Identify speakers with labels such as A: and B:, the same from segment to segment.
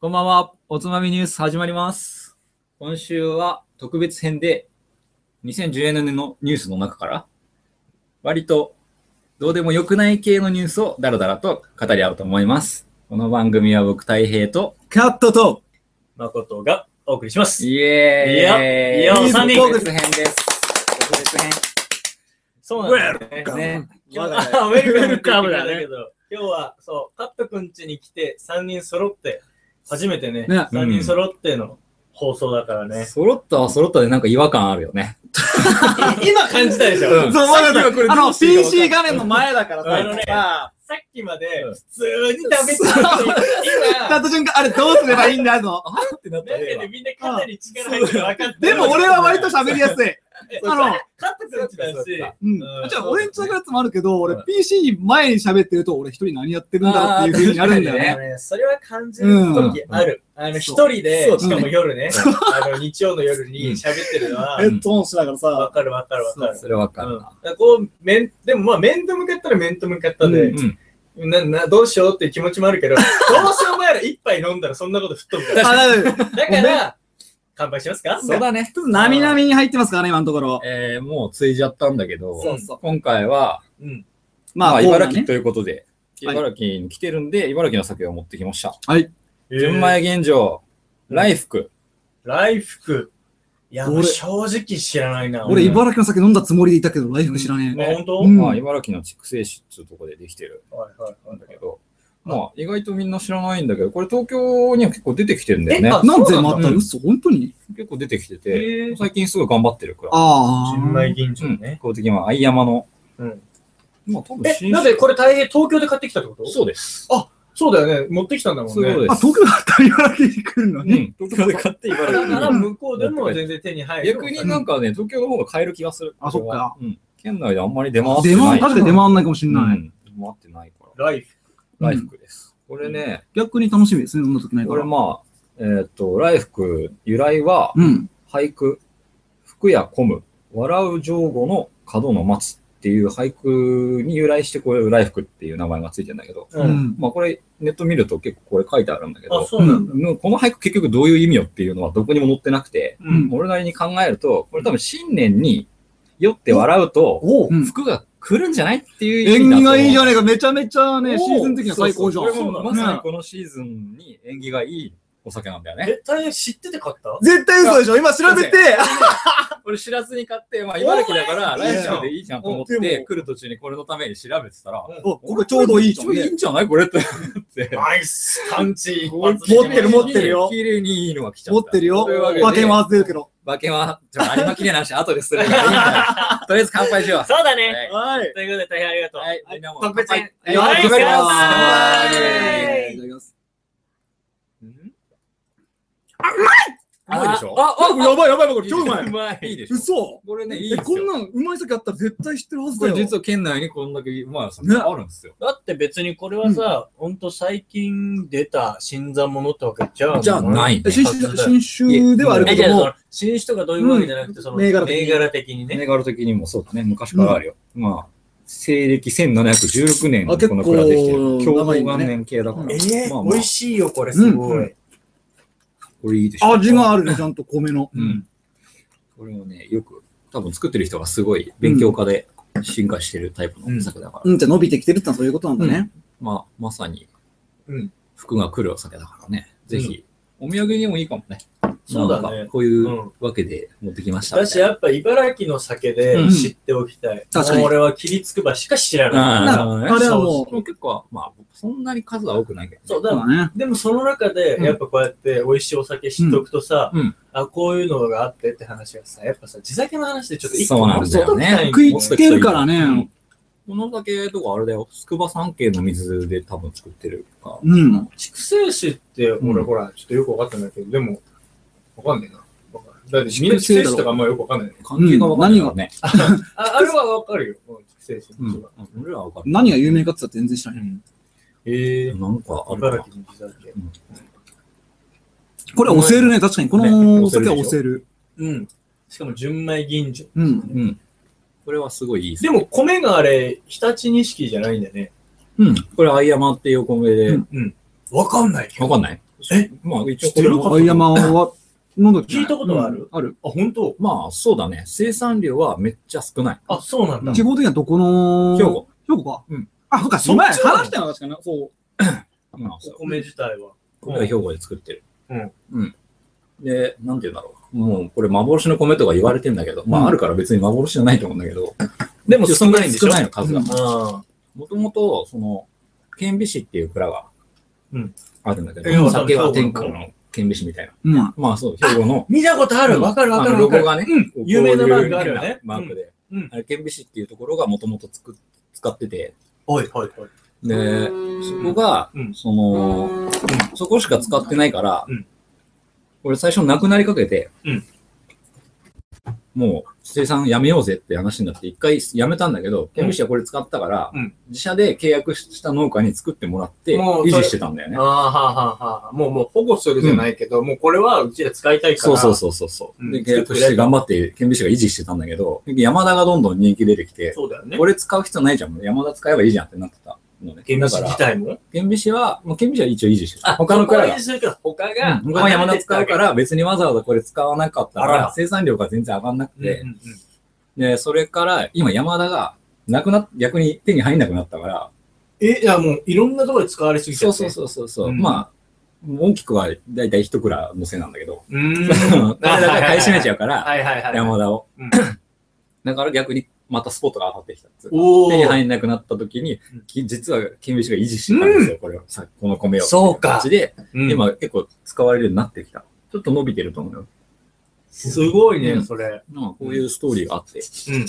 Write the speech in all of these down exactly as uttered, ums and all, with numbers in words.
A: こんばんは。おつまみニュース始まります。今週は特別編でにせんじゅうよねんのニュースの中から割とどうでもよくない系のニュースをダラダラと語り合おうと思います。この番組は僕、太平と
B: カットと
C: 誠がお送りします。
A: イエーイ。
C: いやいや
A: 特別
C: 特
A: 別編です。特別編。
C: そうなんだよね。ね今日はウェルカムだけど、今日はそうカットくん家に来てさんにん揃って初めてね、
B: ね
C: さんにん揃っての放送だからね。
A: 揃ったは揃ったでなんか違和感あるよね。
C: 今感じたでしょ。
A: うん
B: そう、まだあの、ピーシー 画面の
A: 前
B: 前だからさ、
C: あのね
B: さ
C: さっきまで普通に食べてたのに、
B: あ、
C: 今
B: たった瞬間、あれどうすればいいんだの。
A: ってなった
C: なんかねみんな肩に力入って分かって
B: でも俺は割と喋りやすい。あの、
C: カットくん家だし、
B: うん。
C: うん
B: じゃあ、俺んちのやつもあるけど、俺 ピーシー 前に喋ってると、俺一人何やってるんだろうっていう風になるんだよね。
C: あのね、それは感じる時ある。あの、一人で、
B: そう
C: しかも夜ね、あの、日曜の夜に喋ってるのは、
B: ヘッドホンしながら
C: わ
B: さ、
C: かるわかるわかる。
A: それわか
C: うん
A: るな。
C: こう、面、でもまあ、面と向かったら面と向かったで、
A: うん。
C: な、な、どうしようっていう気持ちもあるけど、どうせお前ら一杯飲んだらそんなこと吹っ飛ぶから。
B: あ、だから
C: だから、乾杯しますか？
A: そうだね。
B: ちょっとなみなみに入ってますからね、今のところ。
A: えー、もうついじゃったんだけど、
B: そうそう
A: 今回は、
C: うん。
A: まあ、
B: こうだね
A: 茨城ということで、
B: はい
A: 茨城に来てるんで、茨城の酒を持ってきました。
B: はい。
A: 純米現状、来福。
C: 来福。いや、
B: 俺
C: もう正直知らないな。
B: 俺、茨城の酒飲んだつもりでいたけど、ライフ知らね
C: まあ、本当？
B: うん
A: まあ、茨城の筑西市っていうところでできてる
C: はいはいはい
A: んだけど、まあ、意外とみんな知らないんだけど、これ東京には結構出てきてるんだよね
C: え。あ
B: え。なんで
C: そうなんだ
B: また嘘本当に
A: 結構出てきて
C: へ
A: て、
C: ー
A: 最近すごい頑張ってるから。
B: ああ。
C: 純米吟
A: うん。
C: 醸ね。
A: 公的には相山の、
C: うん。
A: まあ多分
C: え、
A: 新
C: なぜこれ大変東京で買ってきたってこと？
A: そうです。
C: そうだよね。持ってきたんだもんね。
A: そういうことです。
B: あ、東京だったら茨城に来るのに。
A: うん。東京で買って茨城に
C: だから向こうでも全然手に入る。
A: 逆になんかね、東京の方が買える気がする。
B: あそっか。
A: うん。県内であんまり出回って
B: 出回、
A: ない。
B: 確かに出回んないかもしれない。
A: うん。出回ってないから。
C: ライフ。
A: 来福です。これね、
B: 逆に楽しみですね、飲んだ時ないから。
A: これまあ、えーっと、来福由来は、
B: うん。
A: 俳句、福や込む、笑う上語の角の松っていう俳句に由来して、これ、来福っていう名前がついてるんだけど、
C: う。
B: うんん。
A: まあこれ、ネット見ると結構これ書いてあるんだけ
C: あ、
A: ど、
C: そうなんだ。
A: うんこの俳句結局どういう意味よっていうのはどこにも載ってなくて、
C: うん。
A: 俺なりに考えると、これ多分新年に酔って笑うと、
C: お
B: うん
A: 服が来るんじゃないっていう意味だと思う。
B: 縁起がいいじゃねえか、めちゃめちゃね、
C: おー
B: シーズン的には最高じゃん。
A: そうそうこれもまさに
B: ね
A: このシーズンに縁起がいいお酒なんだよね。
C: え、大変知ってて買った？
B: 絶対嘘でしょ今調べて、
A: 俺知らずに買って、まあ茨城だから
C: おーいいじゃん
A: 来週でいいじゃんと思っ
B: うんで
A: て、来る途中にこれのために調べてたら、
B: お、ここちょうどいいじゃん、ね
A: ちょいいん。じゃないこれって思って。
C: ナイスパンチ一
B: 持
C: 発
B: ってる持ってるよ
A: 綺麗にいいのが来ちゃった。
B: 持ってるよ。
A: というわけで
B: 馬券は外れるけど。
A: 馬券は、ちょ、有馬記念の話後でするからいいんだよ。とりあえず乾杯しよう。
C: そうだね。
A: はい
B: はい。
C: ということで大変ありがとう。
A: はい、みんなも
C: 特別編
A: はい
C: はい
A: 決まります。
C: 乾杯
B: いただきます。
A: うまいでしょ
C: あ、
B: あ、やばいやばい、これ超うまい。
C: うまい。
A: いいでしょ
B: 嘘え、
A: これねいいですよ。
B: こんなんうまい酒あったら絶対知ってるはず
A: これ
B: だよ。
A: 実は県内にこんだけうまいお酒
B: ね
A: あるんですよ。
C: だって別にこれはさ、ほんと最近出た新参者ってわけじゃん。
A: じゃないね
B: え新種新種ではある
C: え、
B: けども
C: じゃあその、新種とかどういうわけじゃなくて、その、
B: 銘柄的に
C: 銘柄的にね。
A: 銘柄的にもそうだね、昔からあるよ。まあ、西暦せんななひゃくじゅうろくねん
B: あ
A: にこの蔵できてる。
B: 結構
A: 共同
B: 長いんだね
A: 元年系だから。
C: えー
A: まあまあ
C: 美味しいよ、これ、すごい。
A: これいいでしょ。
B: 味があるね、ちゃんと米の。
A: うん。これもね、よく、多分作ってる人がすごい勉強家で進化してるタイプのお酒だから。
B: うん、じゃあ伸びてきてるってのはそういうことなんだね。
A: まあ、まさに
C: うん。
A: 服が来るお酒だからね。ぜひ、お土産にもいいかもね。
C: そうだね
A: なんかこういうわけで持ってきましたみたいな。
C: 私やっぱ茨城の酒で知っておきたい。
B: 確かに
C: もう俺は切つくばしか知らない。
A: あ
B: な
A: ー
B: あれはも
A: そう結構、まあ、そんなに数は多くないけどね。
C: そう、
B: う、
C: だ
B: そうだね。
C: でもその中で、
A: うん
C: やっぱこうやって美味しいお酒知っておくとさ、
A: うんうん
C: あ、こういうのがあってって話がさ、やっぱさ、地酒の話でちょっと一
A: そうなんだよね
B: 食いつけるからね。
A: この酒とかあれだよ、筑波山系の水で多分作ってるか。
B: うん。
C: 筑西市って、俺、
A: うん
C: ほら、ちょっとよくわかってないけど、でも、わかんねえな。わかんないだって、みんな筑西市とかあんまよくわかんないね。
A: 関係がわかんないからね。
C: あ、あれはわかるよ。筑西市
A: うん
C: の人は。。
A: 俺らはわかる。
B: 何が有名かって言ったら全然知らない。
C: ええ
A: なんかあるかな。
C: 茨城の地酒。
B: これ押せるね、確かに。こ
A: ね
B: のお酒は押せる。
C: うん。しかも純米吟醸。
B: うん。
A: うん。これはすごいいいです
C: でも米があれ、日立錦じゃないんだね。
A: うん。これ、相山っていうお米で、
B: うん
C: うん。わかんないけど。
A: わかんない
C: え、
A: まあ一応
C: 知ってる
A: これも
B: 藍山は飲んだっけ
C: 聞いたことある、
B: ある。
C: あ、本当？
A: まあそうだね。生産量はめっちゃ少ない。
C: あ、そうなんだ。
B: 地方的にはどこの
A: 兵庫。
B: 兵庫か。
A: うん。
B: あ、そっか、その前話したよ、確かに。そう。
A: まあそう
C: お米自体は。
A: これは兵庫で作ってる。
C: うん。
A: うん。で、なんて言うんだろう。もうこれ幻の米とか言われてんだけど、まああるから別に幻じゃないと思うんだけど、
C: でも少ないんでしょ？
A: 少ないの数が。
B: うん
C: あ
A: もともと、その、県美市っていう蔵が
C: うん
A: あるんだけ
C: え
A: ど、酒は天下の県美市みたいな。
B: うん。
A: まあそう、兵庫の、
C: 見たことある。わかるわかる
A: あのロ
C: わかる。
A: ゴがね、
C: うん
A: こう
C: 有名なマーク
A: こういう
C: あるよね
A: 変なマークで、
C: うんうん
A: あれ県美市っていうところがもともと使ってて、
C: はいはいはい。
A: で、そこが、
C: うん
A: その、そこしか使ってないから、
C: うん
A: 俺最初なくなりかけて、
C: うん
A: もう生産やめようぜって話になって一回やめたんだけど、県美市はこれ使ったから、
C: うん
A: 自社で契約した農家に作ってもらって
C: もう
A: 維持してたんだよね
C: あ。あ、はあはあはあ。もうもう保護するじゃないけど、もうこれはうちで使いたいから。
A: そうそうそうそうそう、
C: うん
A: で、契約して頑張って県美市が維持してたんだけど、山田がどんどん人気出てきて、
C: そうだよね。
A: これ使う必要ないじゃん。山田使えばいいじゃんってなってたのね。
C: 県民自
A: だから、
C: 体も
A: 県美市は、もう県美市は一応維持してる。
C: あ、
A: 他の蔵が。
C: そこは維持するけど他
A: う
C: が、
A: ん他は山田使うから別にわざわざこれ使わなかったか
C: あら
A: ら生産量が全然上がんなくて、
C: うんうんうん
A: で、それから今山田がなくなっ、逆に手に入んなくなったから、
C: え、いやもういろんなところで使われすぎちゃって。
A: そうそうそうそうそう、
C: うん
A: まあ、大きくはだいたい一蔵のせいなんだけど、
C: う。うーん。
A: 彼らが買い占めちゃうから、
C: はいはいはい。
A: 山田を。
C: うん
A: だから逆にまたスポットが当たってきたっつうか。
C: おー。
A: 手に入んなくなった時に
C: うん、
A: き実は県美市が維持してたんですよ、これを。さこの米を。
C: そうか
A: 形で、
C: うん
A: 今結構使われるようになってきた。ちょっと伸びてると思うよ。
C: すごいね、
A: うん
C: それ。
A: まあこういうストーリーがあって。
C: うん。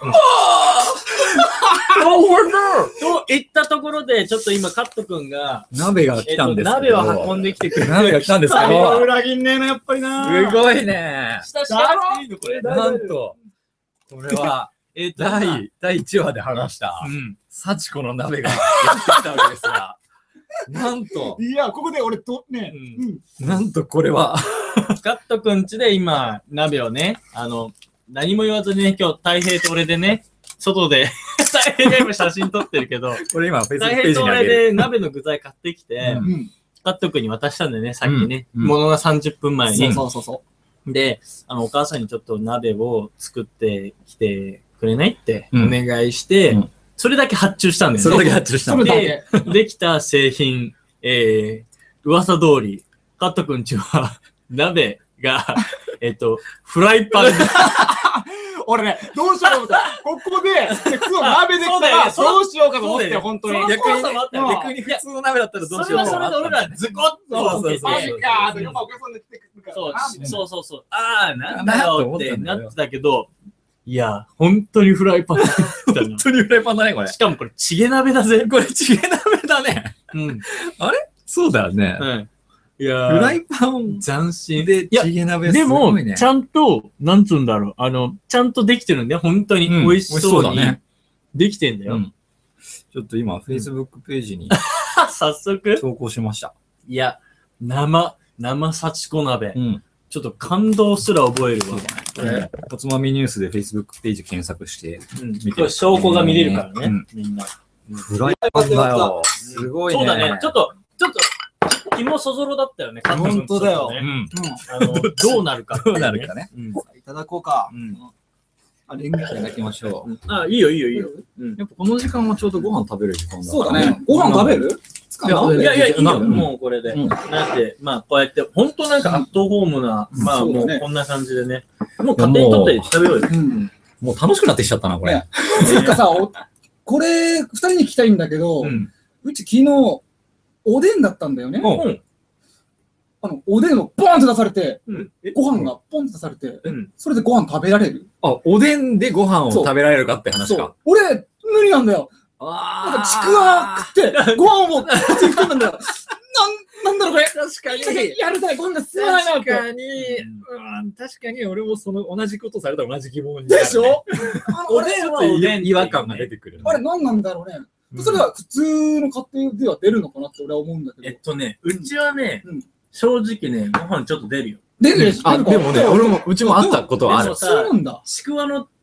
C: と言ったところで、ちょっと今、カット君が、
A: 鍋が
C: えっと、鍋を運んできてくれる。
A: 鍋が来たんですけ
B: 最後
A: ど、
B: 裏切んねえな、やっぱりな。
A: すごいね。
C: 下下っていいのこれ。
A: なんと、これは、
C: えっと、
A: 第、第いちわで話した、
C: うん。
A: 幸子の鍋がやってきたわけですが、なんと、
B: いや、ここで俺と、ね、
C: うん
B: うん。
A: なんとこれは、
C: カットくんちで今、鍋をね、あの、何も言わずにね、今日、太平と俺でね、外で、太平が今写真撮ってるけど、
A: これ今、Facebook
C: 太
A: ペー
C: 平と俺
A: ジにあげる。
C: で鍋の具材買ってきて、
A: うん
B: うん。
C: カットくんに渡したんだよね、さっきね。
A: うんうん
C: ものがさんじゅっぷんまえに。
B: そうそうそうそ
C: で、あの、お母さんにちょっと鍋を作ってきてくれないってお
A: うん
C: 願いして、
A: うん
C: それだけ発注したんだよね。
A: それだけ発注したの
B: それ。だ
C: で
B: け。
C: できた製品、えー、噂通り、カットくんちは、鍋が、えっと、フライパンで、
B: 俺ね、どうしようかと思った。ここで、で普通の鍋できたら、
C: そうだよね
B: どうしようかと思って、
C: そうだよね
B: 本当に。
C: その
A: 逆にね
C: 怖さもあったよ
B: うん
A: 逆に普通の鍋だったらどう
C: それは
A: しようかな
C: それで俺らズコッと
A: そうそうそう
B: マ
C: 受けて
B: ジかーって、やっぱお客さんで来てくるから
C: そう
B: な、みたいな。
C: そうそうそう。ああ、なんだ
A: なと
C: よ
A: 思っんだよ
C: ったてなってたけど、いや、本当にフライパンだったな
A: 本当にフライパンだね、これ。
C: しかもこれ、チゲ鍋だぜ。
A: これ、チゲ鍋だね。
C: うん。
A: そうだよね。
C: うん。いやー
A: フライパン
C: 斬新。
A: で、
C: いや
A: チゲ鍋
C: ですも、
A: ごいね。
C: ちゃんと、なんつうんだろう、あの、ちゃんとできてるんだよ。本当に
A: うん
C: 美味しそうに
A: 美味しそうだね
C: できてんだよ。
A: うんちょっと今、Facebook ページに
C: 早速
A: 投稿しました。
C: いや、生、生幸子鍋。
A: うん。
C: ちょっと感動すら覚えるわ。
A: これ、おつまみニュースで Facebook ページ検索して、
C: うん。
A: 見てる
C: これ証拠が見れるからね、
A: うん
C: みんな。
A: フライパンだよ。すごいね。
C: そうだね。ちょっと、ちょっと、肝そぞろだったよね。
B: 本当だよ
C: カット君
A: うん。
C: ちょっとねあの、どうなるかってい
A: ど
C: うね。
A: うなるかね。
C: うん。
B: いただこうか。
C: うん
B: あ、レンゲ
A: いただきましょう。
C: あ、いいよいいよいいよ。うん
A: やっぱこの時間はちょうどご飯食べる時間だ
B: そうだね。ご飯食べるつかな
A: うん
C: いやいや、いいよ、
A: うん
C: もうこれで。
A: うん
C: なんで、まあ、こうやって、本当なんかアットホームな、
A: うん
C: まあ、
B: そうだね
C: もうこんな感じでね。もう勝手に撮って食べようよ。
B: うん。
A: もう楽しくなってきちゃったな、これ
B: ね。つうかさ、おこれ、二人に聞きたいんだけど、
C: うん。
B: うち昨日、おでんだったんだよね。
C: うん。
B: あの、おでんをボーンって出されて、
C: うん。
B: ご飯がポンって出されて、
C: うん。
B: それでご飯食べられる
A: あ、おでんでご飯を食べられるかって話か
B: そう。。俺、無理なんだよ。なん
A: あ
B: かちくわ食って、ご飯を口に含んだんだよ。なん、なんだろうこれ。
A: 確かに。
B: やるたい、ご飯が進まないなって。
A: 確かに、うん、確かに俺もその同じことされたら同じ疑問になる、ね。
B: でしょあの
C: おでんは
A: ちょっと
C: おでんっていうね
A: 違和感が出てくる、ね。
B: あれ何なんだろうね。それは普通の家庭では出るのかなって俺は思うんだけど。
C: えっとね、うちはね
B: うん、
C: 正直ね、ご飯ちょっと出るよ。
B: 出るでしょ
A: あ、でもね、俺も、うちもあったことはある
C: でも。
B: そうなんだ。
C: ちくわの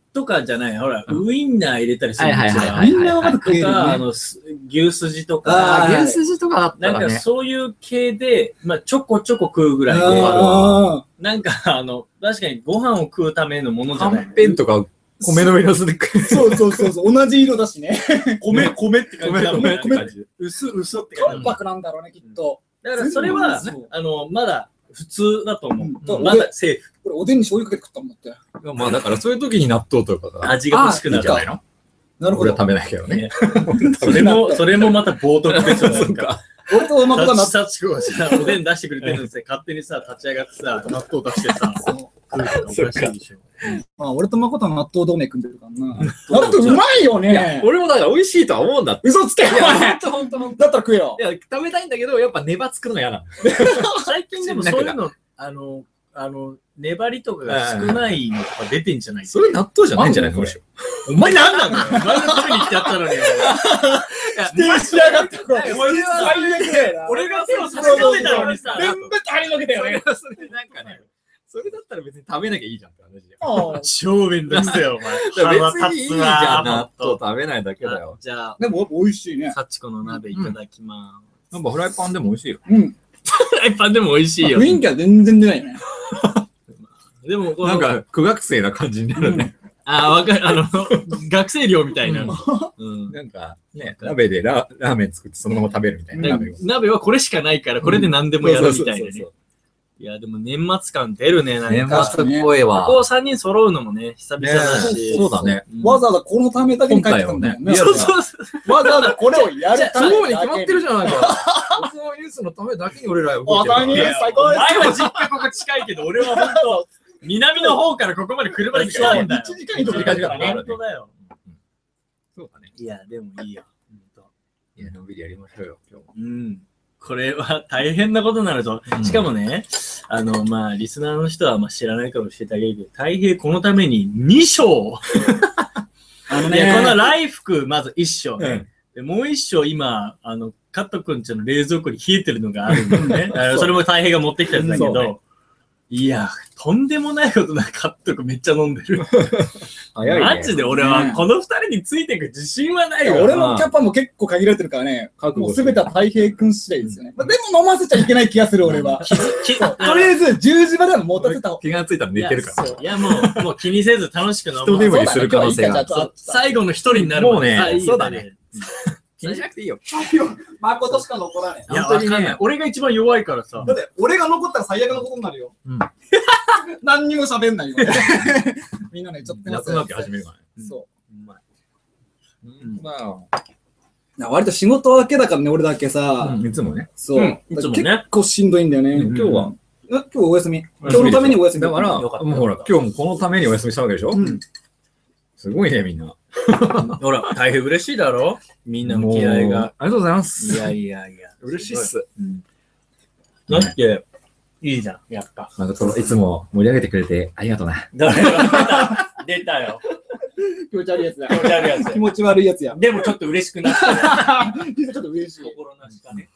C: とかじゃない、ほら、ウインナー入れたりするんですよ。
A: はいはいはいはい
B: みんなはまだ食える
C: とか、あ
B: ね。
C: の、す牛すじと
B: あ
C: か、
A: あ、牛すじとかだった
C: なんか
A: らね。
C: そういう系で、まあちょこちょこ食うぐらいで、
B: あ
C: なんかあの、確かにご飯を食うためのものじゃ
A: は
C: ない。
A: んぺんとか米の色すで食
B: ーそうそうそうそう、同じ色だしね。
C: 米、米って感じだもんね。
B: 米米
A: 感じ。
C: 薄、薄って感じ。
B: 淡白なんだろうね、きっと。
C: だからそれは
B: そう、
C: あの、まだ普通だと思
B: うん
C: う。まだセーフ。
B: これおでんに醤油かけて食ったもんだって。
A: まあだからそういう時に納豆とかが
C: 味が欲しくなる
A: いいんじゃないの？
B: なるほど
A: 俺は。食べないけどね。
C: ねそれも、それもまた冒涜ですよ。なんか。
B: 俺とまこがな
C: タッチがさ、おでん出してくれてるんですよ。勝手にさ、立ち上がってさ、納豆出してさ、食うとかおかしいでしょ。
B: まあ、俺とまことは納豆同盟組んでるからな。納豆うまいよね。
A: 俺もだから美味しいとは思うんだって。
B: 嘘つけよ。
A: いや、ほんとほんとほんと。
B: だったら食えよ。
A: いや、食べたいんだけど、やっぱ粘つくのが嫌なの。
C: 最近でもそういうの、あの、あの、粘りとかが少ないのとか出てんじゃない
A: それ納豆じゃないんじゃないの？
C: お前なんなんだよ。お前が食べに行ってやったのに。
B: 否定しやがってこれ。
C: お前は
B: 最悪だよな。
C: 俺が手を差し伸べたのにさ、
B: 全部足りのけたよね。
A: それなんかね、それだったら別に食べなきゃいいじゃんって話だよ。
B: ああ
C: 超めんどくせえよ、お前。
A: 別にいいじゃん、納豆食べないだけだよ。
C: じゃあ、
B: でも美味しいね。
C: 幸子の鍋いただきま
A: なんかフライパンでも美味しいよ。
B: うん。
C: す。フライパンでも美味しいよ。
B: 雰囲気は全然出ないよね。
C: でも、この
A: なんか、苦学生な感じになるね。
C: あ、わかる。あの、学生寮みたいな。うん。
A: なんか、ね、鍋でララーメン作ってそのまま食べるみたいな鍋を。
C: 鍋はこれしかないから、これで何でもやるみたいなね
A: そうそうそう。
C: いや、でも年末感出るね、なん
A: 年
C: か。
A: 末っぽいわ。
C: ここさんにん揃うのもね、久々だし。
A: そうだね。
C: うん
B: わざわざこのためだけに帰ってくるんだよね。
C: そうそうそう。
B: わざわざこれをやるため
A: そうに決まってるじゃないか。おつまみニュースのためだけに俺ら動いてるから。
B: おつまみニュース最
C: お
B: 高です
C: 前は実家ここ近いけど、俺は本当、南の方からここまで車で来たんだよ。
B: いちじかんにとって帰ってからね。
C: 本当だよ。
A: そうだね。
C: いや、でもいいよ。
A: いや、のんびりやりましょうよ、今日も。
C: うん。これは大変なことになるぞ。しかもね、あの、まあ、リスナーの人はまあ知らないかもしれないけど、太平このためにに章。
B: あの
C: いや、この
B: ね、
C: 来福、まずいっ章ね。でもういっ章、今、あの、カット君ちの冷蔵庫に冷えてるのがあるんだよね。あのそれも太平が持ってきたやつだけど、
A: そうね
C: いや、とんでもないことなカット君めっちゃ飲んでる。
A: 早いね。
C: マジで俺はこの二人についていく自信はないよ。
B: 俺のキャパも結構限られてるからね、もうすべては太平君次第ですよね。まあでも飲ませちゃいけない気がする、俺は。
C: き
B: とりあえずじゅうじまでは持たせた方が
A: 気がついたら寝てるから。
C: いや、もう、もう気にせず楽しく飲
A: 人
C: もう。
A: 眠りする可能性がある。
C: そう最後の一人になる
A: もうね
C: あいいよ
A: そうだね。気にしなくていいよ。
B: 誠しか残らない。
C: いや、
A: 本当にね
C: わかんない。俺が一番弱いからさ。
B: だって、俺が残ったら最悪なことになるよ。
A: うん。
B: 何にも喋んないよ。みんなね、ちょっと
A: 夏なきゃ始めるからね。
B: そう
C: まい。
A: うんまあ、
B: う。割と仕事明けだからね、俺だけさ。
A: いつもね。
B: そう。
C: うんいつもね
B: 結構しんどいんだよね。
A: 今日は。
B: 今日お休み。今日のためにお休み。
A: だから、
C: よかった
A: もうほら、今日もこのためにお休みしたわけでしょ
B: うん。
A: すごいね、みんな。
C: ほら、大変嬉しいだろみんなの気合
A: もう
C: が。
A: ありがとうございます。
C: いやいやいや。
A: 嬉しいっす。
C: うんだって、いいじゃん、やっぱ。
A: なんかそのいつも盛り上げてくれてありがとうな。
C: だから出た出たよ。
B: 気持ち悪いやつだ
C: 気。持ち悪いやつ
B: 気。持ち悪いやつや。
C: でもちょっと嬉しくなった。
B: ちょっと嬉しい。
C: 心なしかね。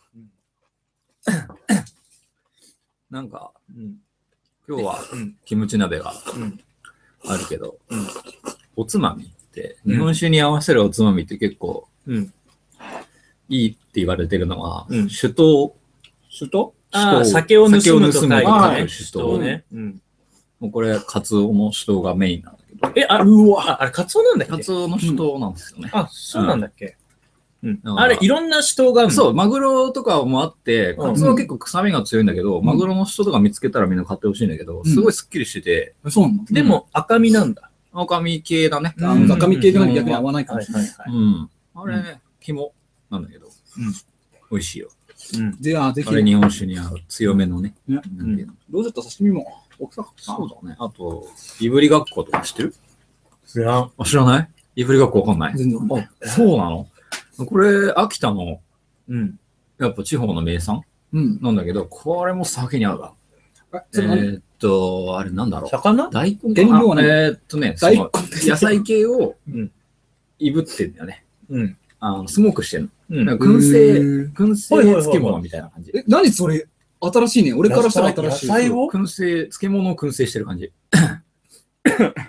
A: なんか、
C: うん。
A: 今日は
C: うん。
A: キムチ鍋が
C: うん。
A: あるけど、
C: うん
A: おつまみって、日本酒に合わせるおつまみって結構
C: うん。
A: いいって言われてるのは、
C: うん
A: 酒盗、
B: 首都
C: ああ、
A: 酒を
C: 酒を盗むと書いて
A: 酒を盗む
B: はい
C: ね。
A: 酒
C: 酒盗ね。うん。
A: もうこれ、カツオの酒盗がメインなんだけど、
C: え、あ、うわ。あれ、カツオなんだっけ
A: カツオの酒盗なんですよね。
C: あ、そうなんだっけうん。
A: うん
C: あれ、いろんな酒盗があるの
A: そう、マグロとかもあって、
C: うん
A: カツオは結構臭みが強いんだけど、マグロの人とか見つけたらみんな買ってほしいんだけど、すごいスッキリしてて、
B: そうなの
C: でも、赤身なんだ。
A: 赤身系だね。
B: あの、赤身系じゃなくて逆に合わないかも
C: はい
B: しれない。
C: はいはい。
A: うん。あれね、肝なんだけど、美味しいよ。
C: うん。
B: じゃあ、ぜひ
A: あ。れ日本酒に合う強めのね。
B: ね
A: なんていうの
B: どうだった刺身も。奥さん。
A: そうだね。あと、いぶりがっことか知ってる
C: 知らん。
A: あ、知らないいぶりがっこわかんない
B: 全然わかんない。
A: あ、そうなのこれ、秋田の、
C: うん。
A: やっぱ地方の名産
B: うん。
A: なんだけど、これも酒に合うわ。
B: え、
A: え
B: それ何
A: ーっと、あれなんだろう。
C: 魚
A: 大根
B: 原料はね
A: あえーっとね、そ
B: 大根
A: の野菜系を
C: うん
A: いぶってんだよね。
C: うん。
A: あのスモークしてんの。
C: うん。
A: なんか燻製、
B: へー
A: 燻製
C: はいはいはいはい
A: 漬物みたいな感じ。
B: え、何それ新しいね。俺からしたら新しい。
C: 野菜を
A: 燻製、漬物を燻製してる感じ。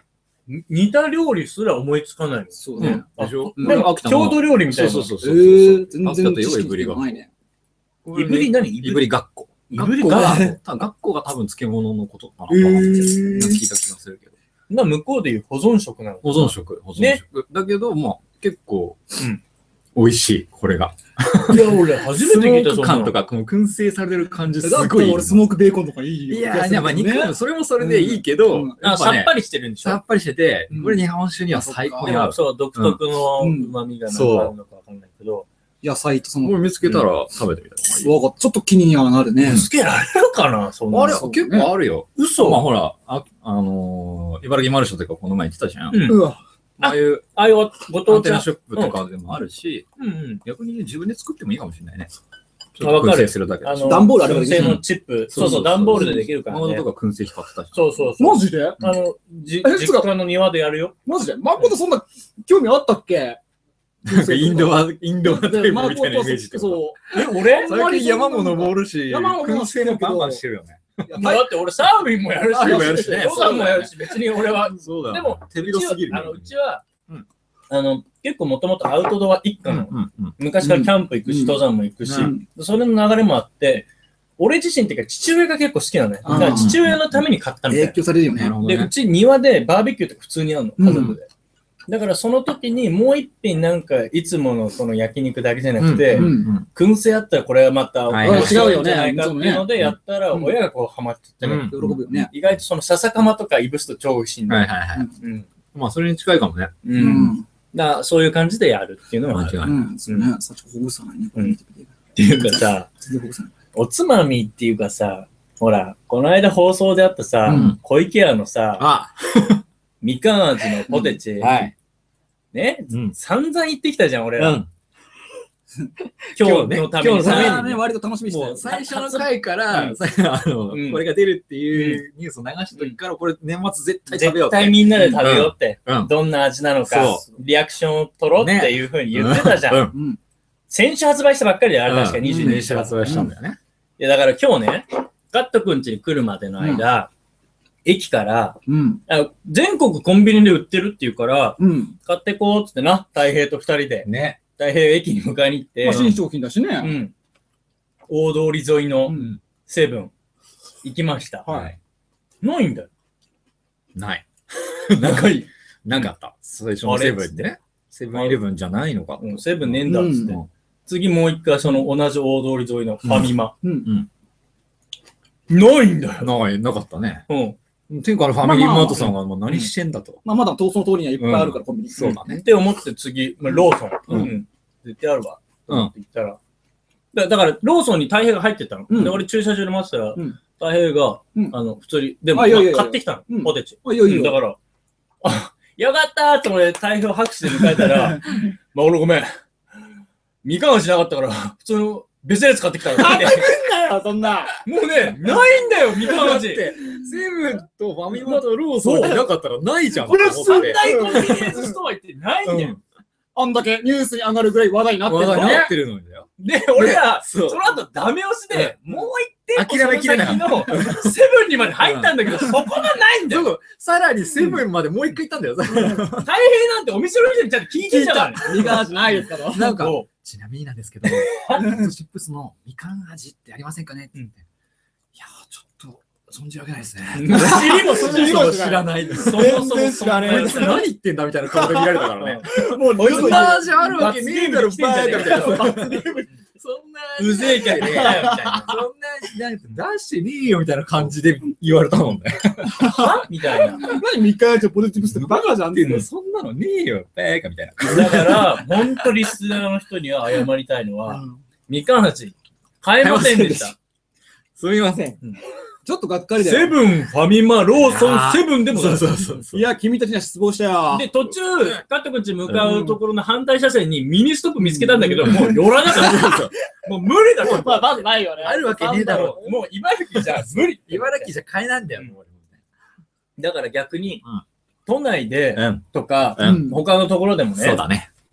C: 似た料理すら思いつかないの。
B: そうね。
A: でしょ。
C: でも郷土料理みたいな。
A: そうそうそう
B: え
A: そう。
B: ー、全
A: 秋田といえば
B: 然知識
A: いぶりがっこ。
B: ないね。
C: いぶり何
A: いぶりがっこ。
C: いぶりがっこ。
A: がっこが多分漬物のことかな。
B: えー
A: 聞いた気がするけど。
C: まあ向こうでいう保存食なの。
A: 保存食。保存食。だけど、まあ結構
C: うん
A: 美味しい、これが。
C: いや、俺初めて聞いた
A: スモーク感とか、この燻製されてる感じす
B: だ
A: ごいいい。
B: って俺スモークベーコンとかいいよ。
A: いや、いや、まあ肉もそれもそれでいいけど、
C: あさっぱりしてるんでしょ。
A: さっぱりしてて
B: う、ん
A: これ日本酒には最高に合う。
C: そう、独特の旨味がなんかあるのかわかんないけど。
B: 野菜とその。
A: これ見つけたら食べてみた方がいい。
B: わかった。ちょっと気にはなるね。
C: つけられるかなそんな。
A: あれ、
B: そうね
A: 結構あるよ。
C: 嘘
A: まあほら、あ、あのー、茨城マルシェとかこの前言ってたじゃん。
C: うん
B: うわ。
A: ああいう
C: ああいうご
A: ア
C: 当地
A: ンテナショップとかでもあるし、
C: うんうん。
A: 逆に自分で作ってもいいかもしれないね。
C: あわかる
A: 燻製するだけだし。
C: あの、
B: 段ボールあればできる
C: 燻製のチップ。そうそう、段ボールでできるからね
A: モード。とか燻製光ってたし。
C: そうそうそう。
B: マジで
C: あの、じ
B: え
C: 実家の庭でやるよ。
B: マジでマコトそんな興味あったっけ
A: なんかインドア、インドアタイプみたいなイメージってこと。
B: そう。
C: え、俺
A: 最近山も登るし、
B: 山も
A: 燻製もバンバンしてるよね。
C: だって俺サーフィンもやるし、
B: サーフィンもやるしね
C: 登山もやるし、別に俺は。
A: そうだ
C: でも、
A: 手広すぎる
C: あの、うちは
A: うん、
C: あの、結構もともとアウトドア一家なの。
A: うんうん
C: 昔からキャンプ行くし、
B: うん
C: 登山も行くし
A: うん、
C: それの流れもあって、俺自身っていうか父親が結構好きなのね。だから父親のために買ったみたい
B: 影響されるよね。
C: な。で、う
A: なるほどね。
C: ち庭でバーベキューとか普通にあるの、
B: うん
C: 家族で。だからその時にもう一品なんかいつものその焼肉だけじゃなくて、
B: うん
A: うん
C: 燻製あったらこれはまた
A: はい
C: 面白い
B: 違うよね
C: んじゃないかっていうのでやったら
B: うん
C: 親がこうハマってってね、
A: うん
B: 喜ぶよね。
C: 意外とその笹かまとかいぶすと超美味しいんだよ。
A: はいはいはい。
C: うん。
A: まあそれに近いかもね。
C: う。
B: うんん。
C: だからそういう感じでやるっていうのはある。
A: 間違いない。
B: うん。そうね。さっきほぐさないね。これ見てみて。
C: っていうかさ、
B: 全然ほぐさない。
C: おつまみっていうかさ、ほら、この間放送であったさ、
A: うん
C: 小池屋のさ、
A: あ、
C: みかん味のポテチ、
A: はい。
C: ね、
A: うん。
C: 散々言ってきたじゃん、俺ら。
A: うん。
C: 今
A: 今日ね
C: 日のために
A: 今日のために
C: さ、
B: ね、割と楽しみにしてたよ
A: もう最初の回から、
C: うん
A: さあの、
C: うん
A: これが出るっていうニュースを流した時から、これ年末絶対食べようって。
C: 絶対みんなで食べようって、
A: うん。
C: どんな味なのか
A: そ、
C: リアクションを取ろうっていうふうに言ってたじゃん。
A: うん。
B: うん。
C: 先週発売したばっかりであれ、確か
A: うん
C: にじゅうに日
A: 年始発売したんだよね。
C: いや、だから今日ね、ガットくん家に来るまでの間、駅から
B: うん。
C: あ、全国コンビニで売ってるっていうから、
B: うん。
C: 買ってこうっつってな、太平と二人で、
A: ね。
C: 太平駅に迎えに行って、
B: まあ、新商品だし
C: う
B: ね。
C: ん。大通り沿いの
B: うん
C: セブン、行きました。
B: はい
C: ないんだよ。
A: ない。
C: 仲いい。
A: なかった。最初のセブンでね。セブンイレブンじゃないのか。
C: うん、セブンねえんだっつって。
A: うん
C: 次もう一回その同じ大通り沿いのファミマ。
B: うん。
C: ないんだよ。
A: ない、なかったね。
C: うん。
A: ていうか、あのファミリーマートさんがもう何してんだと。
B: まあ、まだ、その通りにはいっぱいあるから、コンビニ。
A: そうだね。
C: って思って次、まあ、ローソン。
A: うん
C: うん。絶対あるわ。
A: うん
C: って言ったら。だだから、ローソンに太平が入ってったの。
B: うん
C: で、俺駐車場で待ってたら、
B: うん
C: 太平が、
B: うん
C: あの、普通に、でも、
B: あいやいやいや
C: まあ買ってきたの、
B: うん
C: ポテチ。
B: あ、いいよいいよ。
C: うんだから、あ、よかったーって俺、太平を拍手で迎えたら、まあ俺ごめん。みかん味なかったから、普通の別のやつ買ってきたから。
B: なんだよ、そんな。
C: もうね、ないんだよ、みかん味。
A: セブンとファミマとローソンになかったらないじゃん。
B: これ
A: と思って
C: 三大コンビニエンスストア行ってないんだよ。
B: あんだけニュースに上がるぐらい話題になってるのね
A: 話題になってるのにだよ。
C: で、俺ら、
A: そう
C: その後ダメ押しで、もう一店舗
A: 諦めきれなかった
C: その先のセブンにまで入ったんだけど、そこがないんだよ。
A: そうさらにセブンまでもう一回行ったんだよ。
C: 大変なんてお店の人にちゃんと聞いてんじゃん。
B: みかん味ないですから。
A: なんか、
C: そ
A: ちなみになんですけど、ポテトチップスのみかん味ってありませんかねって言って。いやー、ちょっと存じ上げないですね。
C: う知りもそ
B: 知りも
A: 知らない。
C: そもそも
B: 全然知らねえ
A: こいつ何言ってんだみたいな顔で見られたからね。
B: もう、
A: こいつの味あるわけねえだろ、バ
C: 罰ゲーム
A: ーカ
C: で来てんじゃねえか
A: みたいな。そんな味
C: うぜえ客だよ、みたいな。
A: そんな味なんて出してねえよみたいな感じで言われたもんね。
C: はみたいな。
B: 何みかん味ポテトチップスってバカじゃんっていうの。
A: そんなのねえよ、バーカみたいな。
C: だから、ほんとリスナーの人には謝りたいのは、みかん味、買えませんでした。
A: すみません。
B: ちょっとがっかりだよ。
C: セブン、ファミマ、ローソン、セブンでも
A: そうそうそうそう。
B: いや、君たちには失望したよ。
C: で、途中、カットくんち向かうところの反対車線にミニストップ見つけたんだけど、もう寄らなかった。もう無理だと。
B: まあ、まずないよね。
A: あるわけねえだろ。
C: もう茨城じゃ無理。
A: 茨城じゃ買えないんだよ、もう。
C: だから逆に
A: うん、
C: 都内で
A: うん。
C: とか、
A: うん。
C: 他のところでもね、
A: そうだね。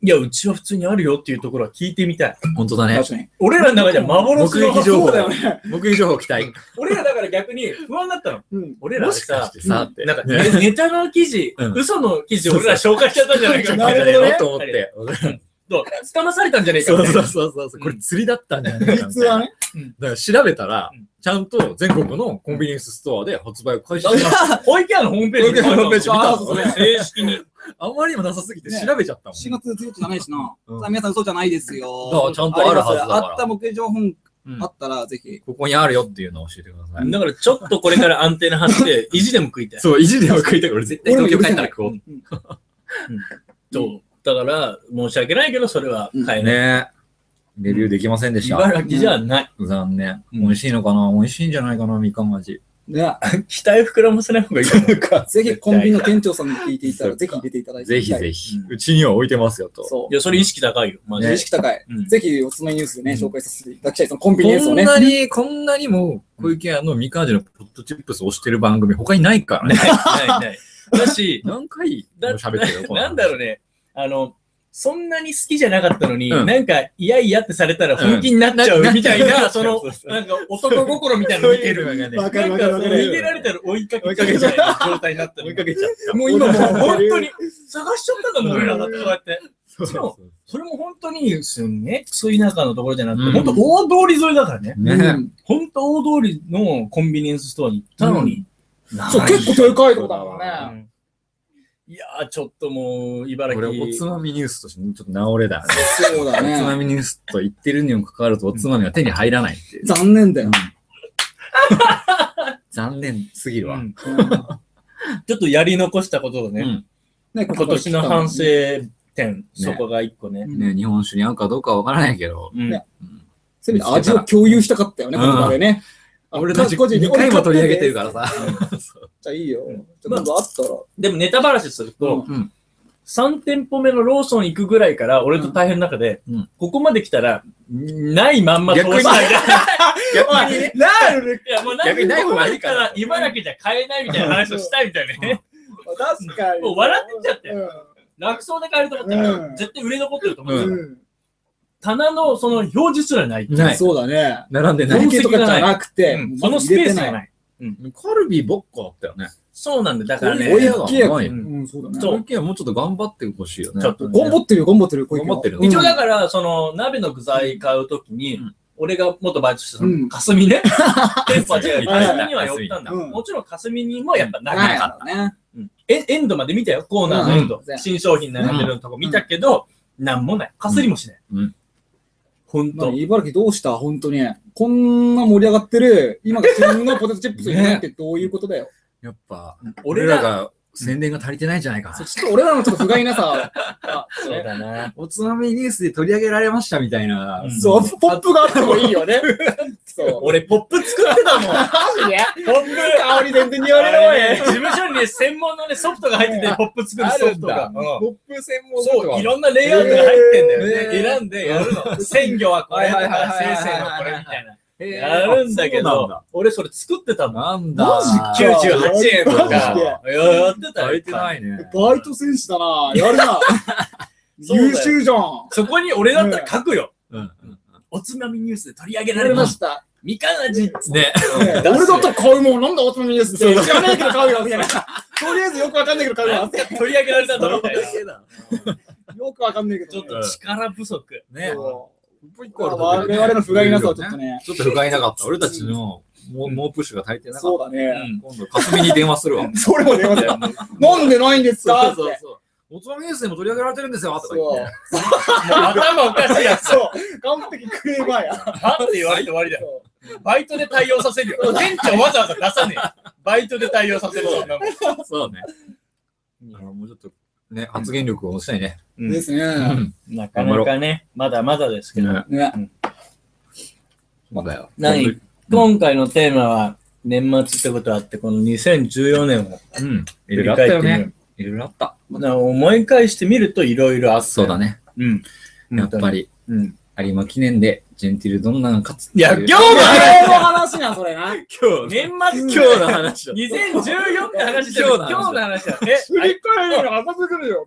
C: いや、うちは普通にあるよっていうところは聞いてみたい。
A: 本当だね。
B: 確かに。
C: 俺らの中では幻の
A: 目撃情報
B: そうだよね。
A: 目撃情報期待。
C: 俺らだから逆に不安だったの。
B: うん。
C: 俺ら
A: もしか
C: さ
A: し、てさ、って。
C: なんかネネタの記事、
A: うん
C: 嘘の記事を俺ら紹介しちゃったんじゃないかみたい
B: なるほどね
A: と思って。
C: どう捕まされたんじゃねえか
A: そう
C: みたいな。
A: そうそうそう。これ釣りだったんじゃないかみたいな。
B: 実はね。
A: だから調べたら
C: うん、
A: ちゃんと全国のコンビニエンスストアで発売を開始しました。
C: 保育園のホームページ
A: 保育園のホームページ見た
B: あそうそう
C: 正式に。
A: あんまりにもなさすぎて調べちゃったもん。
B: しがつついたちじゃないしな。
A: うん
B: さあ皆さん嘘じゃないですよ。
A: だからちゃんとあるはずだから
B: あった目撃情報
A: うん
B: あったら、ぜひ。
A: ここにあるよっていうのを教えてください。
C: だからちょっとこれからアンテナ張って、意地でも食いたい。
A: そう、意地でも食いたいから、俺絶対東京帰ったら食おう。
B: うん
C: そう。だから、申し訳ないけど、それは買えない。
A: ねえ。レビューできませんでした。
C: 茨城じゃない。
A: 残念。
C: うん
A: 美味しいのかな美味しいんじゃないかなみかん味。
B: ね、
C: 期待膨らませない方がいいと思う。
B: ぜひコンビニの店長さんに聞いていたら、ぜひ入れていただいて。
A: ぜひぜひ
C: う。ん
A: うちには置いてますよと。
B: そ
C: いや、それ意識高いよ。マ
B: う。
C: ジで
B: 意。識高い
C: うん。
B: ぜひ、おつまみニュースでね、
C: うん
B: 紹介させていただきたい。そのコンビニエンス
A: こん
B: をね。
A: なに、こんなにも小池屋のみかん味のポットチップスを押してる番組他にないからね。
C: ない、ない、ない。だし、
A: 何回も
C: だ
A: 喋ってるよ。
C: なんだろうね。あの、そんなに好きじゃなかったのに、
A: うん
C: なんか嫌々ってされたら本気になっちゃう
A: うん
C: みたいな、
A: な
C: その
A: そうそう、
C: なんか男心みたいなの見てる。
A: そういうのがね
B: わかる
C: なんかその
B: わかるわかる。
C: 逃げられたら追いかけちゃうみたいな状態になったの
A: 追いかけちゃった。
C: もう今もう本当に探しちゃったんだもん、俺らがそうやって。
A: そう
C: しかもそれも本当にすんげえクソ田舎のところじゃなくて、
A: うん
C: 本当大通り沿いだからね。
A: ね
B: うん
C: 本当大通りのコンビニエンスストアに行ったのに。ない
B: そう、結構でかいとこだもん
C: う
B: ね。
C: んいやー、ちょっともう、茨
A: これ、おつ
C: 城。
A: まみニュースとしてちょっと直れだよね。
B: そうだ
A: おつま
B: ね。
A: みニュースと言ってるにもかかわらず、おつまみが手に入らないっていう。
B: 残念だよ。
A: 残念すぎるわ。
C: うん
B: うん
C: ちょっとやり残したことをね、
A: うん
B: ね
C: 今年の反省点、そこが一個ね。
A: ね、日本酒に合うかどうかはわからないけど。
C: うん
B: ねせめて味を共有したかったよね、
A: うん
B: この場でね。あ
A: 俺たち
B: 個人で
A: にかいも取り上げてるからさ。
B: じゃあいいよ。
C: うん
B: ちょっと今度あったら。
C: でもネタばらしすると、
A: うん
C: さん店舗目のローソン行くぐらいから、俺と大変の中で、
A: うん
C: ここまで来たら、ないまんま通したい。
A: 逆にね。
B: なる
C: いや、もうなんか
A: 逆にない
C: ここまで来た
A: 方がいいから
C: ら、茨城じゃ買えないみたいな話をしたいみたいなね。
B: 確かに。
C: もう笑ってきちゃって
B: う
C: 楽勝で買えると思ったら、
B: うん
C: 絶対売れ残ってると思うんですよ。
B: ん。
C: 棚のその表示すらない。
A: ない
B: そうだね。
A: 並んでない。
B: 本家とかじゃなくて
C: うん、そのスペースがない。
A: カルビーばっかだったよね。
C: そうなんで、だからね、
B: 小池
A: が
B: 屋
A: ない
B: うん、そうだね。
C: そう
A: 小池はもうちょっと頑張ってほしいよね。
C: ちょっと
B: 頑張ってるよ、頑張ってるよ、小池は
A: 頑張ってる
C: 一応だ
B: か
C: から、その、鍋の具材買うときに、
A: うん
C: 俺が元バイトしてた、
B: うん
C: 霞ね。店舗は違う。
A: はい
C: 霞には寄ったんだ。
B: うん
C: もちろん霞にもやっぱな
B: ない
C: かった。
B: ね。
C: うんえエンドまで見たよ、コーナーのエンド。
B: うん
C: 新商品並んでるとこ見たけど、なんもない。かすりもしない。
A: うん
C: ほんと。
B: 何茨城どうした本当に。こんな盛り上がってる、今が旬のポテトチップスになってどういうことだよ。
A: やっぱ、
C: 俺ら
A: 俺らが宣伝が足りてないんじゃないかな。
B: ちょっと俺らのちょっと不甲斐なさ、あ
C: そうだな。
A: おつまみニュースで取り上げられましたみたいな。
C: うん
B: そう、ポップがあってもいいよね。そう。
C: 俺、ポップ作ってたもん。
B: マジで
C: ポップ
B: 香り全然似合わ
C: あ
B: れるわ
C: れね
B: よ。
C: 事務所にね、専門のね、ソフトが入ってて、ポップ作るソフトが。うん
A: ポップ専門
C: そう、いろんなレイアウトが入ってんだよね。
A: へー
C: 選んでやるの。鮮魚はこれと
A: はいはいはい
C: か、
A: はいはい
C: 生鮮はこれみたいな。
A: へー
C: やるんだけ
A: あそうなん
C: ど
A: だ、
C: 俺それ作ってたもん。
A: なんだ。
B: マジか
C: きゅうじゅうはちえんとか。
B: マジで
C: いややってたよ。
A: 足りてないね。
B: バイト選手だな。やるな。
C: そうだよ
B: 優秀じゃん。
C: そこに俺だったら書くよ。
A: うんうん
C: おつまみニュースで取り上げ
B: やり
C: られまし。
B: ましたた。
C: みかん味っつって。
A: ね。
B: ね俺だったら買うもん。なんだおつまみですって。知らないけど買うよ。みたいな。とりあえずよくわかんないけど買うよ。
C: 取り上げられたんだろうね。
B: よくわかんないけど。
C: ちょっと力不足。
A: ね。
B: そう我々の不甲斐なさはちょっとね。
A: ちょっと不甲斐なかった。俺たちのもう猛プッシュが足りてなかった。
B: そうだね。
C: うん
A: 今度、霞に電話するわ。
B: それも出ますよ。なんでないんですかって。
A: そう。おつまみニュースでも取り上げられてるんですよ、とか言って。
B: そう。
C: もう頭おかしいやつ。
B: そう。完璧クレーマーや。
C: はって言われて終わりだよ。
B: そ
C: バイトで対応させるよ。店長わざわざ出さねえよ。バイトで対応させるそんなもん。
A: そうね。あのもうちょっと、ね、発言力をしたいね。
B: うですね。
A: うん。
C: なかなかね、まだまだですけど。
A: ね
B: ね。
A: そうだよ。
C: 何今回のテーマは年末ってことあって、このにせんじゅうよねんを
A: うん。いろい
C: 振り
A: ろあったよ
C: 返ってみる
A: ね。いろいろあった。
C: な思い返してみるといろいろあった。
A: そうだ。ね。
C: うん。
A: やっぱり、
C: うん。
A: 有馬記念で、ジェンティルどんなの勝つって
C: いや、
A: う
C: 今日
B: 今日の
C: の
B: 話な、それな。
A: 今
C: 年末、
A: 今日の話だ。
C: にせんじゅうよんって話じゃ
A: 今日の話
C: 今日の話だ。え、
B: 振り返るの浅すぎるよね。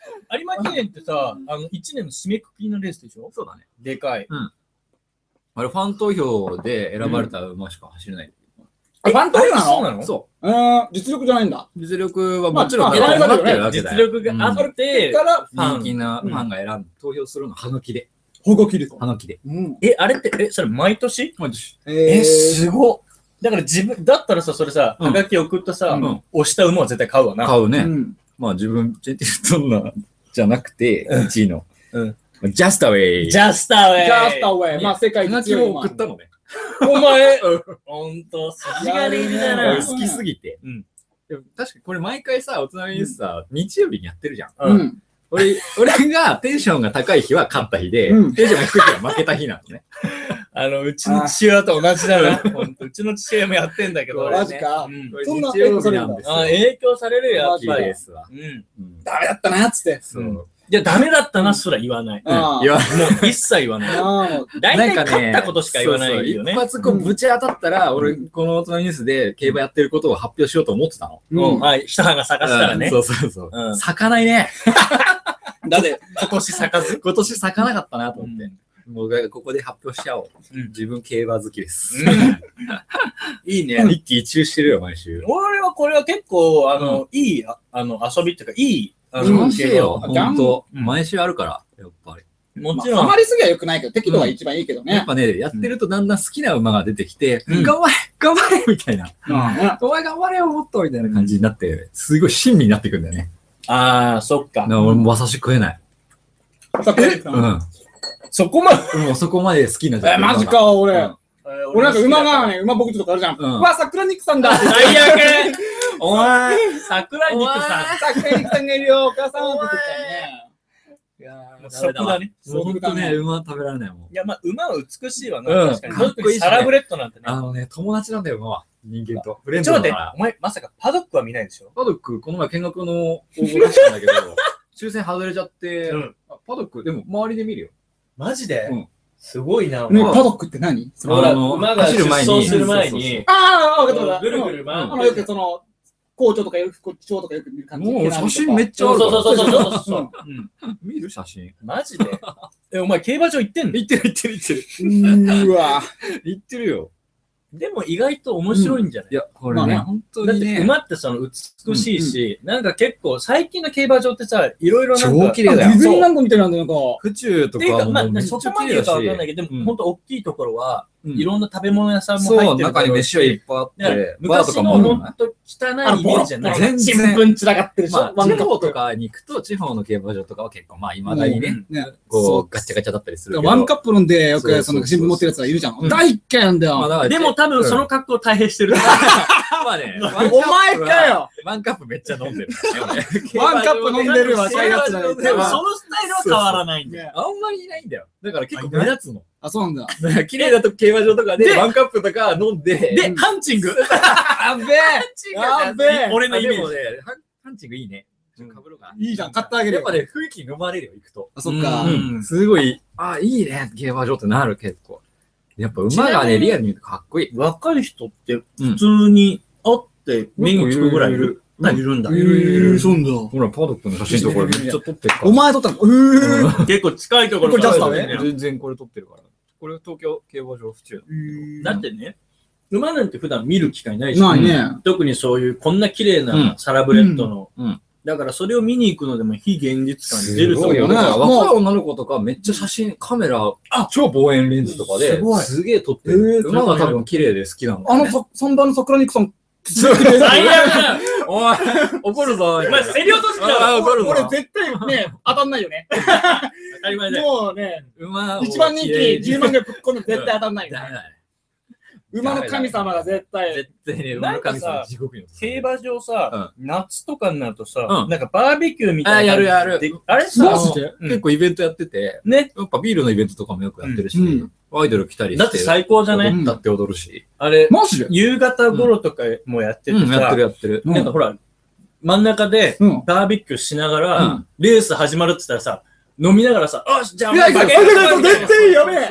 C: 有馬記念ってさ、あの、いちねんの締めくくりのレースでしょ？
A: そうだね。
C: でかい。
A: あれ、ファン投票で選ばれた馬しか走れない。
B: あ、ファン投票なの？
C: そうなの？
A: そ
B: うーん、実力じゃないんだ。
A: う。実力はもちろん
B: まあ
A: 選ばれ
B: まあ
A: てるわけだ
C: 実
A: よ。
C: 力があって、
B: から、
A: 人気なファンが選ん、投票するの、はがきで。
B: 保護切ると。
A: はがきで。
B: うん。
C: え、あれって、え、それ毎年？
B: え
C: え、すごっ。だから自分、だったらさ、それさ、
A: うん
C: はがき送ったさ
A: うん、
C: 押した馬は絶対買うわな。
A: 買うね。
B: うん。
A: まあ自分、ジェンティルトンナーじゃなくて、いちいの。
C: うん
A: ジャスタウェイ。
C: ジャスタウェイ。
B: ジャスタウェイ。まあ、世界
A: はが
B: 一強い馬
A: きを送ったのね。
C: お前、ほんと、筋金入りだな。
B: うん
A: 好きすぎて。
C: うん
A: でも確かにこれ毎回さ、おつまみニュースさ、日曜日にやってるじゃん。
B: う。ん。
A: 俺、俺がテンションが高い日は勝った日で、
B: うん
A: テンションが低い日は負けた日なのね。
C: あの、うちの父親と同じだな。ほんと、うちの父親もやってんだけど。
B: マジか
C: う。ん
A: これ
B: そんな
A: 日曜日なんですよ。
C: あ、影響されるよ、やっ
A: いい
C: ぱり。
A: ですわ。
C: うん。
A: うん
B: ダメだったな、つって。
A: そう。
C: うんいや、ダメだったなすら言わない。
B: ああ
A: いや、
C: もう一切言わない。
B: ああ、もう。
C: 大体
A: なんかね、
C: 勝ったことしか言わないよね。
A: そうそう一発こうぶち当たったら、俺、このおつまみニュースで競馬やってることを発表しようと思ってたの。
B: うん
C: うん。はい、一花咲かせたらね。
A: そうそうそう。
C: うん
A: 咲かないね。
B: だって、
C: 今年咲かず。
A: 今年咲かなかったなと思って。もうここで発表しちゃおう。
C: うん
A: 自分競馬好きです。
C: いいね。
A: 一喜一憂してるよ、毎週。
C: 俺はこれは結構、あの、いい、ああの、遊びっていうか、いい、あの、
A: 楽しいよ、
B: 競馬
A: ほんと。
C: うん
A: 毎週あるから、やっぱり。
B: まあ、
C: もちろん
B: ハマ。りすぎは良くないけど、適度が一番いいけどね。
A: やっぱね、やってるとだんだん好きな馬が出てきて、
C: うん
A: 頑張れ頑張れみたいな。
B: うん
A: お前頑張れよ、もっとみたいな感じになって、すごい親身になってくるんだよね。
C: ああ、そっか
A: だか。ら俺も馬刺し食えない。
B: さえ
A: うん。
C: そこまで。
A: もうそこまで好きになっちゃ
B: え、
A: う。
B: マジか、俺。
A: うん
B: 俺なんか馬がね、馬牧場とかあるじゃん。
A: うん
B: うわ、桜肉さんだって。
C: 最悪お前、桜肉さ
B: 桜肉さんがいるよ、お母さんって言って
A: いや
C: ん。食だね。
A: もうほんとね、馬食べられないもん。
C: いや、まあ、馬は美しいわ
A: うん
C: な。確かに。
A: かっこいいしね
C: 特にサラブレッドなんてね。
A: あのね、友達なんだよ、馬は。人間と。フレン
C: ちょっと待って
A: ドだから、。
C: お前、まさかパドックは見ないでしょ？
A: パドック、この前見学の応募出したんだけど、抽選外れちゃって、
C: うん
A: あパドック、でも周りで見るよ。
C: マジで
A: うん
C: すごいな。お
B: ね、
C: 前
B: パドックって何それ
C: ほら、
A: あの
C: 馬が出
A: 走る前に
C: 走する前
A: そうそう
C: に、
B: ああ、わかったわかった。
C: ぐるぐる回
B: あの、
C: って
B: よくその、校長とかよく、校長とかよく見る感じ。
A: もう写真めっちゃあるから。
C: そうそうそうそうそうそう。うん
A: 見る写真。
C: マジでえ、お前、競馬場行ってんの？
A: 行ってる行ってる行ってる。
B: うーわ。
A: 行ってるよ。
C: でも意外と面白いんじゃない
A: いや、これね、
B: まあね
A: 本当
C: だって
A: にね。
C: 馬ってその美しいし、なんか結構最近の競馬場ってさ、いろいろなんか。
A: 超綺麗だよ
B: ディズニーランドみたいなんだよ、なんか。
A: 府中と
C: っていうか、まあ、
A: かもめっち
C: そ
A: ゃ綺麗だし。
C: こまで言うかわかんないけど、で
A: うん
C: も、本当大きいところは、
A: うん
C: いろんな食べ物屋さんも入
A: そう、
C: ってるだ
A: 中に
C: ろう
A: 飯はいっぱいあ
C: だから
A: って、バーと
C: 昔
A: かもあるのね。
C: の本当汚いイメージじゃない。
A: 全然
B: 新聞散らかってるでしょ、
A: まあ、
B: ワンカップ
A: 地方とかに行くと、地方の競馬場とかは結構、まあ、未だにね、
B: ね。
A: こう、ガチャガチャだったりするけど。
B: ワンカップ飲んで、よく
A: そうそうそう
B: その新聞持ってるやつがいるじゃん。
A: うん
B: 第一回なんだよ。
A: まあだから
C: でも多分その格好大変してる。
A: まあね、
B: お前かよ
A: ワンカップめっちゃ飲んでる。
B: ワンカップ飲んでるわ、
C: 競
B: 違うやつだよ。
C: でもそのスタイルは変わらないんだよ。
B: ね
A: あんまりいないんだよ。だから結構目立つの。
B: あ、そうなんだ。
A: だから綺麗なと競馬場とかで、
C: で
A: ワンカップとか飲んで、
C: で、ハンチング。
B: やべえやべえ
C: 俺のイメージ。
A: でもね、ハンハンチングいいね。
C: うん
A: かぶろうかな。
B: いいじゃん、買ってあげるよ。
A: やっぱね、雰囲気飲まれるよ、行くと。
B: あ、そっか。
C: うん
A: すごい、あ、いいね、競馬場ってなる、結構。やっぱ馬がね、
C: ちなみに
A: リアルに見るとかっこいい。
C: 若い人って普通に会って目につくぐらいいる。いるんだ。
B: えー、そうなんだ。
A: ほら、パドックの写真とかめっちゃ撮ってるから。
B: お前撮ったのえー。
C: 結構近いところ
B: これジャスタ
C: ね
B: ーね
A: 全然これ撮ってるから。これ東京競馬場府中。
C: だってね、馬なんて普段見る機会ないし、
B: ないね。
C: 特にそういうこんな綺麗
A: う
C: なんサラブレッドの、
A: うんうん
C: だからそれを見に行くのでも非現実感に出ると思う
A: すごいよ。だから
B: もう
A: 若い女の子とかめっちゃ写真、カメラ、あ超望遠レンズとかで、
B: すごい
A: すげえ撮って
B: え
A: る。
B: ー
A: 馬が多分綺麗で好きなんだ
B: あの、
A: よね。
B: そ三番の桜肉さん、
C: 最悪
A: おい、怒るぞ。
C: お前競り落とすから
A: あ怒るぞ。
B: 俺絶対ね、当たんないよね。
C: 当たり前だよ。
B: もうね、
A: 馬を
B: 一番人気じゅうまんぐらいぶっ込んで絶対当たんないよね。
A: ダメだね。
B: 馬の神様が絶対。
A: 絶対ね、馬の
C: なんかさ
A: 神様地獄に落とす
C: 競馬場さ、夏とかになるとさ、
A: うん
C: なんかバーベキューみたいな。
A: あやるやる
C: であれさ、
B: マジで
C: うん
A: 結構イベントやってて、
C: ね。
A: やっぱビールのイベントとかもよくやってるし、
B: うん
A: アイドル来たりして。
C: だって最高じゃない、
B: うん
A: 歌って踊るし。
C: あれ、
B: マジで
C: 夕方頃とかもやってて
A: うん、や
C: さ
A: ってる、やってる。
B: うん
C: なんかほら、真ん中で
B: うん。
C: バーベキューしながら、
A: うん
C: レース始まるって言ったらさ、飲みながらさ、あじゃあ、
B: いやいや
C: バケ
B: いやいや絶対やべえ
A: そう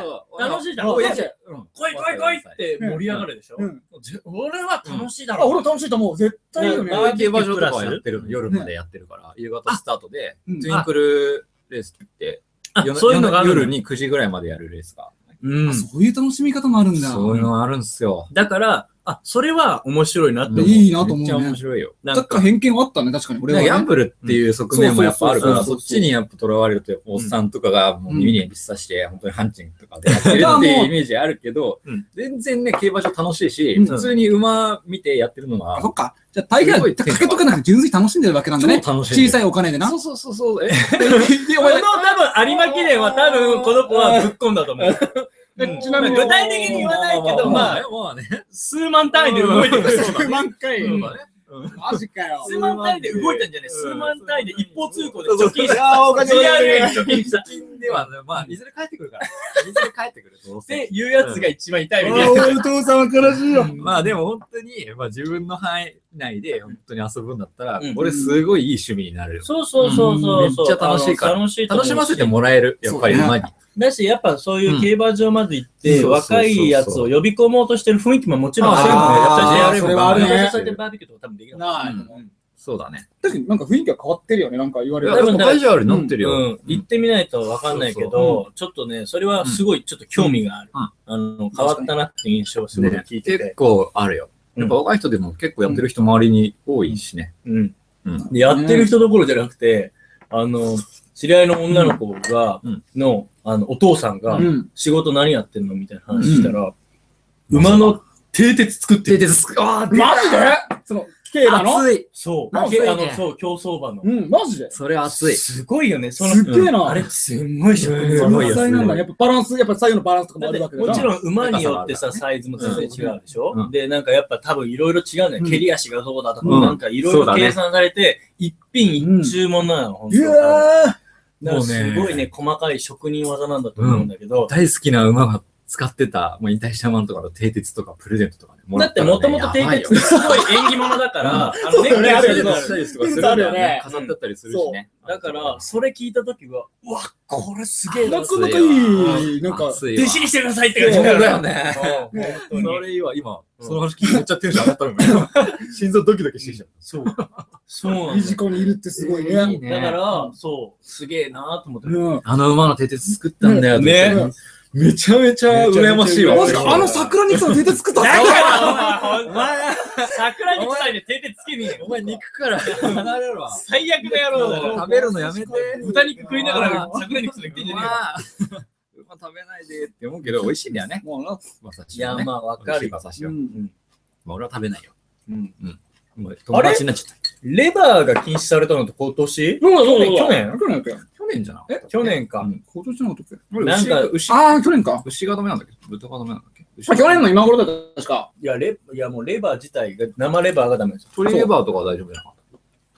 C: 楽しいじゃん。
B: うん
C: 来い来い来いって盛り上がるでしょ。俺は楽しいだろ。
B: 俺楽しいと思う。絶対いいよね。
A: 競馬場とかはやってるの。夜までやってるから、夕方スタートで、トゥインクルレースって、
C: そういうのがある。
A: 夜にくじぐらいまでやるレースが。
B: うん。そういう楽しみ方もあるんだ。
A: そういうのがあるんですよ。
C: だから、あ、それは面白いなって思う。
B: いいなと思うね。
A: めっちゃ面白いよ。
B: なんか偏見はあったね、確かに。俺は。
A: ギャンブルっていう側面もやっぱあるから、そっちにやっぱ囚われると、おっさんとかがもう耳に指さして、本当にハンチングとかでやってるっていうイメージあるけど、全然ね、競馬場楽しいし、普通に馬見てやってるのは。
B: そっか。じゃあ大概、かけとかなくて純粋に楽しんでるわけなんだね。小さいお金でな。
A: そうそうそうそう。
C: え、この多分、有馬記念は多分、この子はぶっ込んだと思う。ちなみに具体的に言わないけど、まあ、数万単位で動いてる。
B: 数万回。マジかよ。
C: 数万単位で動いたんじゃない数万単位で一方通行で貯金した。お金で貯金した。
A: 貯金では、まあ、いずれ帰ってくるから。いずれ帰ってくる。
C: っていうやつが一番痛いみた
B: いな。お父さんは悲しいよ。
A: まあでも本当に、まあ自分の範囲内で本当に遊ぶんだったら、俺すごいいい趣味になるよ。
C: そうそうそうそう。
A: めっちゃ楽しいから。楽しませてもらえる。やっぱり馬に。
C: だし、やっぱそういう競馬場まで行って、若いやつを呼び込もうとしてる雰囲気ももちろんあるよね。
B: ああ、それはあるね。
C: そうやってバーベキューとか多分できない。
A: そうだね。
B: 確かになんか雰囲気が変わってるよね。なんか言われる。
A: 多分カジュアルになってるよ。
C: 行ってみないとわかんないけど、ちょっとね、それはすごいちょっと興味がある。あの、変わったなって印象をすごい聞いてて。
A: 結構あるよ。やっぱ若い人でも結構やってる人周りに多いしね。
C: うん。やってる人どころじゃなくて、あの、知り合いの女の子が、の、あの、お父さんが、仕事何やってんのみたいな話したら、馬の蹄鉄作ってる。
A: 蹄鉄作ってる。
B: マジでその、競馬の
A: 熱い。
C: そう。あの、そう、競走馬の。
B: うん、マジで
A: それ熱い。
C: すごいよね。
B: すっげえな。
C: あれ、すんごい職人
B: 技。すごいなんだ。やっぱバランス、やっぱ左右のバランスとかもあるわけだ
C: もちろん馬によってさ、サイズも全然違うでしょで、なんかやっぱ多分いろいろ違うね。蹴り足がどうだとか、なんかいろいろ計算されて、一品一注文なの、ほんと。
B: うわ
C: もうすごいね、細かい職人技なんだと思うんだけど。
A: 大好きな馬が使ってた、もう引退した馬とかの蹄鉄とかプレゼントとかね。
C: だってもともと蹄鉄すごい縁起物だから、あの、ネックレスとかしたりするよね。
A: 飾ってあったりするしね。
C: だから、それ聞いたときは、うわ、これすげえ
B: なかなかいい、なんか、
C: 弟子にしてくださいって感じ
A: だよね。それいいわ、今、その話聞いてめっちゃテンション上がったのよ。心臓ドキドキしてきちゃう。
C: そう。そうなんだ。
B: 身近にいるってすごいね。
C: だから、そう、すげえなと思って。
A: あの馬の蹄鉄作ったんだよね。めちゃめちゃ羨ましいわ。
B: マジか、あの桜肉さんの蹄鉄作ったんだよ。
C: お前、桜肉さんで蹄鉄つけねえよ。
A: お前肉から離れろ。
C: 最悪な野郎。
A: 食べるのやめて。
C: 豚肉食いながら桜肉さん言ってんじゃねえよ。
A: 馬食べないでって思うけど、美味しいんだよね。
C: いや、まあ、わかる。
A: 馬刺しは。まあ、俺は食べないよ。
C: うん。
A: 友達になっちゃった。
C: レバーが禁止されたのって今年
B: そうそうそう。
C: 去年
B: 去年
A: 去年じゃな
C: え去年か。
B: 今年の時
C: なんか、
B: 牛。ああ、去年か。
A: 牛がダメなんだっけ豚がダメなんだっけ
B: 去年の今頃だった確か。
C: いや、レいやもうレバー自体が、生レバーがダメです。
A: 鶏レバーとかは大丈夫じゃなかった。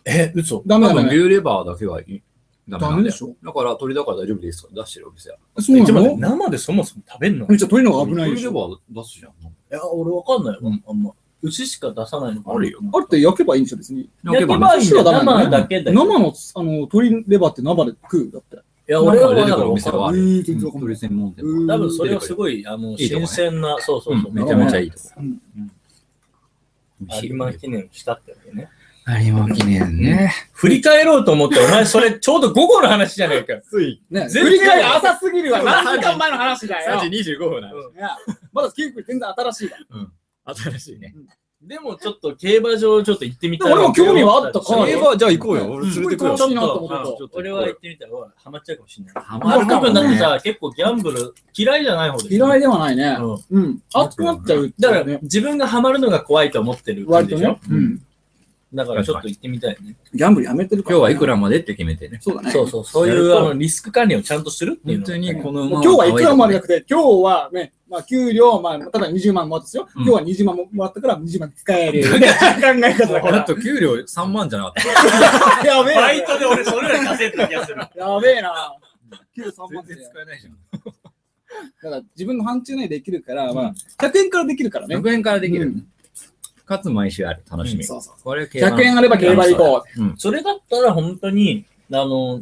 C: え、嘘
B: ダメだね。
A: 牛レバーだけはいい。
B: ダメでしょ。
A: だから鶏だから大丈夫ですとか出してるお店は。
B: そうなの
C: 生でそもそも食べんの
B: じゃあ鶏の方が危ないでしょ。
A: 鶏レバー出すじゃん。い
C: や、俺わかんないわ。あんま。牛しか出さないの
A: あるよ。
B: あれって焼けばいいんでしょ、別に。
C: 焼けばいいんだよ。生だけだよ。
B: 生の、あの、鶏レバーって生で食うだって。
C: いや、俺は出てくる
A: お店はある。
B: 鶏
A: 専門店。
C: 多分それはすごい、あの、新鮮な、そうそうそう。
A: めちゃめちゃいいとこ。
C: 有馬記念したってわけね。
A: 有馬記念ね。
C: 振り返ろうと思って、お前それちょうど午後の話じゃないか。
A: つい。
B: ね、振り返り浅すぎるわ。何時間前の話だよ。
A: さんじにじゅうごふんなの。
B: まだ結構全然新しいわ。
A: 新しいね。
C: でもちょっと競馬場ちょっと行ってみたい。
B: 俺も興味はあったから。
A: 競馬じゃあ行こうよ。俺連れてくる。
C: ちょっと俺は行ってみたらハマっちゃうかもしれない。ハマるかもだってさ、結構ギャンブル嫌いじゃない方で。
B: 嫌いではないね。うん。熱くなっちゃう。
C: だから自分がハマるのが怖いと思ってる感じでしょ。
B: うん。
C: だからちょっと行ってみたいね。
B: ギャンブルやめてるから。
A: 今日はいくらまでって決めてね。
B: そうだね。
C: そうそう。そういうあのリスク管理をちゃんとするっていうの。
A: 本当にこの
B: 今日はいくらまでじゃなくて、今日はね、まあ給料、まあ、ただにじゅうまんもらったですよ。今日はにじゅうまんもらったからにじゅうまん使える。考え方だから。
A: だって給料さんまんじゃなかった。
C: やべえ。バイトで俺それらい稼いだ気がする。
B: やべえな。給料さんまん
A: 全然使えないじゃん。
B: だから自分の範疇内でできるから、まあ、ひゃくえんからできるからね。
A: ひゃくえんからできる。かつ毎週ある楽しみ。
B: ひゃくえんあれば競馬行こう。
C: それだったら本当に、あの、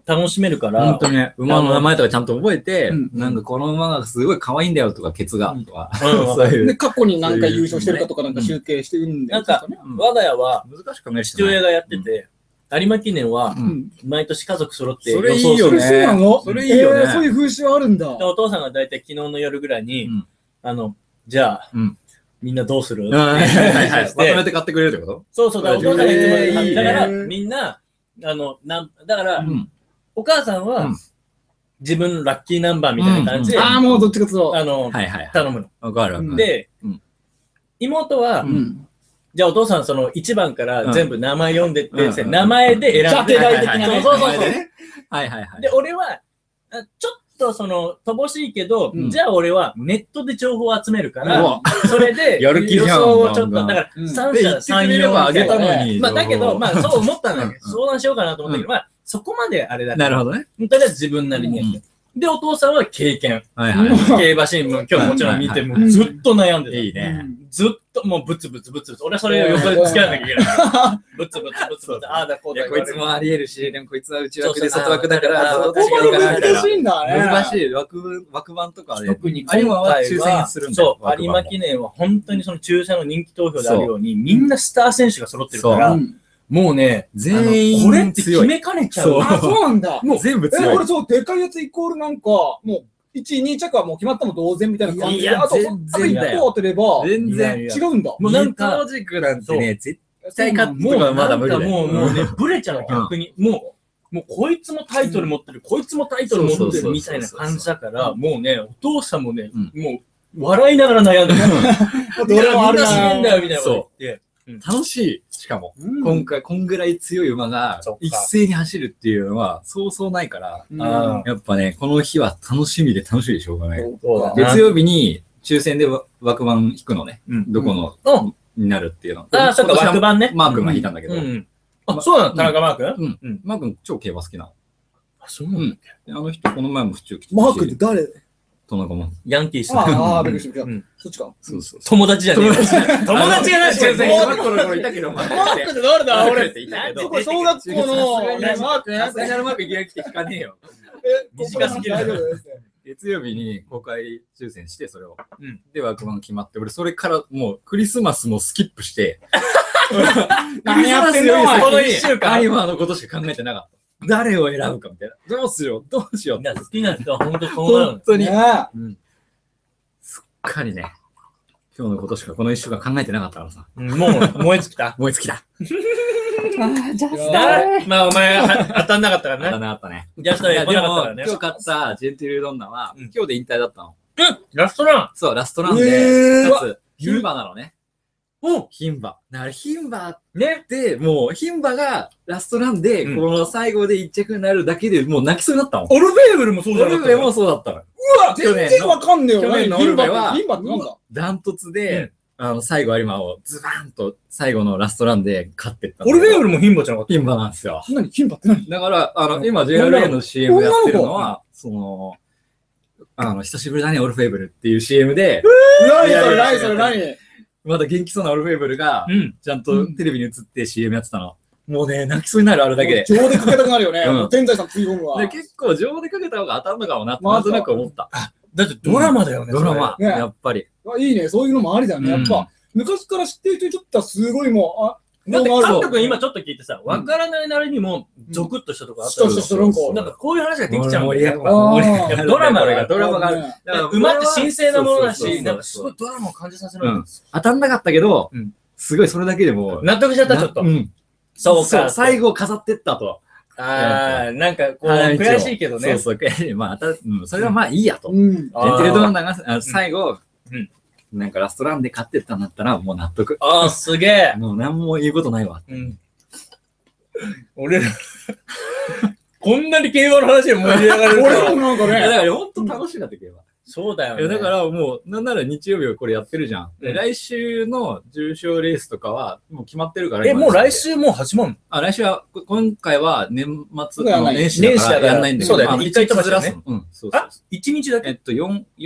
C: 楽しめるから。
A: 本当にね、馬の名前とかちゃんと覚えて、
B: うん、
A: なんかこの馬がすごい可愛いんだよとか、ケツが、とか、
C: うん
A: そういう。
B: で、過去に何回優勝してるかとかなんか集計してるんで。
C: なんか、
B: ね、
C: 我が家は、
A: 難しくない
C: 父親がやってて、有馬記念は
A: う、ん
C: 毎年家族揃って
A: そ
C: 予
A: れいいよね
C: 想する。
B: そうなの
A: それいいよね
B: えーそういう風習あるんだ。
C: でお父さんが大体昨日の夜ぐらいに、
A: うん
C: あの、じゃあ、
A: うん
C: みんなどうするって
A: はいはいはいはい。
C: 話をし
A: まとめ
C: て、
A: て買ってくれるってこと
C: そうそうだ、お父さんがいつも
A: えーいいね
C: だから、みんな、あの、なんだから、
A: うん。
C: お母さんは、
A: うん
C: 自分のラッキーナンバーみたいな感じで、
A: うん
B: ああ、もうどっちかというと。
C: あの、
A: はいはい。
C: 頼むの。
A: わかるわかる。
C: で、
A: うん
C: 妹は、
B: うん。
C: じゃあお父さんそのいちばんから全部名前読んでって、
A: うん
C: 名前で選んで、
B: ジャケ買い的なね
C: そうそうそうそう。
A: はいはいはい。
C: で、俺は、あちょっとその、乏しいけど、
A: うん
C: じゃあ俺はネットで情報を集めるか
A: う
C: ら
A: わ、
C: それで、
A: やる気じゃん
C: 予想をちょっと、
A: なんか
C: だから、
B: うん
C: 三
A: で、言
C: 者
A: ってくれ
C: 三様
A: ればあげた
C: みたいな。
A: のに。
C: まあ、だけど、まあ、そう思ったんだけど、
A: うん
C: 相談しようかなと思ったけど、まあ、そこまであれだ
A: なるほどね。
C: ど。とりあえず自分なりにやって。で、お父さんは経験。
A: はいはい。
C: 競馬新聞、今日もちろん見て、
A: うん
C: もうずっと悩んでた。
A: いいね。
C: ずっともうブツブツブツブツ。俺はそれを横で付き合わなきゃいけないから。ブツブツブツブツ。ああだこう
A: いや、
C: だ
A: こいつもあり得るし、でもこいつは内枠で
C: そうそう
A: 外枠だから、
C: あー
A: どっちがいいかなみたいな
B: 難し。いんだね。
A: 難しい。枠、枠番とかで。
C: 特に
A: 有馬は
C: 今回
A: 抽選
C: は、
A: するんだよ。
C: そう、有馬記
A: 念。
C: 念は本当にその抽選の人気投票であるように、みんなスター選手が揃ってるから
B: う、ん
C: もうね、
A: 全員
C: あのこれって決めかねちゃう。
A: そう
B: あ、そうなんだ。
A: もう全部
B: え、
A: 強い
B: 俺。そう、でかいやつイコールなんか、もう、いち、に着はもう決まったも同然みたいな感じで、
A: いや
B: あと、
A: 全
B: あと
A: 然だよ
B: いっこ当てれば、
A: 全
C: いや
A: 然
C: いや
B: 違うんだ。
C: もうなんか
A: ミート軸なんてね、絶
B: そう
A: 対勝つ
C: もう
A: とかまだ無理だよ。
C: もう、もうね、ブレちゃうの、逆に。もう、もうこいつもタイトル持ってる、こいつもタイトル持ってるみたいな感じだから、もうね、お父さんもね、
A: うん
C: もう、笑いながら悩んでる。
B: どれもある
C: みんな死ぬんだ
B: な。
C: よ、みたいなこと言って。
A: 楽しい。しかも、
B: うん
A: 今回、こんぐらい強い馬が
C: そっか
A: 一斉に走るっていうのは、そうそうないから、
B: うん
C: あ
A: やっぱね、この日は楽しみで楽しみでしょうがない。
C: そうだ
A: 月曜日に抽選で枠番引くのね。
C: うん
A: どこの、
C: うん
A: になるっていうの。
C: ああ、そっか、
A: 今年は
C: 枠番ね。
A: マー君が引いたんだけど、
C: うん。あ、そうなの田中マー君
A: うん
C: うん。
A: マー君超競馬好きなの。
C: あ、そうなんだ。
A: であの人、この前も府中来てたし
B: マークって誰
A: 田中も。
C: ヤンキース。
B: ああ、びっくりしたびっくりした
C: うん
B: そっちか。
A: そうそう
C: 友達じゃねえよ。友達がない
A: 抽選
C: もう
A: 小学校の頃いたけど、マー
B: マークって誰だ俺。
A: っていたけど
B: これ小学校のねマーク
A: さすがにあのマークいきなり来て聞かねえよ。
B: え
C: 短すぎる
B: 大丈夫です。
A: 月曜日に公開抽選して、それを。
C: うん
A: で、枠番決まって、俺、それからもうクリスマスもスキップして、
B: 何やってんのお前
C: この一週間
A: アニマーのことしか考えてなかった。誰を選ぶかみたいな。どうしよう、どうしよう。
C: いや好きな人は本当そうなの。
A: 本当に。
B: ね
A: うんすっかりね、今日のことしかこの一週間考えてなかったからさ。
C: うんもう燃え尽きた。
A: 燃え尽きた。
B: じゃ
C: だまあお前は当たんなかったか
A: あった
C: らね。
A: ね、あったね。
C: ジャストで来
A: いやでも
C: なかったからね。
A: 今日買ったジェンティルドンナは、
C: うん
A: 今日で引退だったの。
C: ラストラ
A: そう、ラストランで、
B: えー
A: かつ、牝馬なのね。
C: ン。
A: 牝馬。だから牝馬っ
C: ね。
A: て、もう牝馬がラストランで、
C: うん
A: この最後で一着になるだけでもう泣きそうになったもん。
C: オルベーブルもそうじゃなかった
A: オルベもそうだったの。
B: うわ全然わかんねえよ。
A: 去年のオルベは
B: リンバってなんだ
A: ダントツで、あの、最後有馬をズバーンと最後のラストランで勝ってったんだけど。
C: オルベーブルも牝馬じゃなかっ
A: 牝馬なんですよ。
B: 何キンバって何
A: だから、あの、今 ジェイアールエー の シーエム やってるのは、その、あの、久しぶりだね、オルフェーブルっていう シーエム で、
B: 何それ何それ何
A: まだ元気そうなオルフェーブルが
C: た。、うん。
A: ちゃんとテレビに映って シーエム やってたの。もうね、泣きそうになる、あれだけで。
B: 情でかけたくなるよね。
A: うん
B: もう天才さん追込むわ。
A: で、結構情でかけた方が当たるのかもなって、
B: まあ
A: なんとなく思った。
C: だってドラマだよね。
A: ドラマ、
B: ね
A: やっぱり。
B: あいいね、そういうのもありだよね。やっ
A: うん
B: ぱ、昔から知ってる人にとってはすごいもう、あ、
C: だって、
B: どうもある
C: 監督今ちょっと聞いてさ、わからないなりにも、ゾクッとしたとこあった
B: したしたしたなんか
C: なんかこういう話ができちゃうん
A: 盛り上
C: だよ。
A: がる。
B: あー
A: 盛り上がる
C: ドラマ
A: これがドラマがある。
B: ね
A: だから
C: 馬って神聖なものだし、
A: そうそうそう
C: なんかすごいドラマを感じさせる
A: うん。当たんなかったけど
C: うん、
A: すごいそれだけでも、
C: 納得しちゃった、ちょっと
A: う。ん。
C: そうか。
A: 最後飾ってったと。
C: ああ、なんかこう、
A: 花道を
C: 悔しいけどね。
A: そうそう、悔しい。まあ、当たうん、それはまあいいやと。
B: うん。
A: ジェンテルドーナがあ最後
C: うん、
A: なんかラストランで勝ってったんだったらもう納得。
C: ああ、すげえ。
A: もう何も言うことないわ。
C: うん。俺ら、こんなに競馬の話で盛り上がると
B: 俺
C: は
B: もなんか
A: いやだ
B: ね、
A: から本当楽しいなってけば。
C: そうだよね。
A: いやだからもう、なんなら日曜日はこれやってるじゃん。で
C: うん
A: 来週の重賞レースとかはもう決まってるから。
C: え、
A: 今
C: もう来週もう始まんの
A: あ、来週は、こ今回は年末、
B: やらない
A: あの年始だから
C: 年始だから
A: やんないんだけど、
C: そうだよね
A: まあ
C: 一回飛ばしたよね
A: 一日ずらすのうん、そうそう
C: あ、一日だけ
A: えっと、四四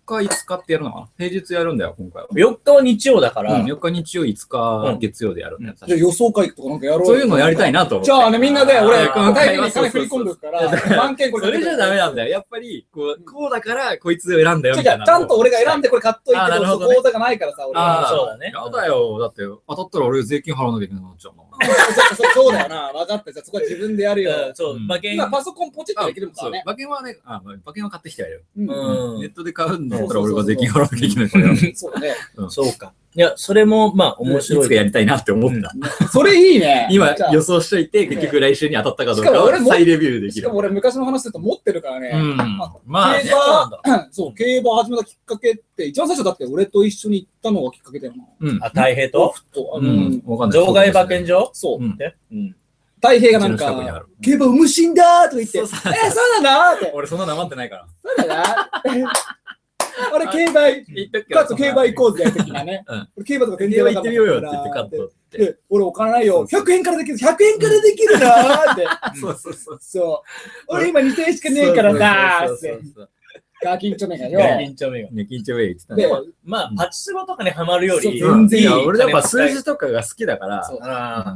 A: 日、いつかってやるのかな。平日やるんだよ、今回は。
C: よっかは日曜だから、
A: うん、よっか日曜、いつか月曜でやるんだよ。
B: じゃあ予想会とかなんかやろう。
A: そういうのやりたいなと思って。
B: じゃあね、みんなで、俺、
A: この
B: 大変に金振り込んでるから、満件これ。
A: それじゃダメなんだよ。やっぱり、こう、こうだから、こいつを選んだよみたいな。
B: ちゃんと俺が選んでこれ買っといて、そこ口座がないからさ、俺
C: は。そうだね。
A: やだよ。だって、当たったら俺税金払わなきゃいけなくなっちゃうの。
B: そうだよな。分かった。じゃあそこは自分でやるよ。
C: そう。馬券。
B: 今パソコンポチってできるからね。
A: 馬券はね、あ、馬券は買ってきてやる。
B: うん。
A: ネットで買うんだったら俺が税金払わなきゃいけないから。
B: そうだね。
C: そうか。いや、それも、まあ、面白い。
A: いつかやりたいなって思った。
B: それいいね。
A: 今予想しといて、結局来週に当たったかどうかを再レビューできる。
B: しかも俺昔の話すると持ってるからね。
A: まあ、
B: 競馬、そう、競馬始めたきっかけって、一番最初だって俺と一緒に行ったのがきっかけだよな。
C: あ、太平と場外馬券場
B: そう。太平がなんか、競馬無心だとか言って、え、そうなんだって。
A: 俺そんななまってないから。
B: そうだな。俺、競馬、カット競馬行こうぜ、的なね。俺、競馬とか全然
A: 行ってみようよって言ってカットって。
B: 俺、お金ないよ。ひゃくえんからできる。ひゃくえんからできるなーって。
A: そうそうそう。
B: そう。俺、今にせんえんしかねえからさーって。ガーキンチョメがよ。
C: ガーキンチョメが。
A: ガーキンチョメが言ってた
C: ね。まあ、パチスロとかにハマるより、
B: 全然いい。
A: 俺やっぱ数字とかが好きだから、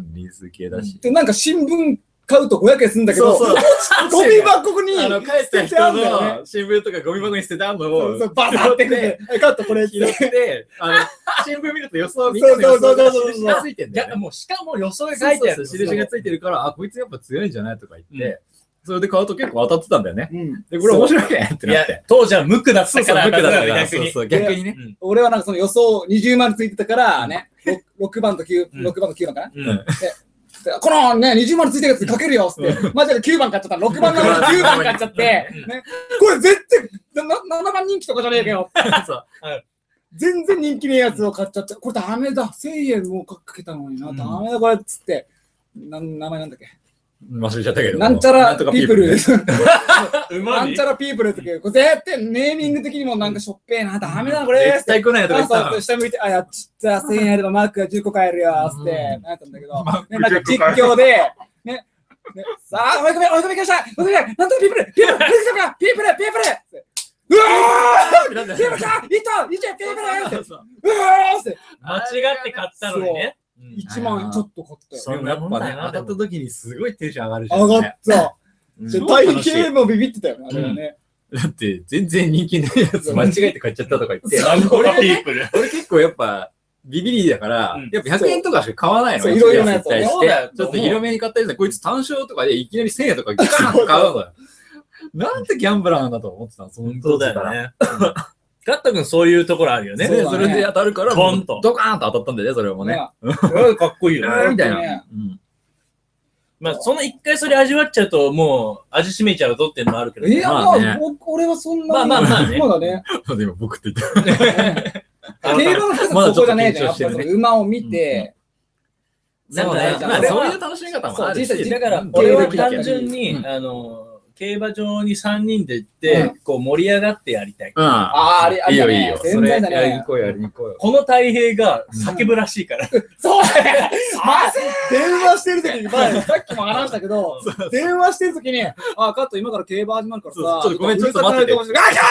A: リース系だし。
B: で、なんか新聞買うとごひゃくえんするんだけど、ゴミ箱に
A: あの、帰った人の新聞とかゴミ箱に捨ててあんのを、
B: バサってくれて、カットこれ
A: 拾って、あの、新聞見ると予想、み
B: んなの予想が印
A: がついてんだよ。
C: もうしかも予想が書いてある
A: 印がついてるから、あ、こいつやっぱ強いんじゃないとか言って、それで買うと結構当たってたんだよね。で、これ面白いねってなって。
C: 当時は無垢だったから、
A: 無垢だったから、そうそう、逆にね。
B: 俺はなんかその予想にじゅうまんついてたからね、ろくばんときゅう、ろくばんときゅうばんかな。このね、にじゅうまんついてるやつかけるよって、マジできゅうばん買っちゃった。ろくばんなのにきゅうばん買っちゃって、ね、これ絶対ななばん人気とかじゃねえかよ。全然人気ねえやつを買っちゃって、これダメだ。せんえんもうかけたのにな。ダメだこれっつって、名前なんだっけ。
A: 忘れちゃったけど。
B: なんちゃらピープル。なんちゃらピープルって、これ絶対ネーミング的にもなんかしょっぺえな。ダメだな、これ。
A: 絶対来ないとか言った
B: の。下向いて、あ、やっちった、せんえんやればマークがじゅっこ買えるよ、つって、なったんだけど、なんか実況で、ね、さあ、追い込め、追い込めきました追い込め、なんとかピープル、ピープル、ピープル、ピープル、ピープルうわーピープル来たいったいっちゃピープルうわーって
C: 間違って買ったのにね。
B: いちまんちょっと買ったよ。
A: やっぱね、当たった時にすごいテンション上がるじゃん。
B: 上がった。大抵もビビってたよね、あれはね。
A: だって、全然人気ないやつ間違えて買っちゃったとか言って。俺結構やっぱ、ビビリだから、やっぱひゃくえんとかしか買わないの。
B: いろいろなやつ。
A: ちょっと広めに買ったやつこいつ単勝とかでいきなりせんえんとかガーン買うのよ。なんてギャンブラーなんだと思ってたの、その
C: 当時からね。ガッタ君そういうところあるよね。
A: それで当たるから、
C: ボンと。
A: ドカーンと当たったんだよね、それもね。
C: かっこいいよね。
A: みたいな。
C: まあ、その一回それ味わっちゃうと、もう味しめちゃうぞっていうのもあるけど。
B: いや、まあ、俺はそんな。
C: まあまあまあね。
B: まだね。
A: 今僕って言って。
B: 競馬の一つそこじゃねえじゃん。やっぱ馬を見て。
A: そうね。まあ、そういう楽しみ方もあるし。
C: だから、俺は単純に、あの、競馬場にさんにんで行って、こう盛り上がってやりたい。
B: ああ、あれ、
A: いいよいいよ。
B: 全然だね。
A: やりに行こうやりに行こうよ。
C: この太平が叫ぶらしいから。
B: そうだね。電話してる時に、さっきも話したけど、電話してる時に、あ、カット今から競馬始まるからさ、ちょ
A: っとごめん、ちょっと待って。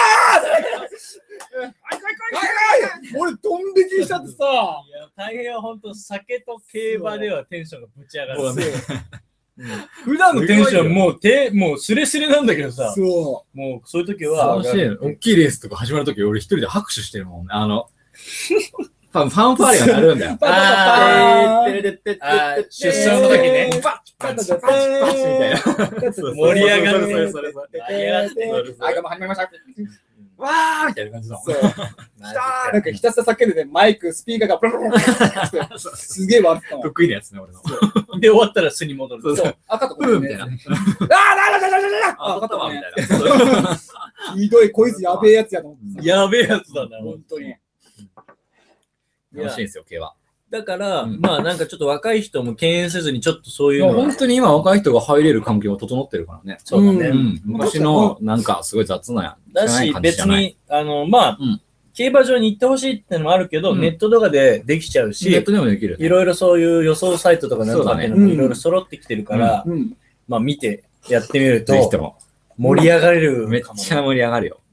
B: 俺、ドン引きしちゃってさ。い
C: や、太平は本当、酒と競馬ではテンションがぶち上がる。普段のテンションもう手、もうスレスレなんだけどさ。
B: そう。
C: もうそういう時は。
A: 大きいレースとか始まる時俺一人で拍手してるもんね。あの、ファンファーレが鳴るんだよ。
C: あー、出産の時ね。パッパッパッパッパッみたいな。盛り上がる。それそれそれ。盛り上がって。
B: あ、がも始まりました。
A: わーみたいな感じだもん。
B: そう。なんかひたすら叫んでて、マイク、スピーカーがブルブルブルってすげえ割ったの。
A: 得意なやつね、俺の。
C: で、終わったら素に戻る。
B: そう。赤とか
A: みたいな。あー、だ
B: だだだだだ
A: 赤とかみたいな。
B: ひどい、こいつやべえやつやと思って。
C: やべえやつだな、
B: 本当に。
A: 楽しいんですよ、競馬。
C: だから、まあなんかちょっと若い人も敬遠せずにちょっとそういうの。
A: 本当に今若い人が入れる環境が整ってるからね。
C: そうだね。
A: 昔のなんかすごい雑なや
C: だし、別に、あの、まあ、競馬場に行ってほしいってのもあるけど、ネットとかでできちゃうし、
A: ネットでもできる。
C: いろいろそういう予想サイトとかなんとかっていうのもいろいろ揃ってきてるから、まあ見てやってみると、盛り上がれる。
A: めっちゃ盛り上がるよ。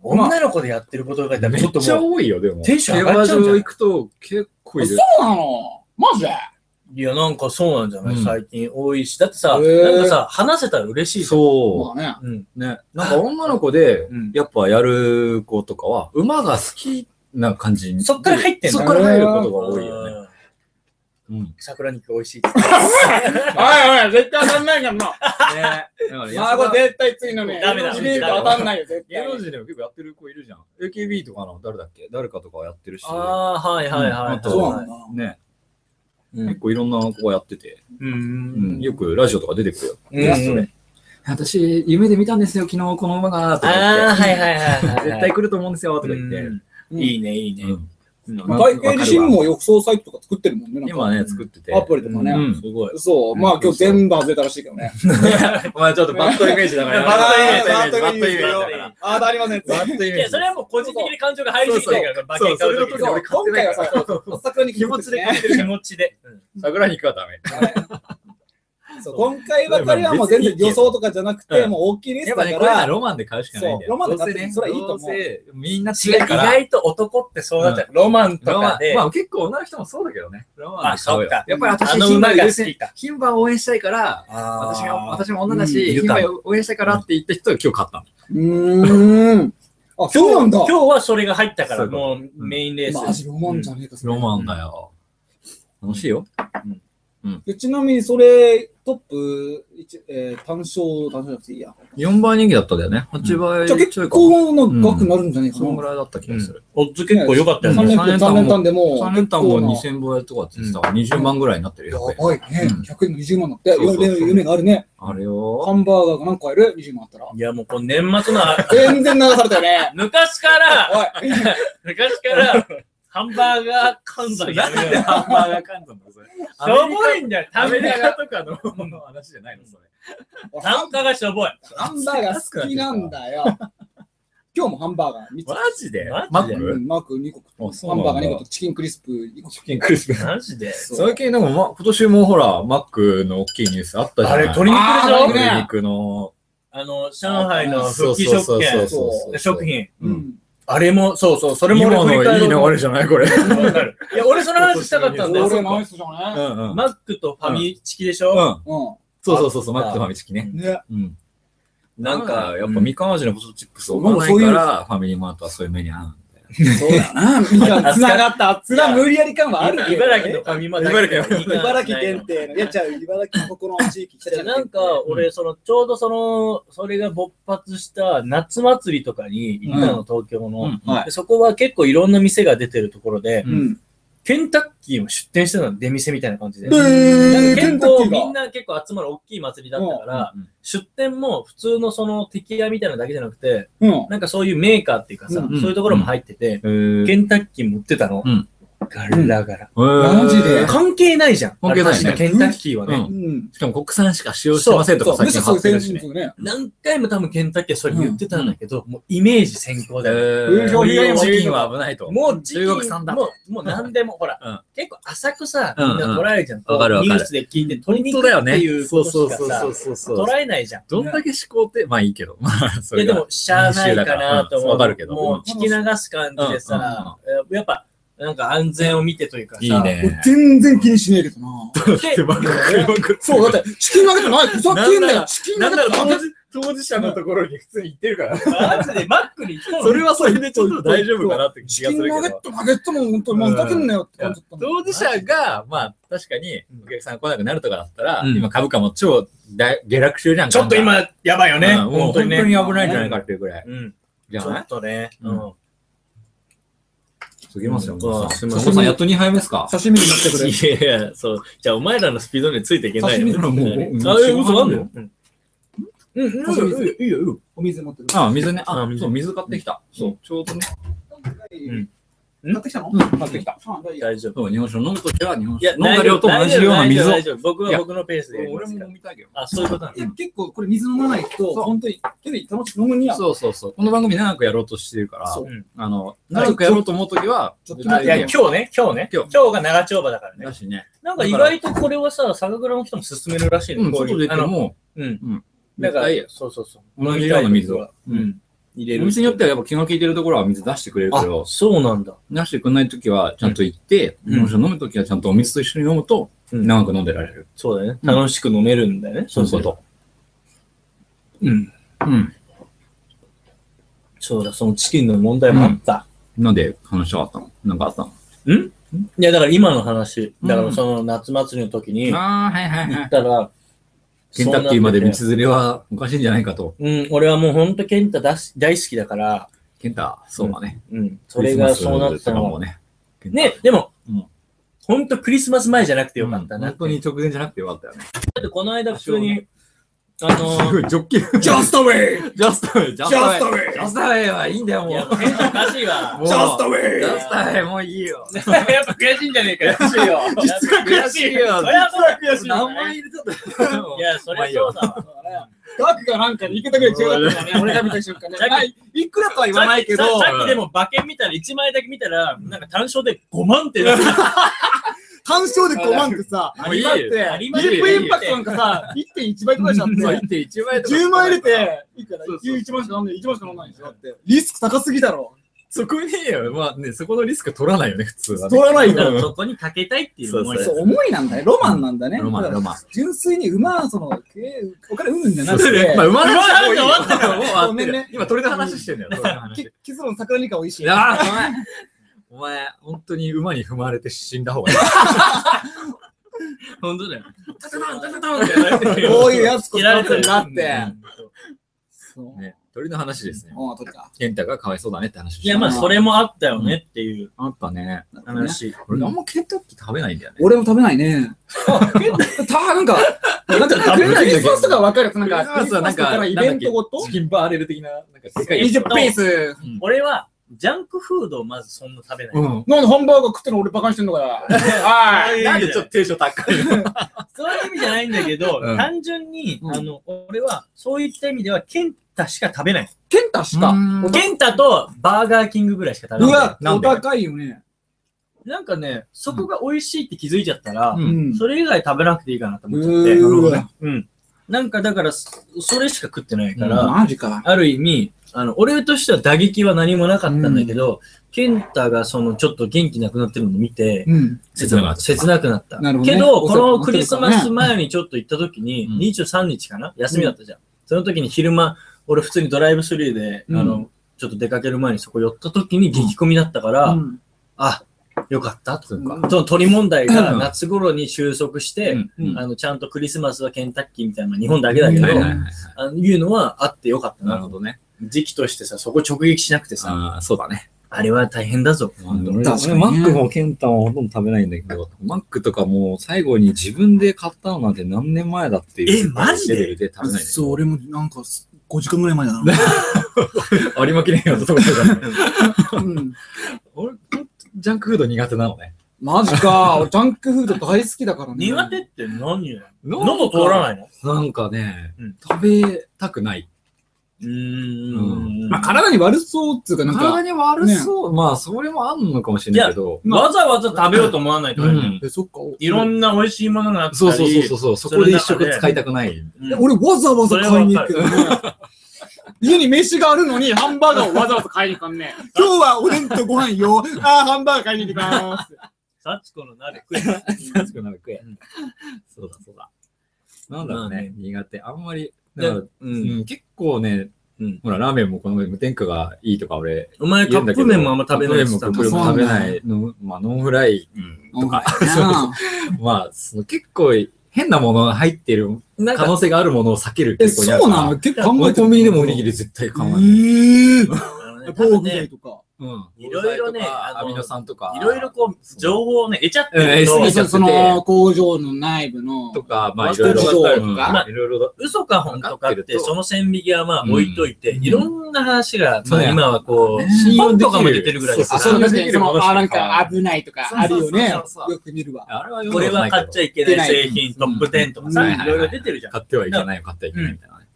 C: 女の子でやってることが
A: めっちゃ多いよ、でも。
C: テンション上がっちゃうんじゃない
A: 競馬場行くと結構いる。
B: そうなのマジで
C: いや、なんかそうなんじゃない、最近多いし。だってさ、
B: へー
C: なんかさ、話せたら嬉しいじゃん。
A: そ
B: まあね。
C: うん。
A: う。ね。なんか女の子で
C: うん、
A: やっぱやる子とかは、馬が好きな感じに。
C: そっから入ってんだ
A: そっから入ることが多いよね。
C: ね。
A: うん。
C: 桜肉美味しい。
B: おいおい、絶対当たんないからな。
A: ね。
B: まあ、これ絶対ついのね。
C: ダメだ
B: イベント当たんないよ、絶対。
A: 芸能人でも結構やってる子いるじゃん。エーケービー とかの誰だっけ誰かとかはやってるし。
C: ああ、はいはいはい。
A: あと
B: そうなんだ。
A: ね。
C: うん
A: 結構いろんな子がやってて。
C: う
A: うん
C: ん。
A: よくラジオとか出てくるよ。
C: うん
A: ゲストで。私、夢で見たんですよ、昨日この馬が。とか言って
C: ああ、はいはいはいはい。
A: 絶対来ると思うんですよ、とか言って。
C: うんいいね、いいね。
A: うん
B: 体型自身も浴槽サイトとか作ってるもんね。なんか
A: 今ね、作ってて。
B: アプリとかね。
A: うん
C: すごい。
B: そう。まあ今日全部外れたらしいけどね。
A: お前ちょっとバッドイメージだから。
C: バッドイメージ
B: バッドイメージ
A: バッドイメージだから。
B: ああ、ありません。
A: バッドイメージ。
C: いや、それはもう個人的に感情が入りすぎてるから、馬券買うとき
A: そうそれの時俺
B: 今回はさ、桜に
C: 気持ちで買ってる気持ちで。
A: 桜肉はダメ。
B: そう今回ばかりはもう全然予想とかじゃなくて、
A: うん
B: もう大きいレース
A: やっぱね、
B: だから、
A: これはロマンで買うしかないんだよ。
B: そうロマンで買って
A: どうせね、
B: それはいいと思う
A: どせみんな
C: 違う、意
A: 違うから。
C: 外と男ってそうだったよ。ロマンと
A: ロマン
C: かで。
A: まあ結構女の人もそうだけどね。ロマンで買うよ。
C: あそっか
A: やっぱり私、
C: あの馬が好きか
A: 牝馬を応援したいから、私が、私も女だし、
C: うん
A: 牝馬を応援したいからって言った人が今日買ったの。
B: うーん。あ、そうなんだ。
C: 今日はそれが入ったから、
A: そういうこと
C: もうメインレース。
B: マジロマンじゃねえか、それ
A: ロマンだよ。楽しいよ。
B: でちなみにそれ、トップいち、えー、単勝、単勝じゃなくていいや。
A: よんばい人気だったんだよね。はちばい
B: じゃあ結構な額になるんじゃねえかな。
A: そのぐらいだった気がする。
C: オッズ結構良かったよ
B: 3
C: ね。
B: 連単、三連単でも。
A: さん連単もにせんぼえとかって言ってたからにじゅうまんぐらいになってる
B: や
A: よ。
B: ばいね。
A: うん
B: ひゃくえんのにじゅうまんだって。
A: そうそうそう
B: 夢夢があるね。
A: あれ
B: ハ
A: よ。
B: ンバーガーが何個ある ?にじゅうまんあったら。
C: いや、もうこの年末の、
B: 全然流されたよね。
C: 昔から、
B: おい。
C: 昔から、ハンバーガー関西やめようよ。
A: ハンバーガー関東のそれ。
C: しょぼいんだよ、
A: アメリカ
C: と
A: とかの話じゃないのそれ。
C: 単価がしょぼい。
B: ハンバーガー好きなんだよ。今日もハンバーガーみっつ。
A: マジで
C: マジで
B: う
A: マック
B: んマークにこ。
A: あそうなんだ
B: ハンバーガーにことチキンクリスプいっこ。
A: チキンクリスプ。
C: マジで。
A: 最近でも、ま、今年もほら、マックの大きいニュースあったじゃない
C: あれ、鶏肉でし
B: あー
C: ょ
B: ね
A: 鶏肉の。
C: あの、上海の復帰食
A: そう
C: 券、
A: そうそう
C: で食品。
B: う。ん。
C: あれも、そうそう、それも
A: 今の
C: 俺振り返
A: いい
C: ろう
A: 流れじゃないこれ。
C: わかる。いや、俺その話したかったんだよ。
B: 俺ナイスじゃね。
A: うんうん。
C: マックとファミチキでしょ
A: うん。
B: う
A: そうそうそうそう、マックとファミチキね。
B: ん。ね。
A: うん。
C: なか
A: なんんか、、やっぱみかん味のポテトチップスを
B: うん
A: 買わないから、ファミリーマートはそういうメニューあるんだよ。
B: そうだな。みかんつながった。つな無理やり感はあるけどね。
C: 茨城のファミマだけど
A: 茨城
B: 茨城限定の。いや、じゃあ茨城ここの地域来
C: でなんか、俺、その、ちょうどその、それが勃発した夏祭りとかに行ったの、東京の。
A: うん
B: はい
C: でそこは結構いろんな店が出てるところで、
B: うん。
C: ケンタッキーも出店してたの、出店みたいな感じで。
B: えー、ケ
C: 結
B: ンタッキーが
C: 構みんな結構集まる大きい祭りだったから、
A: うん
C: 出店も普通のその敵屋みたいなのだけじゃなくて、
B: うん。
C: なんかそういうメーカーっていうかさ、
B: うん
C: そういうところも入ってて、
A: えー
C: ケンタッキーも売ってたの。
A: うん
C: ガラガラ。
B: マジで
C: 関係ないじゃん。
A: 関係ないね
C: あれ確かケンタッキーはね。
A: うん
B: うん。
A: しかも国産しか使用してませんとか
B: そう、
A: 最
B: むしろそういう
A: 近貼ってるしね。
B: 先進ね。
C: 何回も多分ケンタッキーはそれ言ってたんだけど、もうイメージ先行だよね。
A: え
B: ー
A: ーチキンは危ないと。
C: もうチキン
A: 中国産だ。
C: もう、もう何でも、ほら、
A: うん
C: 結構浅くさ、
A: うんうん
C: みんな捉えるじゃん。
A: わかるわかる
C: ニュースで聞いて、鶏肉
A: 本当だよね
C: っていうことしかさ、
A: そうそう
C: 捉えないじゃん。
A: どんだけ思考って、まあいいけど。まあ、そ
C: いや、
A: れが
C: でも、しゃあないかなと思う。
A: わかるけど。
C: もう、聞き流す感じでさ、やっぱ、なんか安全を見てというかさ。
A: いいね。
B: 全然気にしねえけどな。
C: で
A: マック
B: そう、だって、チキンナゲットない。ふざけんなよ。チキンナゲット
A: 当
B: ナゲッ
A: 事当事者のところに普通に行ってるから。
C: マジでマックに行ったの
A: それはそれでちょっと大丈夫かなって気
B: チ
A: がするけど
B: キンナゲッ。トナゲットも本当に、まあ、ふざけんなよって感じだった
A: 当事者が、まあ確かにお客さん来なくなるとかだったら、
C: うん
A: 今株価も超大下落中じゃん。
C: ちょっと今、やばいよね。
A: うんもう本当に
C: ね。
A: 危ないんじゃないかっていうぐらい。
C: うん。
A: じゃない
C: ちょっとね。
A: う
C: うんん。
A: 次ますよ。
C: うん
A: もうさ
C: すいません
A: そこさんやっとにはいめですか
B: 刺身になってくれ。
C: いやいや、そう。じゃあ、お前らのスピードについていけないよ。
B: 刺身のもう
C: あ、え、嘘なんだよ。うん。うん、うん、
B: 刺身
C: いいよ、いいよ、いいよ。
B: お水持ってくれ。
A: あ、水ね。あ
C: あ、水
A: そう、水買ってきた。そう、ちょうどね。
C: うん
B: 買ってきたの
A: うん、買ってきた。
B: あ
C: 大丈夫。
A: そう、日本酒飲むときは日本
C: いや、
A: 酒。飲んだ量と同じ量の水を。
C: 大丈夫。僕
A: いや
C: は僕のペースでやりま
A: 俺も
C: すから。
A: 飲みたいけど。
C: あ、そういうことなんだ。
B: いや結構これ水飲まないと、本当に、手で楽しく飲むには。
A: そうそうそう。この番組長くやろうとしてるから、
B: そう
C: うん
A: あの、長くやろうと思うときは、
B: ちょっと
C: いや、今日ね、今日ね。
A: 今日
C: 今日が長丁場だからね
A: だ。しね。
C: なんか意外とこれはさ、酒蔵の人も勧めるらしいの。
A: うん、
C: こういう
A: 外出て
C: あの
A: も、
C: うん。
A: うん。
C: だから
A: 絶対、
C: そうそうそう。
A: 同じ量の水を
C: う。ん。 入れる。
A: お店によってはやっぱ気が利いてるところは水出してくれるけど、
C: そうなんだ。
A: 出してくれないときはちゃんと行って、
C: うん
A: もし飲むときはちゃんとお水と一緒に飲むと、長く飲んでられる。
C: そうだね。楽しく飲めるんだよね。
A: そういうこと。
C: うん。
A: うん。
C: そうだ、そのチキンの問題もあった。
A: なんで話したかったの？なんかあったの？
C: ん？いや、だから今の話、だからその夏祭りの時に、
A: ああ、はいはいはい。
C: 行ったら、
A: ケンタッキーまで道連れはおかしいんじゃないかと。
C: うん、俺はもうほんとケンタ大好きだから、
A: ケンタ、そうだね。
C: うん。それがそうなったのも
A: ね。
C: ね、でも、ほんとクリスマス前じゃなくてよかったな。
A: 本当に直前じゃなくてよかったよね。
C: だってこの間普通に、あの
A: ー、ジョッキ
B: Just away!
A: Just away!
B: Just away!
A: Just away はいいんだよ、もう。
C: いや、テンションおかしいわ。
B: Just away!
A: Just away もういいよ。
C: やっぱ悔しいんじゃねえか。悔しいよ。
B: 実は悔しい
C: よ。そりゃそうだ悔しい。
A: 名前入れちゃった。
C: いや、そりゃそうだわ。
B: 額がなんかいくらぐらい違ったんだね。俺が見た瞬間ね。いくらとは言わないけど。
C: さっきでも馬券見たら、いちまいだけ見たら、なんか単勝でごまんってなって
B: 単勝でごまんってさ、
C: ありまって、
B: イエプインパクトなんかさ、いってんいちばいとかじゃんって、
A: いってんいちばいとか
B: じゅうまん入れて、いくらじゅういちまんしかなんない、いちまんしかなんないんでしょって。リスク高すぎだろ。
A: そこに、まあね、そこのリスク取らないよね、普通は。
B: 取らないよ。
C: そこにかけたいっていう思い。
B: そう、思いなんだね。ロマンなんだね。
A: ロマン、ロマン。
B: 純粋に馬、その、お金生むんじゃなくて。
A: まあ、馬の話もういいよ。
B: ごめんね。
A: 今、鳥の話してんだよ。
B: 結論、桜にか美味しい。
A: ああ、お前。お前、本当に馬に踏まれて死んだ方がいい。
C: 本当だよ。
A: タタタン、タタタンって言われてる。
B: こういうやつこそなって。
A: ね、鳥の話ですね。
B: ああ、鳥か。
A: ケンタがかわいそうだねって話。
C: いや、まあ、それもあったよねっていう。
A: あったね。
C: 話。
A: 俺、あんまケンタッキー食べないんだよね。
B: 俺も食べないね。た、なんか、なんか、クリスマスとかわかる。なんか、クリスマスとかイベントごと
A: チキンバーレル的な、なんか、でかい。
B: にじゅうピース。
C: 俺は、ジャンクフードをまずそんな食べない。
B: なんでハンバーガー食ってるの俺バカにしてんのかよ。
A: はい。なんでちょっとテンション高いの？
C: そういう意味じゃないんだけど、単純に、あの、俺は、そういった意味では、ケンタしか食べない。
B: ケンタしか
C: ケンタとバーガーキングぐらいしか食べない。
B: うわ、お高いよね。
C: なんかね、そこが美味しいって気づいちゃったら、それ以外食べなくていいかなと思っちゃって。うん。なんかだから、それしか食ってないから、
B: マジか。
C: ある意味、あの、俺としては打撃は何もなかったんだけど、ケンタがそのちょっと元気なくなってるのを見て、切なくなった。切なくなった。けど、このクリスマス前にちょっと行った時に、にじゅうさんにちかな休みだったじゃん。その時に昼間、俺普通にドライブスルーで、あの、ちょっと出かける前にそこ寄った時に激混みだったから、あ、よかったとか、その鳥問題が夏頃に収束して、あの、ちゃんとクリスマスはケンタッキーみたいな、日本だけだけど、あのいうのはあってよかったな。
A: なるほどね。
C: 時期としてさ、そこ直撃しなくてさ、
A: あそうだね。
C: あれは大変だぞ。
A: マックもケンタもほとんど食べないんだけど、マックとかも最後に自分で買ったのなんて何年前だっていう。
C: え、マジで
A: レベルで食べない。
B: そう、俺もなんかごじかんぐらい前だな。
A: 有馬記念やったところだ。俺、ジャンクフード苦手なのね。
B: マジか。ジャンクフード大好きだからね。
C: 苦手って何？喉通らない
A: の？なんかね、食べたくない。
C: うーん。
B: まあ、体に悪そうっていうか、なんか。
A: 体に悪そう。まあ、それもあんのかもしれないけど。
C: わざわざ食べようと思わないとね。
B: そっか。
C: いろんな美味しいものがあったり。
A: そうそうそうそう。そこで一食使いたくない。
B: 俺わざわざ買いに行くけどね。家に飯があるのにハンバーガーをわざわざ買いに行かんね。今日はおでんとご飯よ。ああ、ハンバーガー買いに行きます。
C: サチコの鍋食え。
A: サチコの鍋食え。そうだそうだ。なんだろうね、苦手。あんまり、結構ね、ほら、ラーメンもこの無添加がいいとか俺。
C: お前カップ麺もあんま食べない。
A: カップ麺もクックルも食べない。まあ、ノンフライとか。まあ、結構変なものが入ってる可能性があるものを避ける
B: 結構やる。そうなの結構考えて
A: コンビニでもおにぎり絶対買わない。
B: えぇポーク剤とか。
C: いろいろね、
A: アミノ酸とか。
C: いろいろこう、情報をね、得ちゃってると。
B: その工場の内部の。
A: とか、まあいろいろ。
C: まあ、いろいろ。嘘か本とかって、その線引きはまあ置いといて、いろんな話が、まあ今はこう、本とかも出てるぐらいですから。
B: そうですね。あ、なんか危ないとかあるよね。よく見るわ。
C: これは買っちゃいけない製品トップじゅうとかさ、いろいろ出てるじゃん。
A: 買ってはいけない、買ってはいけないみたいなね。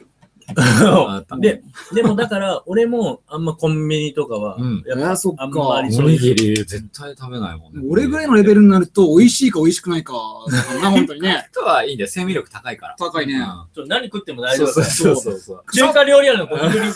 C: で、でもだから、俺もあんまコンビニとかは、
B: やっぱそっか。
A: おにぎり絶対食べないもんね。
B: 俺ぐらいのレベルになると、美味しいか美味しくないか。な、本当にね。
A: 人はいいんだよ。生命力高いから。
B: 高いね。
C: 何食っても大丈夫。
A: そうそうそう。
C: 中華料理屋の子に。おいおいおい、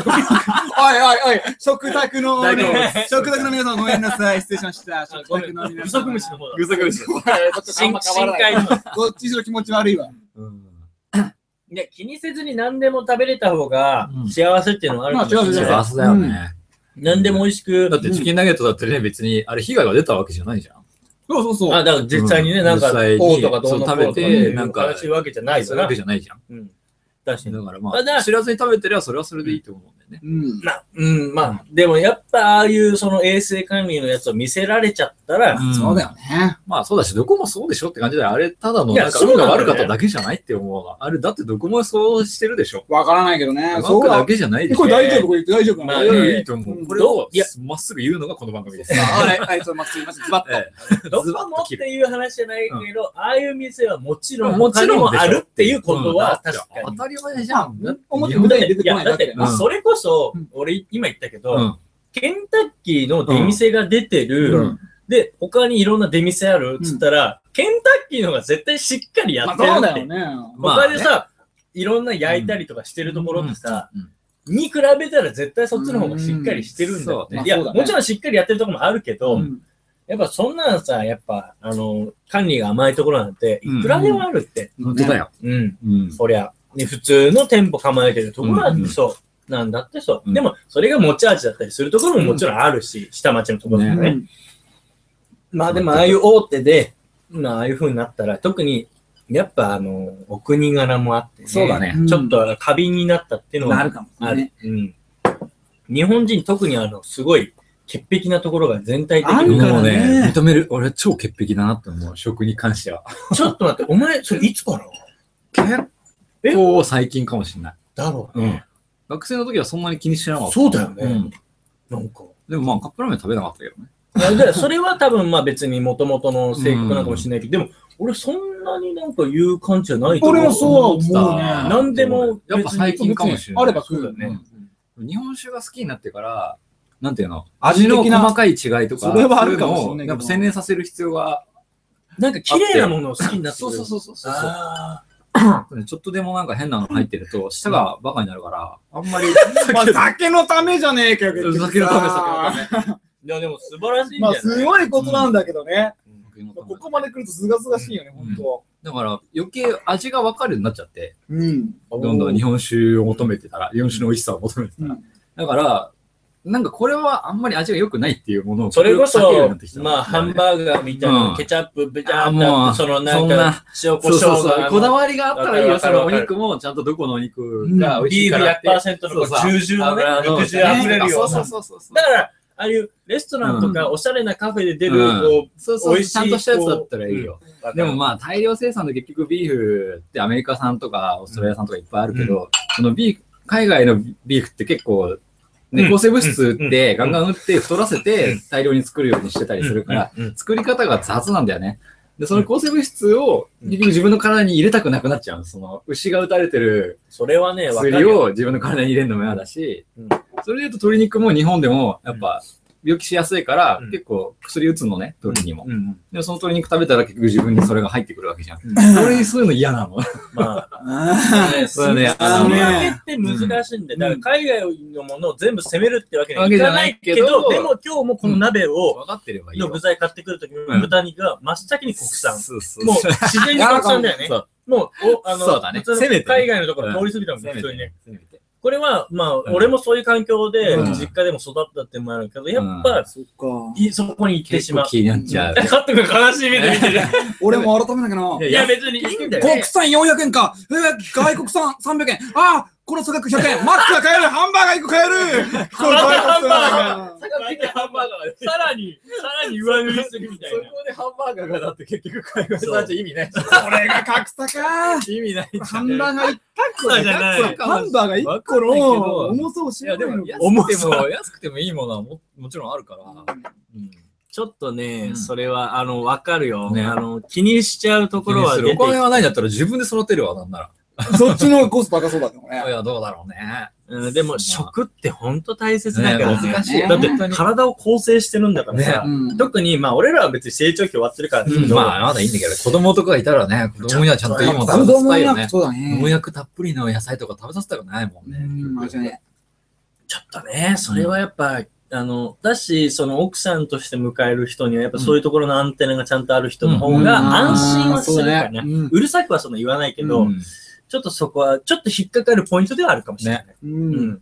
B: 食卓の、食卓の皆さんごめんなさい。失礼しました。食卓の皆さん。
C: ぐそぐ虫の方だ。
A: ぐそぐ虫。
C: 深海の。
B: どっちにしろ気持ち悪いわ。
C: いや、気にせずに何でも食べれた方が幸せっていうのはあるかもしれない。
A: 幸せだよね。
C: 何でも美味しく。
A: だってチキンナゲットだってね、別に、あれ被害が出たわけじゃないじゃん。
B: そうそうそう。
C: あ、だから実際にね、なんか、
A: こうとかどうのこうとかなんか、
C: そういうわけじゃない
A: そういうわけじゃないじゃん。
C: 確かに。
A: だからまあ、知らずに食べてりゃそれはそれでいいと思うんだよね。
C: うん。まあ、うん、まあ、でもやっぱああいうその衛生管理のやつを見せられちゃったら、
B: そうだよね。
A: まあそうだし、どこもそうでしょって感じで、あれただのなんか運が悪かっただけじゃないって思うわ。あれだってどこもそうしてるでしょ。
B: わからないけどね。
A: そうだけじゃないでしょ。
B: これ大丈夫これ大丈夫
A: まあいいと思う。これをまっすぐ言うのがこの番組です。
B: はい、はい、そう、まっすぐ言います。ズバッと。
C: どこもっていう話じゃないけど、ああいう店はもちろん、もちろんあるっていうことは確かに。
A: 当たり前じゃん。
B: 表舞台に出てこない
C: だって、それこそ、俺今言ったけど、ケンタッキーの出店が出てる、で、他にいろんな出店あるっつったら、ケンタッキーの方が絶対しっかりやってるって。
B: そうだよね。
C: 他でさ、いろんな焼いたりとかしてるところってさ、に比べたら絶対そっちの方がしっかりしてるんだよね。いや、もちろんしっかりやってるところもあるけど、やっぱそんなんさ、やっぱ、あの、管理が甘いところなんて、いくらでもあるって。
A: 本当だよ。
C: うん。そりゃ。ね、普通の店舗構えてるところだってそう、なんだってそう、うん、でもそれが持ち味だったりするところももちろんあるし、うん、下町のところとかね、うん、まあでもああいう大手で、まあああいう風になったら特にやっぱあのお国柄もあって、ね、
A: そうだね、
C: ちょっと過敏になったっていうのは
B: あるかも
C: ある、ね、うん、日本人特にあのすごい潔癖なところが全体的に
A: もうね、認める。俺超潔癖だなって思う、食に関しては。
C: ちょっと待って、お前それいつから
A: 結構最近かもしれない。
C: だろ
A: う。うん。学生の時はそんなに気にしてなかった。
C: そうだよね。うん。なんか。
A: でもまあカップラーメン食べなかったけどね。
C: いや、で、それは多分まあ別に元々の性格なのかもしれないけど、でも俺そんなになんか言う感じじゃないと思う。
B: 俺もそうは思うね。
C: なんでも
A: やっぱ最近かもしれない。
B: あれば食うよね。
A: 日本酒が好きになってから、なんていうの、味の細かい違いとか、
B: それはあるかもしれない
A: けど、やっぱ洗練させる必要が。
C: なんか綺麗なものを好きになってくる。
A: そうそうそうそう。ちょっとでもなんか変なの入ってると、舌がバカになるから、あんまり。
B: 酒のためじゃねえけど、
A: 酒のため、酒のため。
C: いや、でも素晴らしいんじゃない？
B: まあ、すごいことなんだけどね。ここまで来るとすがすがしいよね、本当。
A: だから余計味が分かるようになっちゃって、
B: うん、
A: どんどん日本酒を求めてたら、日本酒の美味しさを求めてたら。だから、なんかこれはあんまり味が良くないっていうものを
C: それこそ、まあハンバーガーみたいなケチャップベチャーってそのなんか塩コショウが
A: こだわりがあったらいいよ。そのお肉もちゃんとどこのお肉が美味しいからって。
C: ビーフ ひゃくパーセント の重々のね、肉汁あふれるような。だからああいうレストランとかおしゃれなカフェで出るこう美味しい
A: ちゃんとしたやつだったらいいよ。でもまあ大量生産で結局ビーフってアメリカ産とかオーストラリア産とかいっぱいあるけど、そのビーフ海外のビーフって結構で、抗生物質ってガンガン打って太らせて大量に作るようにしてたりするから、作り方が雑なんだよね。で、その抗生物質を結局自分の体に入れたくなくなっちゃう。その牛が打たれてる薬を自分の体に入れるのも嫌だし、それで言うと鶏肉も日本でもやっぱ病気しやすいから結構薬打つのね、鶏にも。でもその鶏肉食べたら結局自分にそれが入ってくるわけじゃん。俺にそういうの嫌なの。ま
C: あ、それね、あのね、って難しいんで、だから海外のものを全部攻めるってわけにはいかないけど、でも今日もこの鍋を、の具材買ってくるときに豚肉は真っ先に国産。もう自然に国産だよね。もう、あの、海外のところ通り過ぎたもんね、普通にね。これは、まあ、俺もそういう環境で、実家でも育ったってもあるけど、やっぱ、そこに行ってしまう。
A: 気になっちゃう。
C: カットが悲しい目で見てる。
B: 俺も改めなきゃな。
C: いや、別にいいんだよ。
B: 国産よんひゃくえんか。え、外国産さんびゃくえん。ああこの差額ひゃくえん。マックが買える。ハンバーガーいっこ買える。
C: このハンバーガー。差額ハンバーガー。さらに、さらに上塗りするみたいな。
A: そこでハンバーガーがだって結局買い物されちゃ意味ない。
B: これが格差か。
A: 意味ない。
B: ハンバーガーいっこ
C: じゃない。
B: ハンバーガーいっこの重そうしないの。
A: 重くても安くてもいいものはももちろんあるから。
C: ちょっとね、それは、あの、わかるよ。あの、気にしちゃうところは
A: 出て。お金はないんだったら自分で育てるわ、なんなら。
B: そっちのコスト高そうだけどね。
A: いや、どうだろうね。
C: うん、でも食ってほんと大切だからね。
A: 難しい。
C: だって体を構成してるんだからさ。特にまあ俺らは別に成長期終わってるから。
A: まあまだいいんだけど、子供とかいたらね、子供にはちゃんといいもの食べさせたいよね。
B: そうだね。
A: 農薬たっぷりの野菜とか食べさせたくないもんね。
B: 間違いない。
C: ちょっとね、それはやっぱ、あの、だし、その奥さんとして迎える人にはやっぱそういうところのアンテナがちゃんとある人の方が安心はするからね。うるさくはそんな言わないけど、ちょっとそこはちょっと引っかかるポイントではあるかもしれない。うん。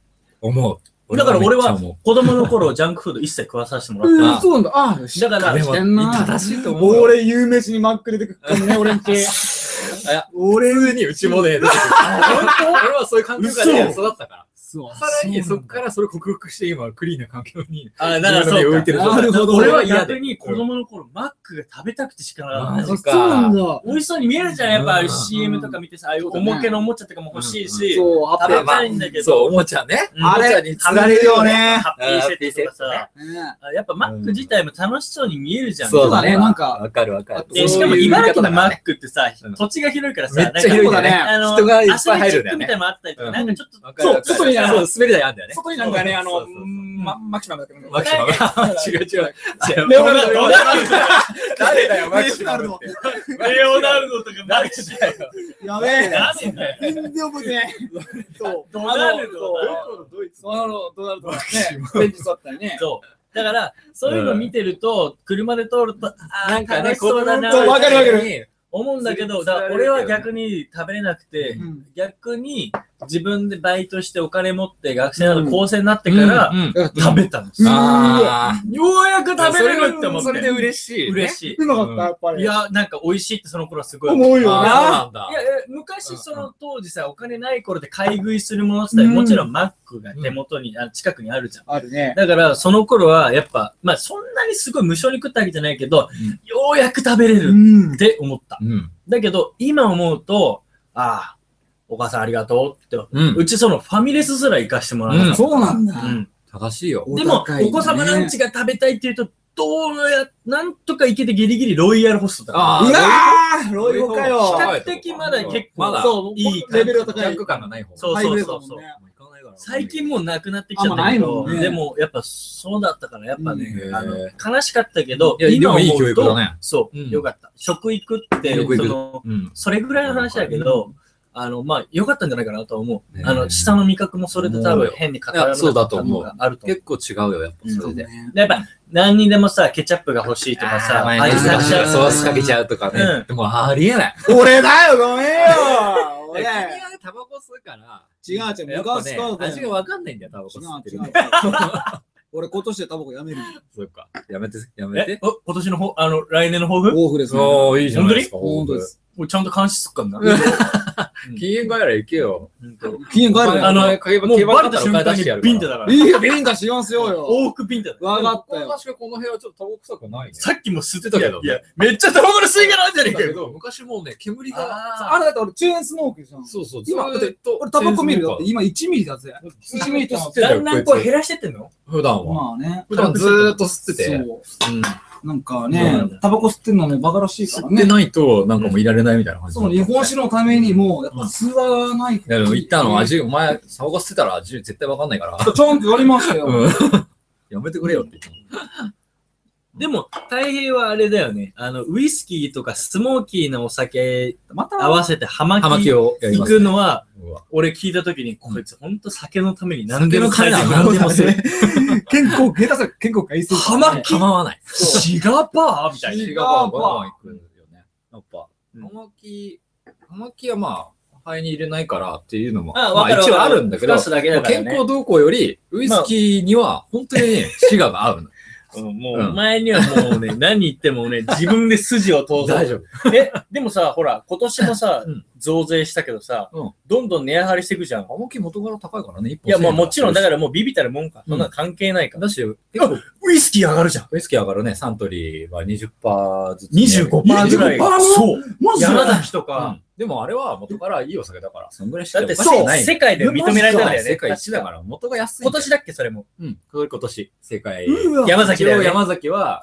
A: 思う。
C: だから俺は子供の頃ジャンクフード一切食わさせてもらった。
B: そうなんだ。あ、
C: だから、
A: 正しいと思う。
B: 俺、有名人にマック出てくるかもね、俺んち。
A: 俺にうちもね、俺はそういう環境下で育ったから。さらにそこからそれ克服して今クリーンな環境に
C: あだからそうか
B: なるほど。
C: 俺は逆に子供の頃マックが食べたくてしかなかった。
B: そうなんだ。
C: 美味しそうに見えるじゃんやっぱ シーエム とか見てさああいうおもけのおもちゃとかも欲しいし食べたいんだけど
A: そうおもちゃね
B: あれに釣られるよね。
C: ハッピーセットとかさやっぱマック自体も楽しそうに見えるじゃん。
B: そうだねなんか
A: わかるわか
C: る。しかも茨城のマックってさ土地が広いからさ
A: めっちゃ広いんだね。人がいっぱい入るんだよね。
C: みたいなのあったりとかなんかちょっと
B: そう外に
A: 滑り台あるんだよね。
B: 外になんかね、あの、マキシマムだけど。
A: マキシマム違う違う。
B: レオナルド。
A: 誰だよ、マキシマムって。
C: レオナルドとかマキシマム。
B: やべえ。
C: 何だよ。
B: 全然覚えてない。そう。
C: ドナルド
B: だ。ドイツ。ドナルド、ドナルド。ね。現実だったりね。
C: そう。だから、そういうの見てると、車で通ると、
A: なんかね、
C: そうだな。
B: わかるわかる。
C: 思うんだけど、だ俺は逆に食べれなくて、逆に自分でバイトしてお金持って学生など高専になってから食べたんです。ようやく食べれるって思って。
A: それで嬉しい。
C: 嬉しい。
B: うまかった、やっぱり。
C: いや、なんか美味しいってその頃はすごい。
B: 思うよな。
C: いや、昔その当時さ、お金ない頃で買い食いするものって言ったらもちろんマックが手元に、近くにあるじゃん。
B: あるね。
C: だからその頃はやっぱ、まあそんなにすごい無償に食ったわけじゃないけど、ようやく食べれるって思った。うん、だけど、今思うと、ああ、お母さんありがとうって、うん、うちそのファミレスすら行かしてもらった、
B: うん。そうなんだ。うん、
A: 正しいよ。
C: でも、お子様ランチが食べたいっていうと、どうや、なんとか行けてギリギリロイヤルホストだ。
B: ああ、うわーロイホかよ。
C: 比較的まだ結構、
A: まだ
C: いい
B: レベルが高い。
A: ジャンク感がない方。
C: そうそうそうそう。最近もうなくなってきちゃったけど、でもやっぱそうだったから、やっぱね、あの悲しかったけど、
A: 今思うと、
C: そう、よかった。食育って、その、それぐらいの話だけど、あの、まあ、良かったんじゃないかなと思う。あの、下の味覚もそれで多分変に語られるのがあると思う。
A: 結構違うよ、やっぱそれで。
C: やっぱ、何にでもさ、ケチャップが欲しいとかさ、
A: ソースかけちゃうとかね。でもありえない。
B: 俺だよ、ごめんよ
A: 俺、タバコ吸うから、
B: 違う違う、昔
A: から味がわかんないんだよ、タバコ吸ってる。
B: 俺今年でタバコやめる。
A: そうか。やめて、やめて。
C: 今年のほ、あの、来年の抱負
B: 抱負ですね。
A: おー、いいじゃないですか。
B: 本当です。
C: 俺ちゃんと監視すっかんな。
A: 禁煙帰ら行けよ。
B: 禁煙帰る
C: あの、もうバレた瞬間にビンタだから。
B: いいよ、ビンタしますよよ。
C: 往復ビンタだ。
B: わかったよ。
A: 確かこの部屋ちょっとタバコ臭くないね。
C: さっきも吸ってたけど。いや、めっちゃタバコの吸い殻あるじゃねえかよ。
A: 昔もうね、煙が。
B: あれだって俺チェーンスモークじゃん。
A: そうそう。
B: 今、だって俺タバコ見るよ。今いちミリだぜ。いちミリと吸って
C: だんだんこう減らしてってんの
A: 普段は。
B: まあね。
A: 普段ずーっと吸ってて。
B: そう。なんかね、タバコ吸ってんのもバカらしいからね。
A: 吸ってないと、なんかもういられないみたいな感じ。
B: そう、日本酒のためにも、やっぱ吸わない。
A: いや、でも言ったの味、お前、タバコ吸ってたら味絶対わかんないから。
B: ちゃんとやりましたよ。
A: やめてくれよって言ったの。
C: でも、太平はあれだよね。あの、ウイスキーとかスモーキーなお酒合わせて葉巻を行くのは、俺聞いたときに、こいつほんと酒のために何でも変えて何でもする。
B: 健康、下手したら健康害する。
C: 葉巻
A: 構わない。
C: シガバーみたいな。
A: シガバーバー行くよね。やっぱ、葉巻、葉巻はまあ、肺に入れないからっていうのも、まあ一応あるんだけど、健康動向より、ウイスキーには本当にシガが合うの。
C: もう、お前にはもうね、何言ってもね、自分で筋を通す。
A: 大丈夫。
C: え、でもさ、ほら、今年もさ、増税したけどさ、どんどん値上がりしていくじゃん。
A: 葉巻元から高いからね、
C: いや、もうもちろん、だからもうビビたるもんか。そんな関係ないから。
A: だし、
C: ウイスキー上がるじゃん。
A: ウイスキー上がるね。サントリーは にじゅっパーセント ずつ。
C: にじゅうごパーセント ぐらい。そう。山崎とか。
A: でもあれは元からいいお酒だから、そんぐらいして
C: だってそう、世界で認められたんだよね。
A: 世界一だから元が安い。
C: 今年だっけ、それも。
A: うん、今年、世界。
C: 山崎だよね。
A: 山崎は、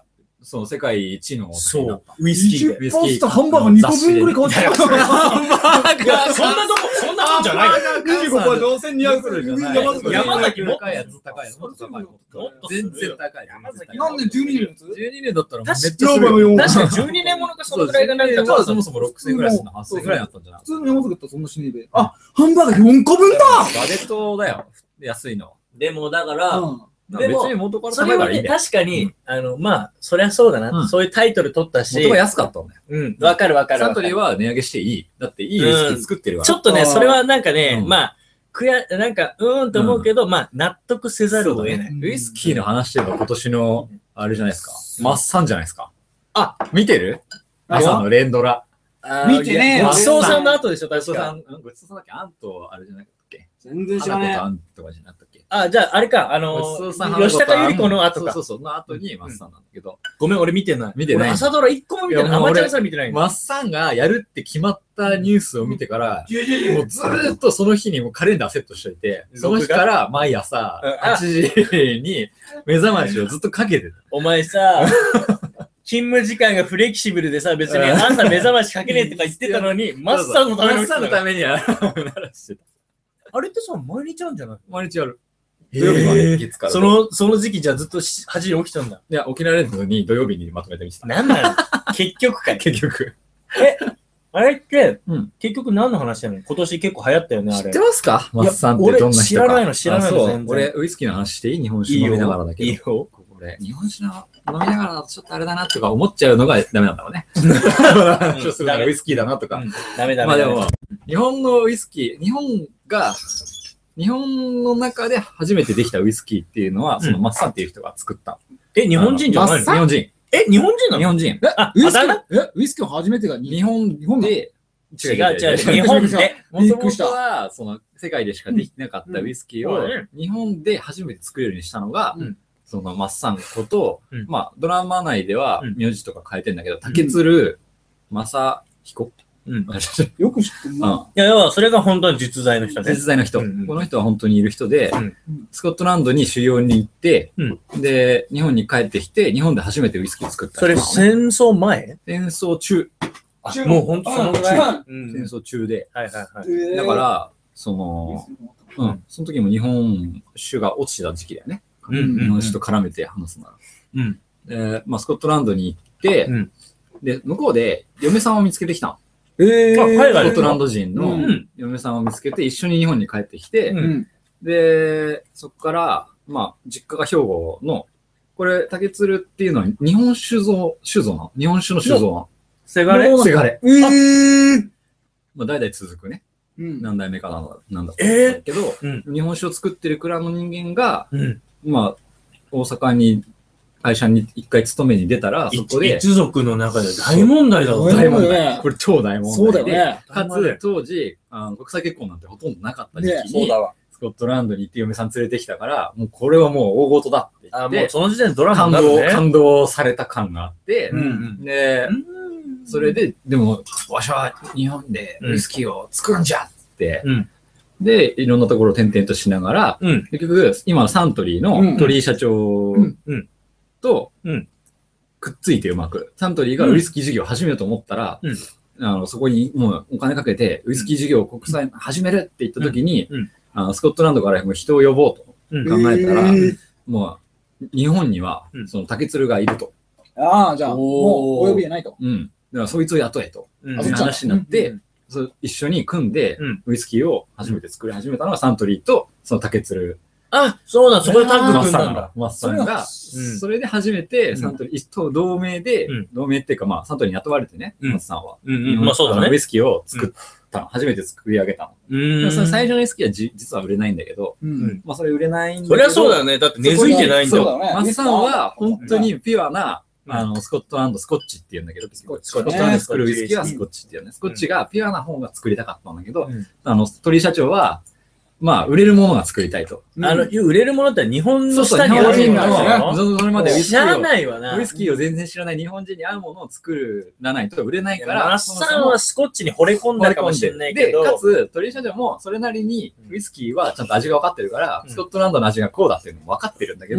A: その世界一のお酒
C: そう
A: だった。。
C: ウイスキーで。
B: ウイスキーパスタハンバーガーにこぶんぐらい買ってた。
C: いや、そんなとこ、そんなもんじゃないよ。
B: にじゅうごパーセント乗せにひゃく
A: じゃない。
B: 山崎
C: 山崎も
A: 高いやつ、高いやつ。もっと高い。もっと全然高い。
C: 山崎
B: なんでじゅうにねんのやつ
A: じゅうにねんだったらめっちゃ
C: 確か
A: するよ。
B: に
C: 確かにじゅうにねんものがそのくらいがなんか、
A: まあそもそもろくせんぐらいするの、はっせんぐらいだったんじゃない
B: 普通の山崎だったらそんなしねえべ。あ、ハンバーガーよんこぶんだ
A: バゲットだよ。安いの。
C: でもだから、
A: 別
C: でも
A: に元から
C: それはね、
A: 高いからいいんだよ。
C: 確かに、あの、まあ、そりゃそうだな。
A: うん
C: そういうタイトル取ったし、
A: 元が安かったんだよ。
C: うん、わかるわかる
A: サン
C: わかる。
A: トリーは値上げしていい。だっていいウイスキー作ってるわ。
C: ちょっとね、
B: あー
C: それはなんかね、
A: うん
C: まあ、くや、なんか、うーんと思うけど、まあ、納得せざるを得ない。
A: ウイスキーの話してば今年の、あれじゃないですか。マッサンじゃないですか。あ、見てる
B: あ
A: 朝の連ドラ。
C: あ
B: 見てねえよ
C: ごちそうさんの後でしょ、確か。
A: ごちそうさん、ごちそうさんだっけアンと、あれじゃなかったっけ
B: 全然知らね
A: 花子とアンとかじゃなかったっけ
C: あ、じゃあ、あれか、あの
A: ごちそうさん
C: ー、吉高由里子の後か。
A: そうそうそう、の後にマッサンなんだけど、
C: ごめん、俺見てない。
A: 見てない
C: 俺朝ドラ一個も見てない。
A: いやもう俺
C: アマチュアさん見てないんだ。
A: マッサンがやるって決まったニュースを見てから、もうずーっとその日にもうカレンダーセットしといて、その日から毎朝
C: うん
A: はちじに目覚ましをずっとかけてた。
C: お前さ、勤務時間がフレキシブルでさ、別に朝目覚ましかけねえとか言ってたのに、マッサンのための
A: マッサンのためにアラーム鳴らしてた。
C: あれってさ、毎日あるんじゃない
A: 毎日やる。
C: 土
A: 土曜日まで月から。
C: その、その時期じゃずっとしはちじに起きたんだ。
A: いや、起きられるのに土曜日にまとめてみてた。
C: なんなの結局かい。
A: 結局。
C: あれって、
A: うん
C: 結局何の話なの今年結構流行ったよね、あれ。
A: 知ってますかマッサンって
C: 俺
A: どんな人か。
C: 知らないの知らないの
A: あそう
C: 全然
A: 俺、ウイスキーの話していい日本酒飲みながらだけど。
C: いいよ。
A: 俺、日本酒の飲みながらだとちょっとあれだなとか思っちゃうのがダメなんだろうね。話をするならウイスキーだなとか。
C: うんダメダメ。
A: まあでも、日本のウイスキー、日本が、日本の中で初めてできたウイスキーっていうのは、そのマッサンっていう人が作った。
C: え、日本人じゃないの
A: 日本人。
C: え、日本人なの
A: 日本人。
C: あ、
B: ウイスキ
C: あだ名
B: ー、え、ウイスキー初めてが
A: 日本
B: 日本
A: で、
C: 違う違う違う。日本で。
A: もともとは、その、世界でしかできなかったウイスキーを
C: うん、
A: 日本で初めて作れるようにしたのが
C: うん、
A: その、マッサンこと
C: うん、
A: まあ、ドラマ内では
C: うん、
A: 名字とか変えてんだけど、竹鶴正彦
C: うん。
B: よく知ってる
A: うん
B: な。
C: いや、要はそれが本当に実在の人ね。
A: 実在の人。
C: うんうん
A: この人は本当にいる人で
C: うん、
A: スコットランドに修行に行って
C: うん、
A: で、日本に帰ってきて、日本で初めてウイスキーを作った
C: それ
A: 人なのね。
C: 戦争前
A: 戦争中、
C: あ
B: 中
C: もう本当そのぐらい。
B: うん
C: うん
A: 戦争中で。
C: はいはいはい。
A: だから、その、うん、その時も日本酒が落ちてた時期だよね。
C: うんうんうん
A: 日本酒と絡めて話すなら。
C: うん。
A: で、まあ、スコットランドに行って、
C: うん
A: で、向こうで嫁さんを見つけてきたの。
B: え
C: あ海外で
A: スコットランド人
B: う
A: の
C: ん
A: 嫁さんを見つけて一緒に日本に帰ってきて、
C: うん
B: うん。
A: で、そこから、まあ、実家が兵庫の、これ、竹鶴っていうのは日本酒造、酒造なの。日本酒の酒造なの。
C: せがれ
A: せがれ。
B: えー
A: まあ、代々続くね。
B: うん。
A: 何代目かなんだなんだ
C: えー
A: けど、
C: うん
A: 日本酒を作ってる蔵の人間が、
C: うん。
A: まあ、大阪に、会社に一回勤めに出たら、そこで、
C: 一族の中で大問題だぞ。
B: そう
A: 大問
B: 大問題
A: 題。これ超大問題で。
B: そうだよね。
A: か
C: 大問題
A: つ、当時あの、国際結婚なんてほとんどなかった時
B: ね
A: 期に、
C: わ。
A: スコットランドに行って嫁さん連れてきたから、もうこれはもう大事だって言
C: あ、
A: って、
C: もうその時点でドラマ
A: 感動、
C: になるね。
A: 感動された感があって、
C: うんうん。
A: で、それで、でも、わしは日本でウイスキーを作るんじゃって、
C: うん。
A: で、いろんなところを転々としながら、
C: うん。
A: 結局、今のサントリーの鳥居社長
C: うん
A: と
C: うん
A: くっついてうまく、サントリーがウイスキー事業を始めようと思ったら、
C: うん
A: あのそこにもうお金かけて、ウイスキー事業を国際始めるって言った時に、
C: うんうん
A: あのスコットランドからもう人を呼ぼうと
C: うん。
A: 考えたら、
B: えー
A: もう日本には
C: うん
A: その竹鶴がいると。
B: ああ、じゃあ、もう
C: おー
B: お呼びじゃないと。
A: うん。だからそいつを雇えと。
C: うん
B: あそっち
A: 話になって、
B: うん
A: そう一緒に組んで
C: うん、
A: ウイスキーを初めて作り始めたのがサントリーと、その竹鶴
C: あ、そうだ、そこでタッグ
A: マッ
C: 組んだんだ
A: サンが。、マッサンが、
C: うん
A: それで初めて、
C: うん
A: サントリーと同盟で、
C: うん
A: 同盟っていうか、まあ、サントリーに雇われてね、
C: うん
A: マッサンは。
C: うんうん。
A: 日本
C: まあそうだね
A: のウイ。スキーを作ったの、初めて作り上げたの。
C: うん
A: でもその最初のウイスキーはじ実は売れないんだけど、
B: うん。
A: まあ、それ売れないんだけど。
C: そりゃそうだよね。だって根付いてないんだよ。
B: そうだね。
A: マッサンは本当にピュアな、
C: うん
A: あの、スコットランド、スコッチって言うんだけど、スコッ
B: チ
A: トランドで作るウイスキーはスコッチっていうね。スコッチがピュアな方が作りたかったんだけど、
C: うん
A: あの、鳥居社長は、まあ、売れるものが作りたいと。
C: あの、売れるものって日本の
A: そうそう、
C: 下にある
A: 日本人
C: ものだ
A: の、
C: よ。
A: それまでウイスキ
C: 知ら
A: ーを、
C: ないわな。
A: ウイスキーを全然知らない日本人に合うものを作らないと売れないから、
C: マッサンはスコッチに惚れ込んだかもしれないけ
A: で、
C: ど、
A: かつ、鳥居社長もそれなりにウイスキーはちゃんと味が分かってるから、
C: うん
A: スコットランドの味がこうだっていうのも分かってるんだけど、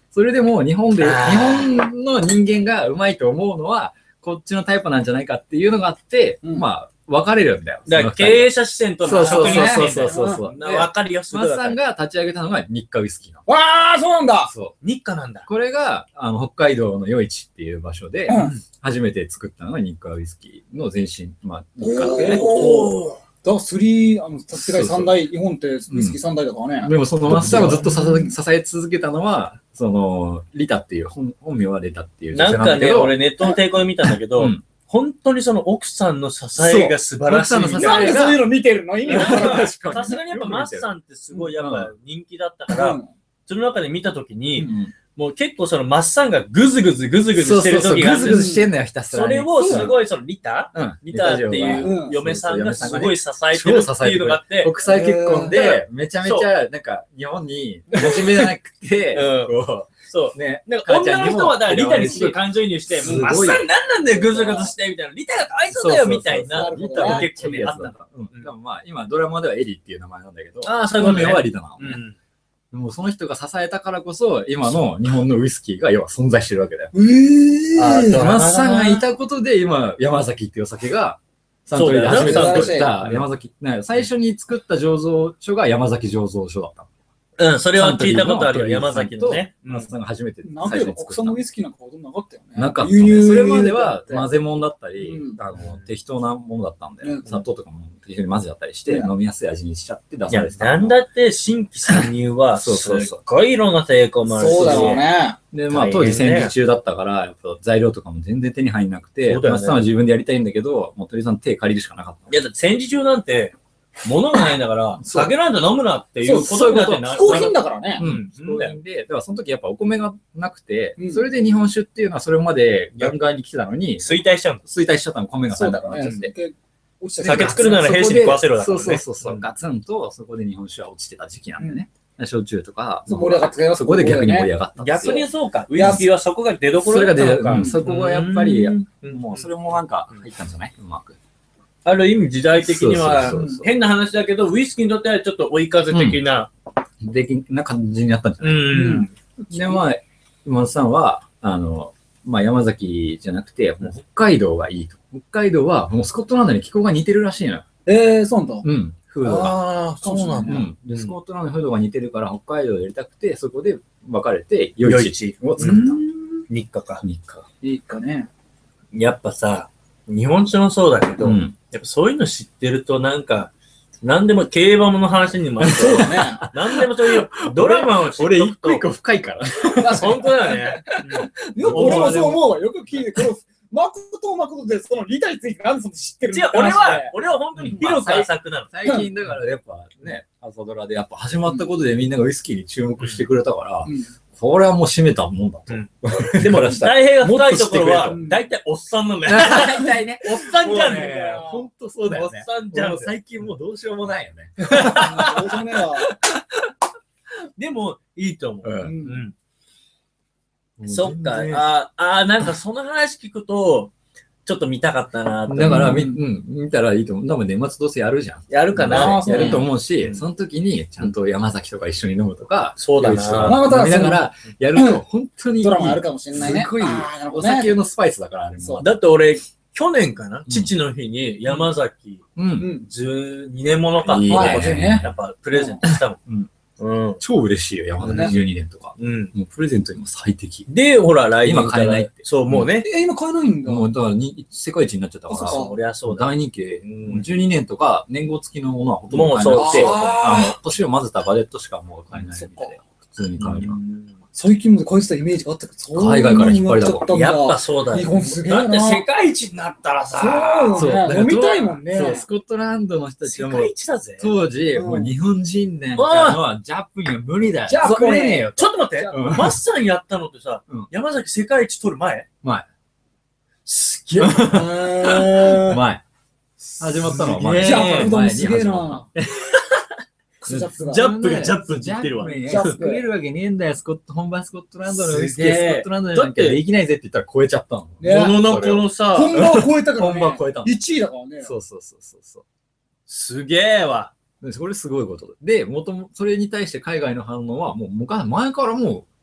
A: それでも日本で、日
C: あー
A: 本の人間がうまいと思うのは、こっちのタイプなんじゃないかっていうのがあって、
B: うん
A: まあ、分かれるんだよ。
C: だから経営者視点と
A: そうそう
C: 職人視
A: そう
C: 点だよ
A: そうそうそう。
C: なわかるよ、すごいわかる。
A: マスさんが立ち上げたのが日課ウイスキーなの。
B: わー、そうなんだ。
A: そう。
C: 日課なんだ。
A: これが、あの、北海道の余市っていう場所で、
B: うん
A: 初めて作ったのが日課ウイスキーの前身、まあ、日課ってね。
B: おー。だからスリー、あの、世界三大、日本ってウイスキー三大だからね。
A: でもそのマスさんをずっと支え支え続けたのは、その、リタっていう、本本名はリタっていう女性
C: なんかね、
A: だけど、
C: 俺ネットの抵抗で見たんだけど、
A: うん
C: 本当にその奥さんの支えが素晴らしいみたいな。
B: なんでそういうの見てるの意味わからない。
A: 確か
C: さすがにやっぱマスさんってすごいやっ
A: う
C: ぱ人気だったから、
B: うん
C: その中で見たときに、
A: うん
C: もう結構そのマスさんがグズグズグズグズしてる時があって
A: グズグズしてんのよ、ひたすらに。
C: それをすごいそのリタ
A: うん、
C: リタってい
B: うん
C: う嫁さんがす
A: そうそう
C: ごい支えてるっていうのがあって、
A: 国際結婚で、めちゃめちゃ、なんか、日本に馴染めなくて、
C: うん
A: こ
C: そう
A: う、ね、
C: なんか女の人はだからリタにすごい感情移入して、
A: すごい
C: マスさん何なんだよグズグズしてみたいな、リタがかわいそうだよみたいな
B: そうそうそう
A: リタは
C: 結構ねあったの。
A: うん。でもまあ、今ドラマではエリっていう名前なんだけど、
C: ああそういうことね
A: 本名はリタなのね。
C: うん
A: でもその人が支えたからこそ、今の日本のウイスキーが要は存在してるわけだよ。
B: えー。
C: あー
A: マッサンがいたことで、今、山崎っていうお酒が、サントリーで初めて作った山崎、ね、最初に作った醸造所が山崎醸造所だったの。
C: うん、それは聞いたことあるよ、山崎のね。
A: マッサンが初めて
B: なん
A: 最初に作った
B: か国産のウイスキーなんかほとんどなかったよね。
A: なかった、
B: 輸入
A: ね。それまでは
B: 輸入
A: 混ぜ物だったり、
B: うん
A: あの適当なものだったんで、
B: うん
A: 砂糖とかも適当に混ぜちゃったりして、
B: うん
A: 飲みやすい味にしちゃって出
C: いや
A: されて、た。
C: なんだって新規参入は、
A: そう
C: すっ
A: そうそう
C: ごいいろんな抵抗もあるし。
B: そうだろうね。
A: で、まあ
C: 大変ね
A: 当時戦時中だったから、やっぱ材料とかも全然手に入んなくて、
C: そうだよね
A: マッサンは自分でやりたいんだけど、もう鳥さん手借りるしかなかったの。
C: いや、だって戦時中なんて、物がないんだから、
A: そう
C: 酒なんて飲むなっていうこ
B: そう
C: とになってな
B: 非公品だからね。
A: うん、
C: そうだよ
A: そうで、だからその時やっぱお米がなくて、
B: うん
A: それで日本酒っていうのはそれまでガンガンに来てたのに、
C: 衰退しちゃうんだ。
A: 衰退しちゃったの米が
B: そう
A: 足りなくなっちゃって。
B: だからね。で落ちた
C: 酒作るなら兵士に食わせろだからね
A: そうそうそうそう、
C: うん
A: ガツンとそこで日本酒は落ちてた時期なんでね。焼酎とか、
B: そう盛り上がってたよ
A: そこで逆に盛り上がったんですよ。
C: 逆にそうか。ウイスキーはそこが出どころだったのか。
A: それが出うんそこがやっぱり
C: うん
A: もうそれもなんか入ったんじゃない、うまく。
C: ある意味時代的には
A: そうそうそうそう
C: 変な話だけど、ウイスキーにとってはちょっと追い風的な。
A: できな感じになったんじゃ
C: う
A: ない、
C: ん。
A: で、まあ、今田さんは、あの、まあ、山崎じゃなくて、もう北海道がいいと。北海道はもうスコットランドに気候が似てるらしいのよ。
B: えー、そうなんだ。
A: うん、風土が。
C: ああ、そうなんだ。
A: うん、でスコットランドの風土が似てるから北海道でやりたくて、そこで分かれて、
C: 余
A: 余
C: 市
A: 市を作った。
C: 日課か。
A: 日課。
B: いいかね。
C: やっぱさ、日本酒もそうだけど、
A: うん
C: やっぱそういうの知ってるとなんか、何でも競馬の話にもある
B: そうだね。
C: 何でもそういうドラマを知っ
A: 俺
C: とくと
A: 一個一個深いから。
C: 本当だよね。
B: よく俺もそう思うわ。よく聞いて、この、誠誠で、そのリタについて何でそんな知ってる
C: 違う、俺は、俺は本当に広く浅くなの。
A: 最近だからやっぱね、朝ドラでやっぱ始まったことでみんながウイスキーに注目してくれたから、
B: うん
A: これはもう締めたもんだと。
C: うんでも、
A: からしたら
C: 大平が深いところは
B: もっと知ってくれ、と
C: 大体おっさんなんだよ。
A: 大体ね。
C: おっさんじゃん
A: もうねほんとそうだよね。
C: おっさんじゃん
A: もう最近もうどうしようもないよね。
B: どうしようもねえわ。
C: でも、いいと思う。
A: う
B: うん
C: うん。そっか。
A: 全然
C: ああ、なんかその話聞くと、ちょっと見たかったなと。
A: だから、
B: うん
A: み、うん、見たらいいと思う。多分年末どうせやるじゃん。
C: やるか
B: あ
C: な
B: ー。
A: やると思うし、
C: うん
A: その時にちゃんと山崎とか一緒に飲むとか、
C: そうだな
A: 夜市とか
B: まあまた
A: 飲みながらやると本当にいい
B: ドラマあるかもしれないね。
A: すごい
B: あーなるほ
A: お
B: どね
A: 酒のスパイスだから、あれ
B: そう
A: も。
C: だって俺、去年かな、
A: ん
C: 父の日に山崎
A: う。
B: うんん。
C: じゅうにねんものか。
A: いいね
C: はいやっぱプレゼントしたもん。うん。
A: 超嬉しいよ、山崎じゅうにねんとか。
C: うん。
A: もうプレゼントにも最適。
C: で、ほら、来年
A: 今買えないって
C: そう、もうね。
B: え、今買えないんだ。
A: もうだからに世界一になっちゃったから、
B: あそうか
C: そりゃそうだ。
A: 大人気で、
C: うん
A: じゅうにねんとか年号付きのものはほとんど買えなくて、
C: もうそう
A: あの、年を混ぜたバレットしかもう買えないみたいで、普通に買うには。
B: 最近まで買えてたイメージがあったけど、
A: 海外から引っ張りだこ
B: そうなっちゃったんだ
C: やっぱそうだよ。
B: 日本すげえな
C: だって世界一になったらさ、
B: そうだね。飲みたいもんね。
A: そう、スコットランドの人たち
C: 世
A: はもう
C: 界一だぜ。
A: 当時、
B: うん
A: もう日本人なんかのはジャップには無理だよ。
B: ジャップ
A: 作れねえよ。
C: ちょっと待って、
A: うん
C: マッサンやったのってさ
A: うん、
C: 山崎世界一取る前
A: 前。
C: すげえ。
B: へー
A: 前。始まったのは前。
C: すげえ
B: ジャップだもすげえ
A: 前に始ま
B: な。クソジャップが。
C: ジャップがジャップって言ってるわ
A: ジャップ
B: ジャップ
A: 作れるわけねえんだよ、スコット、本場スコットランドのウイスキー、
C: すげえ
A: スコットランドじゃなきゃできないぜって言ったら超えちゃったの。
B: ね
C: もののこのさ、
B: 本場を超えたからね。
A: 本場を超えたの
B: いちいだからね。
A: そうそうそうそうそう。
C: すげえわ。
A: でそれすごいことで、もとも、それに対して海外の反応は、もう昔、前からもう、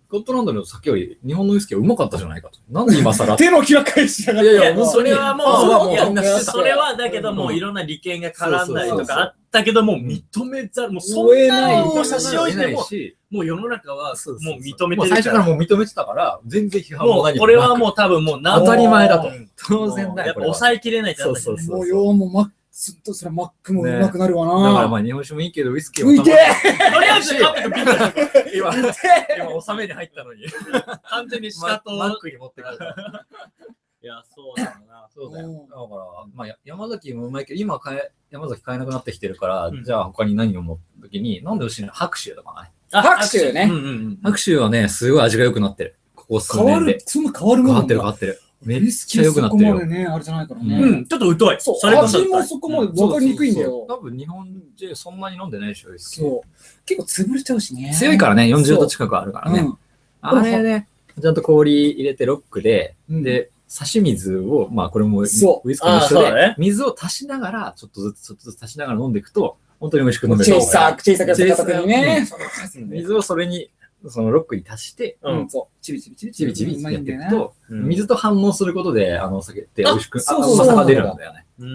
A: コットランドの酒より日本のウイスキーはうまかったじゃないかと。なんで今更
B: 手のひら返しやがって。
A: いやいや
C: いや、それはもう、
B: そう
C: いや
A: みんな知ってた
C: それはだけどもういろんな利権が絡んだりとかあったけども、認めざる、もうそんなのを差し置いても、もう世の中はもう認めてるから。
A: 最初からもう認めてたから、全然批判も
C: もう
A: 何も。
C: これはもう多分もう
A: 当たり前だと。
C: 当然だよ。やっぱ抑えきれないってなった
A: そうそうそう。
B: もうようもマックスとそれマックもうまくなるわな。
A: だからまあ日本酒もいいけどウイスキー
B: も。いけ
C: とりあえずカップとピンだ
A: 今、今収めに入ったのに。
C: 完全に下と
A: マックに持ってくる。
C: いや、そうだな。
A: そうだよ。だから、まあ、山崎もうまいけど、今買え、山崎買えなくなってきてるから、じゃあ他に何を思った時に、なんで牛の白州とかない
B: 白州ね。
A: 白州はね、すごい味が良くなってる。ここ数年で。
B: そんな変わるもん
A: 変わってる変わってる。めっちゃ良くなってるよ。
B: そこまでね、あれじゃないからね。
C: うん、ちょっと疎い。
B: そう、
C: それこそ
B: 味もそこまで分かりにくいんだよ。
A: 多分日本人そんなに飲んでないでしょ、ウイスキー。
B: そう。結構潰れちゃうしね。
A: 強いからね、よんじゅうど近くあるからね。あれね、ちゃんと氷入れてロックで、で、差し水を、まあこれもウイスキーの一緒で、水を足しながら、ちょっとずつちょっとずつ足しながら飲んでいくと、本当に美味しく飲める。
B: 小さく、小さくやった時にね。
A: 水をそれに、そのロックに足して、
B: そう、チビチビチビ
A: チビチビやっていくと、水と反応することで、あの、お酒って美味しく、あ、うまさが出るんだよね。
C: うん。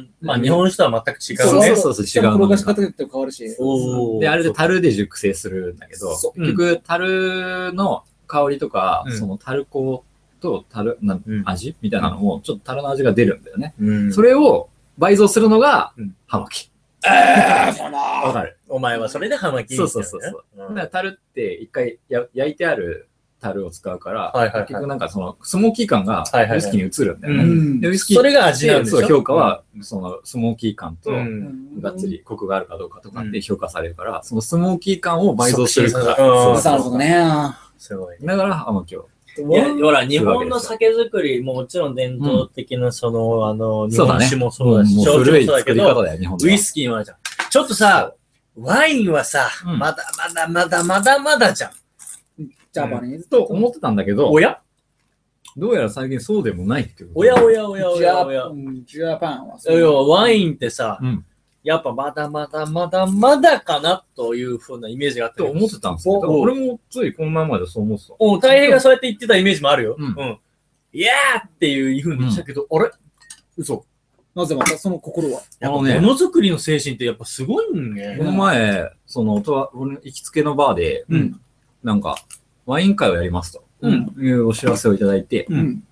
C: まあ日本酒とは全く違う
B: ね。
A: そうそうそう、違う。
B: 転がし方で変わるし。
A: で、あれで樽で熟成するんだけど、結局、樽の香りとか、その樽香と樽、な味みたいなのも、ちょっと樽の味が出るんだよね。それを倍増するのが、葉巻。
B: えー、わ
C: かる。お前はそれで葉巻。
A: そうそうそうそう。だから樽って一回や焼いてある樽を使うから、結局なんかそのスモーキー感がウイスキーに移るんだよね。でウイスキー
C: それが味なんですよ。
A: 評価はそのスモーキー感とがっつりコクがあるかどうかとかって評価されるから、そのスモーキー感を倍増するから。
B: なるほどね。
C: すごい。
A: だから葉巻を。
C: いや、ほら、日本の酒造り、もちろん伝統的な、その、あの、日本酒もそうだし、
A: 焼酎もそうだけど、
C: ウイスキーもあるじゃん。ちょっとさ、ワインはさ、まだまだまだまだまだじゃん。
B: ジャパニーズ
A: と思ってたんだけど、
C: おや
A: どうやら最近そうでもないっていう。
C: おやおやおやおやおや。
B: ジャパンは
C: そう。ワインってさ、やっぱまだまだまだまだかなというふうなイメージがあって
A: 思ってたんですけど、俺もついこの前までそう思ってた。
C: お大平がそうやって言ってたイメージもあるよ。うん。いやーっていうふうに言ったけど、あれ嘘。
B: なぜまたその心は。
C: あのね、ものづくりの精神ってやっぱすごいんね。
A: この前、その、行きつけのバーで、なんか、ワイン会をやりますというお知らせをいただいて、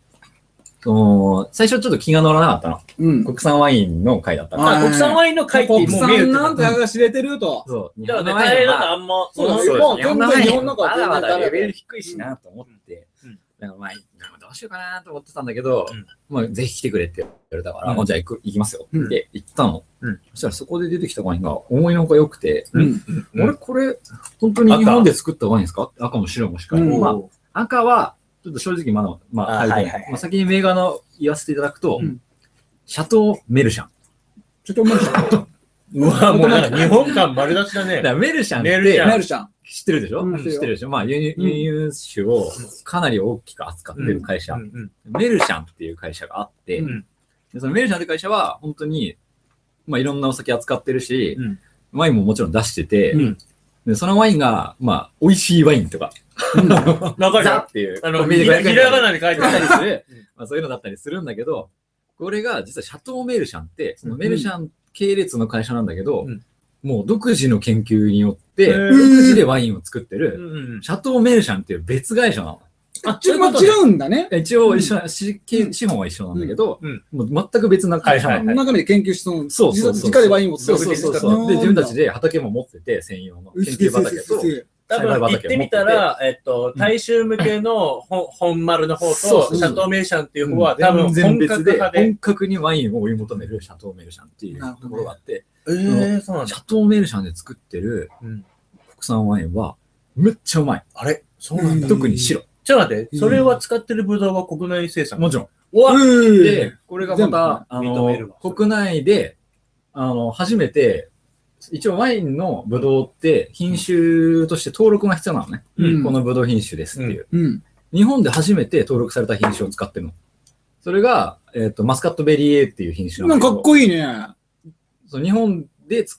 A: 最初ちょっと気が乗らなかったの。うん、国産ワインの会だったから。
C: 国産ワインの会ってもう
B: 見える。国産なんてが知れてると。
A: そう。
C: だからね、大変だとあんま、
B: そうそう。もう全然日本の
A: まだまだレベル低いしなと思って、なんかワイン、どうしようかなと思ってたんだけど、まあぜひ来てくれって言われたから、じゃあ行く、行きますよって言ったの。そしたらそこで出てきたワインが思いのほか良くて、俺これ、本当に日本で作ったワインですか？赤も白もしっかり。まあ赤は、ちょっと正直まだ、まあ、はいはい、先に銘柄の言わせていただくと、うん、シャトー・メルシャン。
B: シャトー・メルシャン
C: うわ、もうなんか日本感丸出しだね。
A: だメルシャンって、
B: メルシャン
A: 知ってるでしょ、うん、知ってるでしょまあ輸入、輸入酒をかなり大きく扱ってる会社、うんうん、メルシャンっていう会社があって、うん、でそのメルシャンって会社は本当に、まあ、いろんなお酒扱ってるし、うん、ワインももちろん出してて、うん、でそのワインが、まあ、美味しいワインとか、
C: わかる
A: ザっていう。
C: あの、ひらがなで書いてあ
A: りする。まあそういうのだったりするんだけど、これが実はシャトー・メルシャンって、そのメルシャン系列の会社なんだけど、うん、もう独自の研究によって、独自でワインを作ってる、シャトー・メルシャンっていう別会社なの。
B: あ、ちょっと違うんだね。
A: 一応一緒、うん、資本は一緒なんだけど、うん、もう全く別な会社なの。
B: 中身で研究してるの。
A: そうそうそう。
B: 直でワインを
A: 作ってる。そうそうそう。で、自分たちで畑も持ってて、専用の研究畑と。
C: 多分行ってみたら、えっと、大衆向けの本丸の方と、シャトー・メルシャンっていう方は多分本格で、
A: 本格にワインを追い求めるシャトー・メルシャンっていうところがあって、
C: えー、そうなんだ。
A: シャトー・メルシャンで作ってる国産ワインはめっちゃうまい。
C: あれそうなんだ。
A: 特に白。
C: ちょっと待って、それは使ってるブドウは国内生産？
A: もちろん。
C: わ
A: で、これがまた、あの、国内で、あの、初めて、一応ワインのブドウって品種として登録が必要なのね。うん、このブドウ品種ですっていう、うん。日本で初めて登録された品種を使ってるの。それが、えっと、マスカットベリー A っていう品種
B: なんだけど。かっこいいね。
A: そう日本で作っ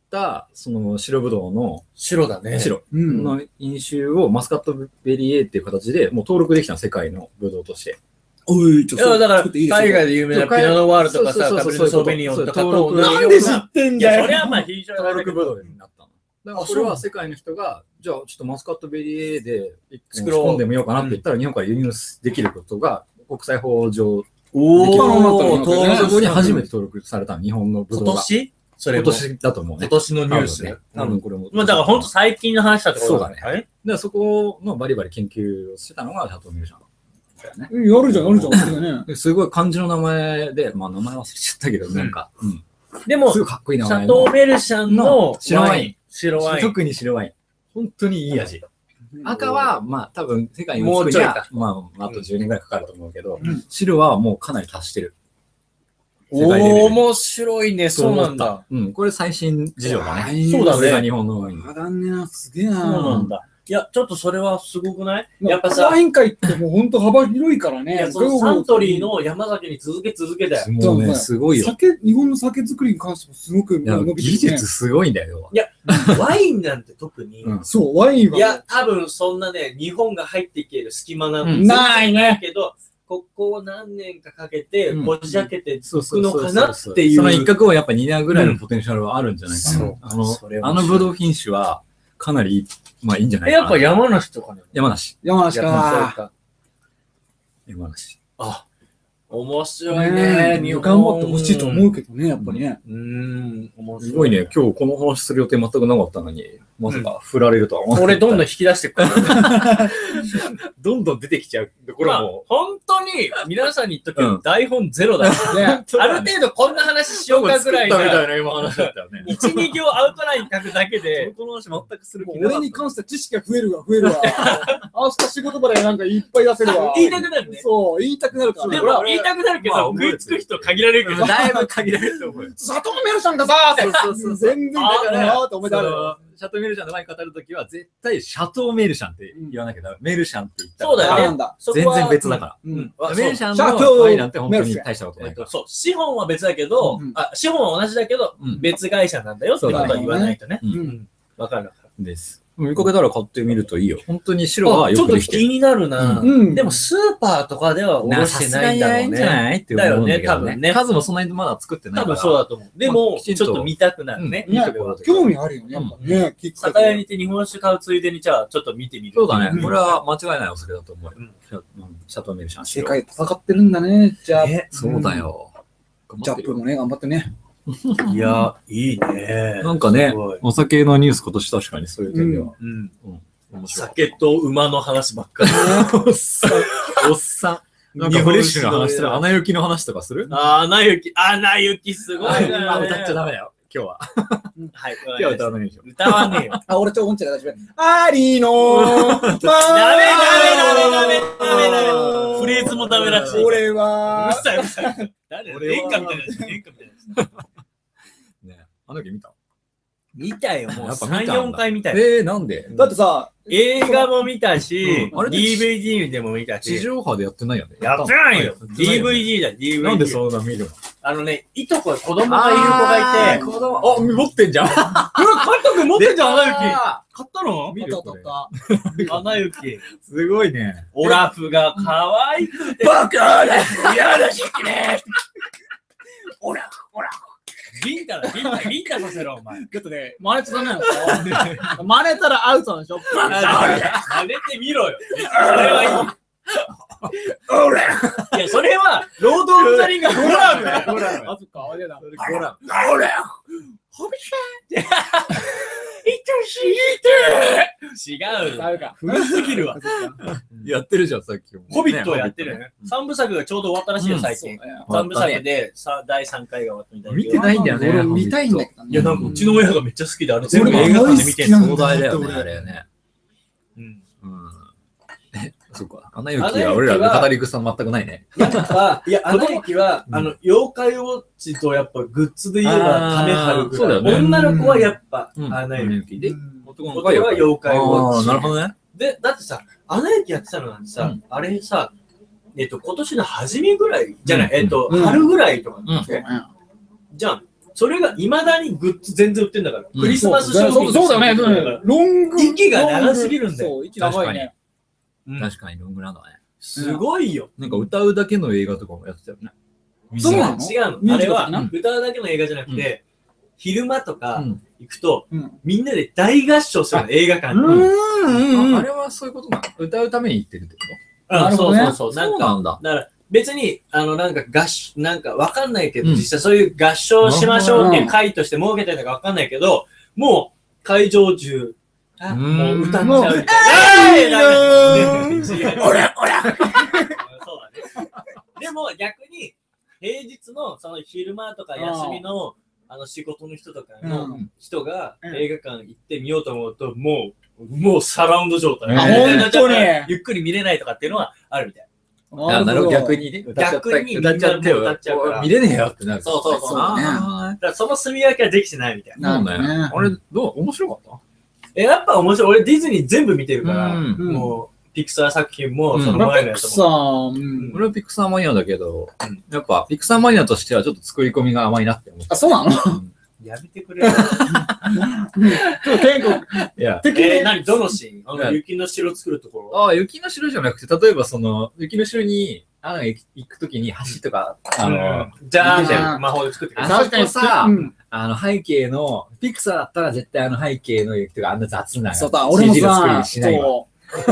A: た、その白ぶどうの、
C: 白だね。
A: 白
B: うん。
A: の飲酒をマスカットベリー A っていう形でもう登録できたの、世界のぶどうとして。
B: おい、ちょっと
C: いやだから、
B: 作っていいですよ
C: 海外で有名なピノノワールとかさ、
A: そうそうそう
C: カベルネソーベニオンとかと
A: そう
C: 同じような。
B: なんで知ってん
C: いや、
B: だよ。
C: それはまあ非常に
A: 登録ぶどうになったの。だから
B: あ
A: これは世界の人が、じゃあちょっとマスカットベリー A で
C: 作ろう
A: 仕込んでみようかなって言ったら、日本から輸入できることが国際法上、
C: お
B: ー
C: ー、
B: 登録
A: そこに初め
C: て。
A: て登録されたの、日本のぶど
C: 今
A: うが。
C: 年それも
A: 今年だと思うね。
C: 今年のニュース
A: 多分ね。多分これも。
C: まあだから本当最近の話だってこと
A: そうだね
C: はい
A: だからそこのバリバリ研究をしてたのがシャトーミルシャンだよね。
B: やるじゃん、やるじゃん、それね。
A: ですごい漢字の名前で、まあ名前忘れちゃったけど、なんか、うん
C: でも、シ
A: すごいかっこいい名前
C: ャト
A: の
C: ーメルシャンの
A: 白ワイン。
C: 白ワイン。
A: 特に白ワイン。本当にいい味。赤は、まあ多分世界に
C: もうちょいか
A: まああとじゅうねんぐらいかかると思うけど、
B: うん
A: 白はもうかなり達してる。
C: おー、面白いね。そうなんだ。。
A: うん、これ最新事情だね。
C: そうだね
A: これが日本のワイン。
B: 上がんねえな、すげえな。
C: そうなんだ。いや、ちょっとそれはすごくない
B: やっぱ
C: やっぱさ
B: ワイン界ってもう本当幅広いからね。
C: いや、そのサントリーの山崎に続け続けだよ。
A: もうね、すごいよ。
B: 酒、日本の酒造りに関してもすごく
A: いや
B: 伸びてるね
A: 技術すごいんだよ。
C: ワインなんて特に、
A: うん
B: そう、ワインは。
C: いや、多分そんなね、日本が入っていける隙間なんて
A: うん
B: ないね
C: けど、ここを何年かかけて、
A: うん
C: こじ開けて
A: そう
C: つくのかなっていう。
A: その一角はやっぱ担うぐらいのポテンシャルはあるんじゃないかな。
C: そう
A: あの
C: それ、は
A: あのブドウ品種はかなり、まあいいんじゃない
C: え、
A: かな。
C: やっぱ山梨とかね。
A: 山梨。
B: 山梨
C: やっぱ
B: か。
C: そうか。
A: 山梨。
C: あ、面白い
B: ね
C: ね。
B: え頑張ってほしいと思うけどね、やっぱりね。
C: うーん、面白い。
A: すごいね、今日この話する予定全くなかったのに、まさか振られるとは思わなかった。
C: 俺どんどん引き出してくる。
A: どんどん出てきちゃうとこ
C: まあ
A: ろも。
C: 本当に皆さんに言っとくけど、
A: うん
C: 台本ゼロだから。
B: ね。
C: ある程度こんな話しようかぐらいな、
A: 作ったみたいな今話だったよね。
C: いち、に行アウトライン書くだけで、
A: この話全くする
B: もう
A: 気なかった
B: 俺に関しては知識が増えるわ、増えるわ。明日仕事場でなんかいっぱい出せるわ。
C: 言いたくなるね。
B: そう、言いたくなるから。
C: で
B: ほら
C: も言いたくなるけ
A: まあ
C: ど、食いつく人限られるけど、
A: だいぶ限られると思うよ。
B: 佐藤メルさんがさ、
A: そうそうそう
B: 全然だからなって思いながら。
A: そのシャトーメルシャンの前に語るときは、絶対シャトーメルシャンって言わなきゃダメ。メルシャンって言ったら。
C: そうだよね
B: あなんだ。
A: 全
C: そこは
A: 然別だから。
B: うん。
C: うんあ
A: メルシャン
B: シャトー
A: のワインなんて本当に大したことないから。
C: えっとそう、資本は別だけど、
B: うん
C: あ、資本は同じだけど、
A: うん
C: 別会社なんだよってことは言わないとね。
A: うん
B: うん。
C: わかるわかる。
A: です。見かけたら買ってみるといいよ。本当に白は
C: あちょっと
A: よくできてる。
C: 気になるな。
B: うん
C: でもスーパーとかではおろしてないんだろう
A: さすがにないんじゃ
C: ね。
A: ないって思うんだけど
C: だよね多分ね
A: 数もそんなにまだ作ってない
C: 多
A: から。
C: 分そうだと思う。で
A: ま
C: も、
A: あきちんと
C: ちょっと見たくなるね。
A: うんいいところだけど
B: 興味あるよね、やっぱね。きっかけ
C: 酒屋に行って日本酒買うついでに、じゃあちょっと見てみる。
A: そうだね。
B: うん
A: これは間違いないお酒だと思うよ。
C: うん
A: シャうんシャトーメルシャン。
B: 世界戦ってるんだね。じゃあ、
C: ね
A: そうだよ。頑張ってるよ
B: ジャップもね、頑張ってね。
C: いや、いいね。
A: なんかね
C: すごい、
A: お酒のニュース今年確かにそういう点では。
C: うん。
A: 面白い。
C: 酒と馬の話ばっかり。
A: おっさん。おっさん。なんかフレッシュな話する。アナ雪の話とかする
C: あー、アナ雪、アナ雪すごい
A: あ
C: な。
A: 歌っちゃダメだよ。今日は。
C: はい、
A: 今日は歌わないでしょ。
C: 歌わねえよ。
B: あ、俺ちょ、音痴が大丈夫。ありのー、ダメ
C: ダメダメダメダメダメダメ。フレーズもダメらしい。
B: 俺
C: うる
B: は、
C: さいうるさい。誰
A: 俺は
C: 演歌みたいなやつ。演歌みたいなやつ。
A: ねアナ雪見た
C: 見たよ、もうさん、
A: やっぱ見たんだ
C: よんかい見たよ。
A: えー、なんで
B: だってさ、
C: 映画も見たし、
A: うんあれ
C: ディーブイディー でも見た
A: 地
C: し。
A: 上波でやってないよね。
C: やってないよ。
A: やってないよね
C: ディーブイディー だよ、ディーブイディー。
A: なんでそんな見るの
C: あのね、いとこ、子供がいる子がいて、
A: 子供。あ、持ってんじゃん。
C: うわ、カット君持ってんじゃん、アナ雪。
A: あ
C: 買ったの
A: 見る
B: あったあったあっ
C: アナ雪。
A: すごいね。
C: オラフが可愛くて。
A: バカだやだしきね
C: オラフ、オラフ。ビンタだ、ビンタ、ビンタさせろ、お前。
B: た。だってね、真似ちゃダメなんですよ。真似たらアウトなんでしょ。バ
C: 真似てみろよ。それはいい。
A: オラ
C: いや、それは、ロード・オブ・ザ・リングがホラーだよ。
A: オラ
B: あ、そっか、あれだ。
A: それゴラ
C: オラホビシャー愛しいて違うよ。
B: ダメか。
C: 古すぎるわ。
A: やってるじゃん、さっきも。
C: ホビットをやってるよね。三部作がちょうど終わったらしいよ、最近。三部作でさだいさんかいが終わったみたいな。
A: 見てないんだよね。
B: 俺見たいんだけどね。
C: いや、なんかうちの親がめっちゃ好きで、あれ全部
B: 俺
C: 映画館で見てんの。
B: 大好き
A: 壮大だよね、
B: 俺
A: あれね。
C: うん
A: うん。え、そっか。アナ雪は俺らの語り草全くないね。
C: やっぱ、いや、アナ雪は、
A: うん
C: あの、妖怪ウォッチとやっぱグッズで言えばためはるぐらい。
A: そうだよね
C: 女の子はやっぱ、
A: うん
C: アナ雪。で、
A: 男
C: 男は妖怪ウォッチ。
A: あーなるほどね。
C: で、だってさ、アナ雪やってたのなんてさ、
A: うん
C: あれさ、えっと、今年の初めぐらいじゃない、
A: うん
C: えっと、
B: うん
C: 春ぐらいとか
A: うん
C: だって、じゃん。 それがいまだにグッズ全然売ってんだから。クリスマス商品。
B: そうだよね。ロング。
C: 息が長すぎるんだよ。
B: そう、息長いね。
A: 確かにロングなんだね。
C: すごいよ。
A: なんか歌うだけの映画とかもやってたよね。
B: そうなの？
C: 違うの。あれは歌うだけの映画じゃなくて、昼間とか行くと、みんなで大合唱するの、映画館に。
A: あれはそういうことなの？歌うために行ってるってこと？
C: なるほどね。そう
A: なんだ。
C: だから別に、あの、なんか合唱、なんかわかんないけど、実際そういう合唱しましょうっていう会として設けてるのかわかんないけど、もう会場中、もう歌っちゃうみたいな。おらおらそうだね。でも逆に、平日のその昼間とか休みのあの仕事の人とかの人が映画館行ってみようと思うと、もう、もうサラウンド状態。
B: 本当に
C: ゆっくり見れないとかっていうのはあるみたい。
A: なるほど、逆にね。
C: 逆に
A: 歌っちゃってよ。見れねえよってなる。
C: そうそうそう。だからその住み分けはできてないみたいな。
A: なるね。あれ、どう面白かった？
C: え、やっぱ面白い。俺ディズニー全部見てるから、もう、ピクサー作品も、その前のやつも。
A: 俺はピクサーマニアだけど、やっぱピクサーマニアとしてはちょっと作り込みが甘いなって思った。
B: あ、そうなの？
C: やめてくれよ。
B: 結構、
C: いや、え、何どのシーン？あの、雪の城作るところ。
A: ああ、雪の城じゃなくて、例えばその、雪の城に、あの、行くときに橋とか、あの、
C: じゃあ、みたいな魔法で作ってくれる。
A: 確かにさ、あの、背景の、ピクサーだったら絶対あの背景の雪とかあんな雑な。
B: そうだ、俺もさ、そう。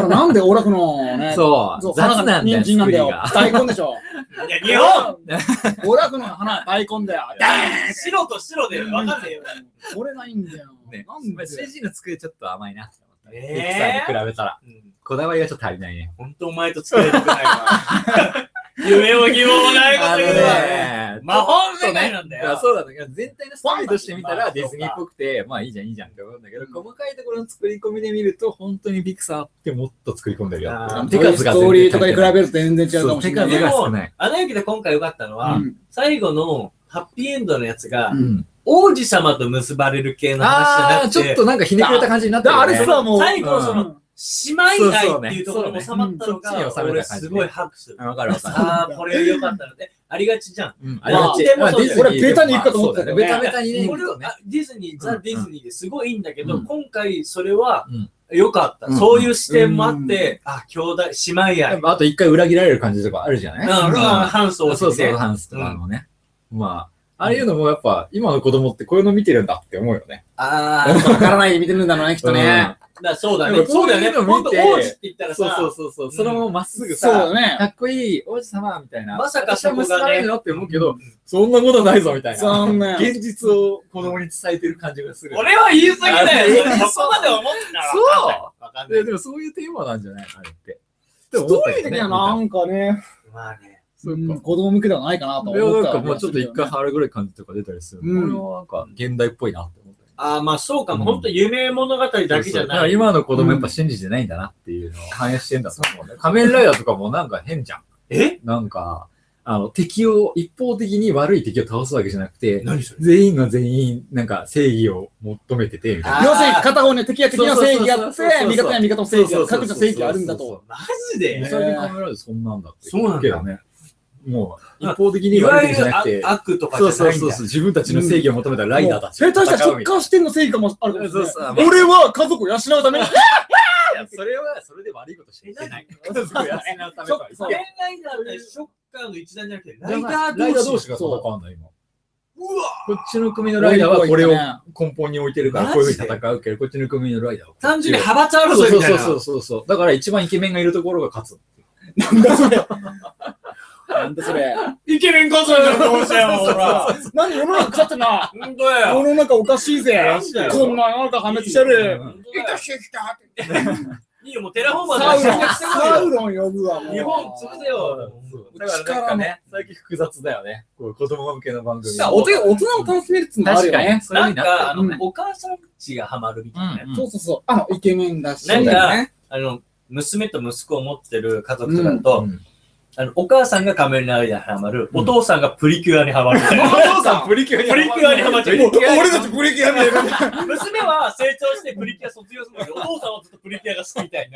B: なんでオラフのね、
A: そう、雑なんだよ。
B: 人参なんだよ。大根でしょ。
C: いや、日本
B: オラフの花、大根だよ。
C: 白と白で分かんないよ。
B: これないんだよ。
A: なんで シージー の作りちょっと甘いなって思った。
C: え
A: ピクサーに比べたら。こだわりがちょっと足りないね。
C: ほんとお前と作りたくないわ。夢も希望もないこと言うわね。魔法世界なんだよ。
A: そうだね。全体のストーリーとして見たらディズニーっぽくて、まあいいじゃんいいじゃんって思うんだけど、細かいところの作り込みで見ると、本当にピクサーってもっと作り込んでるよ。
B: 手数がストーリーとかに比べると全然違うかもしれない。
A: 手数が少ない。
C: アナ雪で今回良かったのは、最後のハッピーエンドのやつが、王子様と結ばれる系の話じゃなくて、
A: ちょっとなんかひねくれた感じになってる。
B: あれさ、もう。
C: 最後その、姉妹愛っていうところに収まったのが、俺すごい拍手する。
A: わかるわかる。
C: ああ、これ良かったので、ありがちじゃん。
A: ありがち。
B: 俺、ベタに行くかと思ったけど、
A: ベタベタにね。
C: これはディズニー、ザ・ディズニーですごいいいんだけど、今回それは良かった。そういう視点もあって、あ、兄弟、姉妹愛。
A: あと一回裏切られる感じとかあるじゃない？
C: ハンスを
A: そうそう、ハンスとかのね。まあ。ああいうのもやっぱ、今の子供ってこういうの見てるんだって思うよね。
B: ああ、わからないで見てるんだろうね、きっとね。
C: だそうだね。そうだよね。ほんと王子って言ったらさ、
A: そうそうそう、そのまままっすぐさ、かっこいい王子様みたいな。
C: まさかそこがね、
A: って思うけど、そんなことないぞみたいな。
B: そんな。
A: 現実を子供に伝えてる感じがする。
C: 俺は言い過ぎだよ。そこまで思ってたら。
A: そうわかんない。でもそういうテーマなんじゃないあれって。
B: ストーリー的にはなんかね。
C: まあね。
B: 子供向けではないかなと思った。
A: いや、なんかもうちょっと一回ハールぐらい感じとか出たりする。これはなんか現代っぽいなって思った。
C: ああ、まあそうかも。ほんと夢物語だけじゃない。
A: 今の子供やっぱ信じてないんだなっていうのを反映してんだと思うね。仮面ライダーとかもなんか変じゃん。
C: え
A: なんか、あの、敵を、一方的に悪い敵を倒すわけじゃなくて、
C: 何それ
A: 全員が全員、なんか正義を求めてて、みたいな。
B: 要するに片方ね、敵は敵の正義があって、味方は味方の正義がある。各自の正義があるんだと。
C: マジで
A: 最近仮面ライダーそんなんだって。
C: そうなんだ
A: ね。もう、一方的に
C: 悪い敵じゃなくて、悪とかじゃないんだ。
A: そうそうそう。自分たちの正義を求めたライダーたち。
B: 下手したらそっから視点の正義かもあるかもしれない。
A: そう
B: 俺は家族を養うために。
A: それは、それで悪いことしてない。家族を養うためとは。
C: 仮面ライダーってショッカーの一団じゃなくて、ライダ
A: ー同士が戦うんだ、今。
C: うわ
A: こっちの組のライダーはこれを根本に置いてるからこういうふうに戦うけど、こっちの組のライダーは。
C: 単純に派閥争いみたいな。
A: そうそうそうそう。だから一番イケメンがいるところが勝つ。
B: なんだそれ。なんだそれ。
C: イケメン勝つんだよ、どうせよ、ほら。
B: 何世の中勝ってな。
C: ほんとや。
B: 世の中おかしいぜ。こんな世の中破滅してる。
C: いたしてきたって。いいよ、もうテラフォーマー
B: サウロン、サウロン呼ぶわ、もう。
C: 日本潰せよ。
A: だからなんかね、最近複雑だよね。こう子供向けの番組。
B: 大人も楽しめるっていうのもあるよね。
C: なんか、あの、お母さんちがハマるみたいな。
B: そうそうそう。あの、イケメンだし。
C: なんか、あの、娘と息子を持ってる家族とかだと、あの、お母さんが仮面ライダーにハマる、お父さんがプリキュアにハマる。
B: お父さんプリキュアに
C: プリキュアにハマっちゃう。
B: 俺たちプリキュア見える。
C: 娘は成長してプリキュア卒業するんだけど、お父さんはずっとプリキュアが好きみたいな。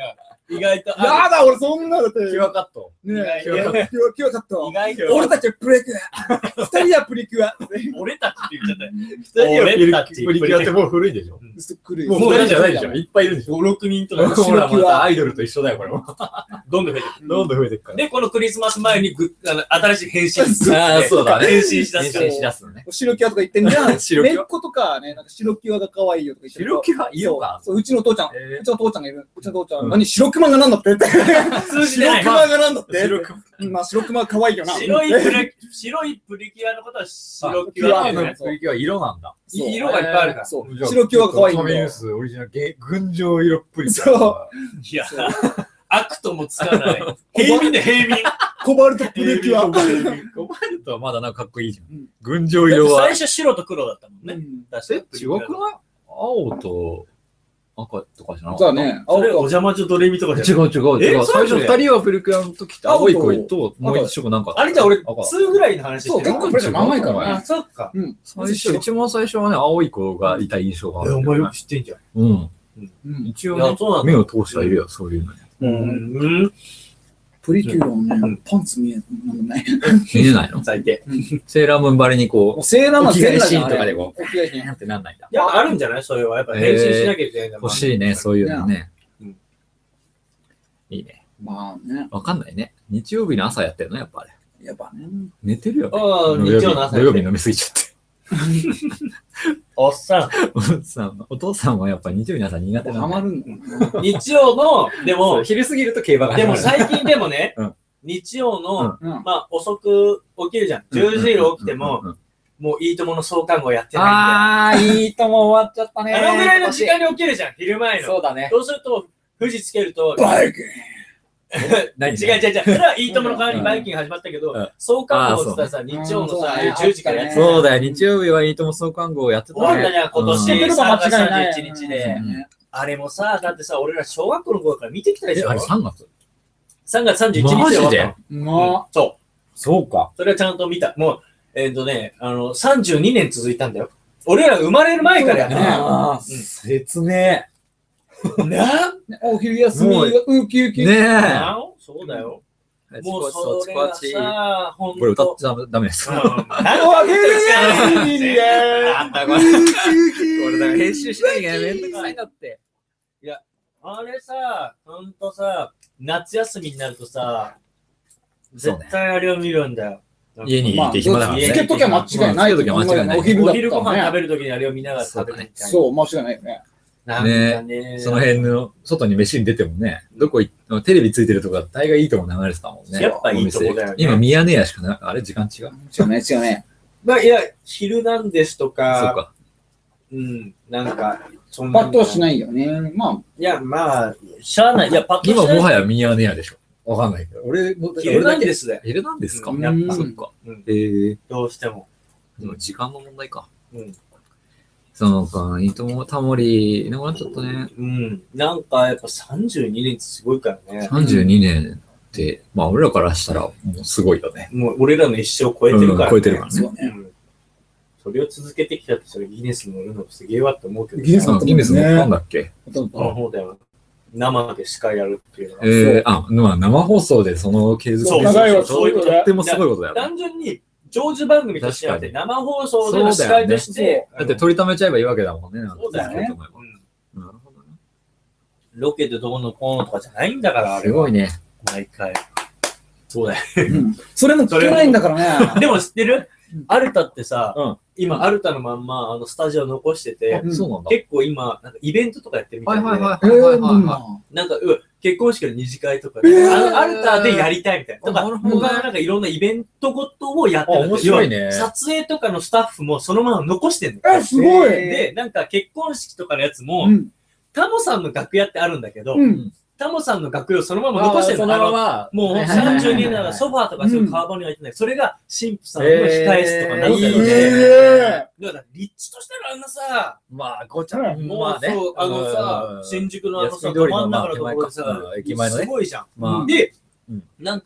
C: 意外と
B: やだ、俺そんなだって。
A: キュアカット。
B: ねえ、
C: 意外
B: キュアキュアカット。
C: 意外と
B: 俺たちはプリキュア。二人はプリキュア。
C: 俺たちって言っちゃったよ。二人は俺たち。
A: プリキュアってもう古いでしょ。
B: 来る
A: もう二人じゃないでしょ。いっぱいいるでしょ。
C: ご、ろくにんとか。
A: ほら、またアイドルと一緒だよ、これも。
C: どんどん増えてくる。
A: どんどん増えていくから。
C: で、このクリスマス前にぐあの新しい変身グッズで
A: ああ、そうだね。
C: 変身しだすから。
A: 変身しだすのね。
B: 白キュアとか言ってんじゃん。
A: 白キュア
B: めっ子とかね、なんか白キュアが可愛いよとか言ってると。
A: 白キュアいいのか
B: そう、うちの父ちゃん、
A: えー
B: うちの父ちゃんがいる。うちの父ちゃん、
A: うん
B: 何白熊がなんだってって。
C: 通じてない
B: 白熊がなんだって
A: 白熊
B: まあ白熊可愛いよな。
C: 白いプリ白いプリキュアのことは白キュアって言うね。
A: プリキュア色なんだ。
B: そう
C: 色がいっぱいあるから。
B: そう。白キュアが可愛いん
A: カメニュー
B: だよ。
A: スオリジナルゲ群青色プリキュア。
B: そう
C: いや、悪ともつかない。平民で平民。
B: コバルトプリキュア。
A: コバルトはまだなんかかっこいいじゃん
B: うん。
A: 群青色は。
C: 最初白と黒だったもんね。
B: うん
A: え、
C: 確か
A: 違くない青と赤とかじゃなかった
B: そうだね。
C: それお
B: 青と
C: 邪魔女ドレミとかじゃ
A: 違う違う違う。
C: え
A: 最初
C: そうだよ
A: 二人はプリキュアの時って青い声ともう一色なんか。
C: あれじゃあ俺、
A: 赤
C: にぐらいの話
B: そう、
C: してる
B: 結構プレゼン甘いから
C: あ、
B: ね。
C: そっか。
B: うん。
A: 最初、一番最初はね、青い子がいた印象があ
C: え、
A: る。
C: お前よく知ってんじゃん。
A: うん。
B: うん。
C: いや
A: 一応ね、
C: そうなんだ
A: 目を通してはいるよ、そういうのに。
C: うん。
B: プリキュアの
C: うん
B: ね、パンツ見えない。
A: 見えないの
C: 最低。
A: セーラームーンバリにこう、
B: セーラーマン
A: お着替えシーンとかで
B: こ
A: こう、
B: う。お着替えシーン。
A: ってなんないんだ。
C: やっぱあるんじゃないそれは。やっぱ変身しなきゃいけないんだもん
A: 欲しいね、そういうのね
C: うん。
B: いいね。まあね。
A: わかんないね。日曜日の朝やってるのやっぱあれ。
B: やっぱね。
A: 寝てるよね。
C: ああ、日曜の朝
A: 土曜日飲みすぎちゃって。
C: おっさん。
A: お父さん、お父さんはやっぱ日曜日の朝苦手なんだよ。
B: ハマるんだ。
C: 日曜の、でも
A: そう、昼過ぎると競馬が
C: で
A: 始まる。
C: も最近でもね
A: うん、
C: 日曜の、
B: うん。
C: まあ遅く起きるじゃん。じゅうじに起きても、
A: うんうんうんうん、
C: もういいともの創刊号やってない
A: あー、いいとも終わっちゃったね。
C: みたいな。あのぐらいの時間に起きるじゃん、昼前の。
A: そうだね。
C: そうすると、富士つけると、
B: バイク
A: 何
C: 違う違う違う。それはいいともの代わりにバイキング始まったけど
A: うん、
C: 創刊号って言ったらさ、
B: そう
C: 日曜のさ、
B: うん
C: じゅうじからやってた
A: そうだよ、日曜日はいいとも創刊号やってた
C: 終わったじゃん、今
B: 知って
C: 年
B: るの間違いない。
C: さんがつさんじゅういちにちで。あれもさ、だってさ、俺ら小学校の頃から見てきたで
A: え、
C: しょ
A: あれさんがつ
C: さんがつさんじゅういちにちで終わったの。
B: まあ、
C: そう。
A: そうか。
C: それはちゃんと見た。もう、えっとね、あの、さんじゅうにねん続いたんだよ。俺ら生まれる前からやった
B: そうだね
A: あー、説明。
C: な
B: お昼休みがウキウキ。
A: ねえ。
C: あそうだよ。もう
A: そ
C: それがさ、ほん
A: これ歌っ
C: と。
A: ちゃダメです。
C: うん
B: お昼休みが
C: なんだこれ。
A: これだから編集しなきゃいけない。めんどくさいんだって。
C: あれさ、ほんとさ、夏休みになるとさ、
A: そうね
C: 絶対あれを見るんだよ。
A: 家にいて暇だからね。
B: つけときゃ間違いない。
A: つけときゃ間違いない
B: お昼だった
C: お昼ご飯食べ
B: る。
C: るときにあれを見ながら食べるみたいな。
B: そう、間違いないよね。
C: なんかね。
A: その辺の外に飯に出てもね、どこ行ってテレビついてるとこだ大概いいとこ流れてたもんね。
C: やっぱいいとこだよね
A: 今、ミヤネ屋しかな、あれ時間違う。
B: 違うね、違うね。
C: まあ、いや、昼なんですと
A: そう
C: か、
A: か。
C: うん、なんか、そん
B: パッとはし
C: い。
B: ないよね。まあ、
C: いや、まあ、しゃあない。いや、パッとしない。
A: 今もはやミヤネ屋でしょ。わかんないけど。俺も、
C: 昼なんですだよ。
A: 昼なんですか
C: うん
B: やっぱ
A: そっか。
C: うん、
A: えー、
C: どうしても。
A: でも時間の問題か。
C: うん。
A: そうか、いいとも、タモリ、いなくなっちゃったね。
C: うん。なんか、やっぱさんじゅうにねんってすごいからね。
A: さんじゅうにねんって、まあ俺らからしたらもうすごいよね。
C: もう俺らの一生を超えてるから、
A: うん超えてるからね
B: そうね。
C: うん。それを続けてきたって、それギネスに乗るのすげえわって思うけど。
B: ギネス
A: あギネス乗ったんだっけ
B: ほとん
C: この方だよ。生で司会やるっていうのは。
A: えー、あ、まあ生放送でその継続
C: そう
B: 長いわ
A: そういう
B: そういうこと
A: とってもすごいことだよね。
C: 単純に長寿番組としてやって、
A: 確
C: 生放送での司会として、
A: だって取りためちゃえばいいわけだもんね。なんか
C: そうだよね
A: そう思えば
C: うん
A: なるほどね。
C: ロケでどうのこうのとかじゃないんだから、あれは。
A: すごいね。
C: 毎回。そうだよ。
B: うんそれも聞けないんだからね。
C: でも知ってる
B: うん
C: アルタってさ、
A: うん
C: 今、アルタのまんま、あの、スタジオ残してて、
B: うん
A: そうなんだ。
C: 結構今、なんかイベントとかやってるみたいで、
A: はいはいはい
B: えー、
A: はいはい
B: どん
A: は
B: な
C: なんか、うん結婚式の二次会とかで、
B: えー
C: あのアルタでやりたいみたいな。とか、
A: あなるほどね
C: 他のなんかいろんなイベントごとをやってるんだ
A: あ面白いね
C: 要は撮影とかのスタッフもそのまま残してんの。
B: え、すごい。
C: で、なんか結婚式とかのやつも、
B: うん。
C: タモさんの楽屋ってあるんだけど、
B: うん。
C: タモさんの楽屋をそのま
A: い。
C: ま残してる
A: そ
C: の。あの
A: のまま、
C: もう
A: はいはいはいはい
C: さんじゅうにねんならソファーとかそういうカーボンに入ってない。それが神父さんの控え室とかな
A: えー
C: んだよ
A: いいね
C: ね。だから立地としたらあんなさ、
A: まあ、ごちゃ、
B: うん
C: もう
A: まあね。
C: そう、あのさ
A: う、ん
C: 新宿のあのさ、
A: 靖国通りの
C: ど真ん中のところでさ
A: まあ手前かうん、駅前のね
C: すごいじゃん。
A: まあ
C: で
A: うん、
C: なんか、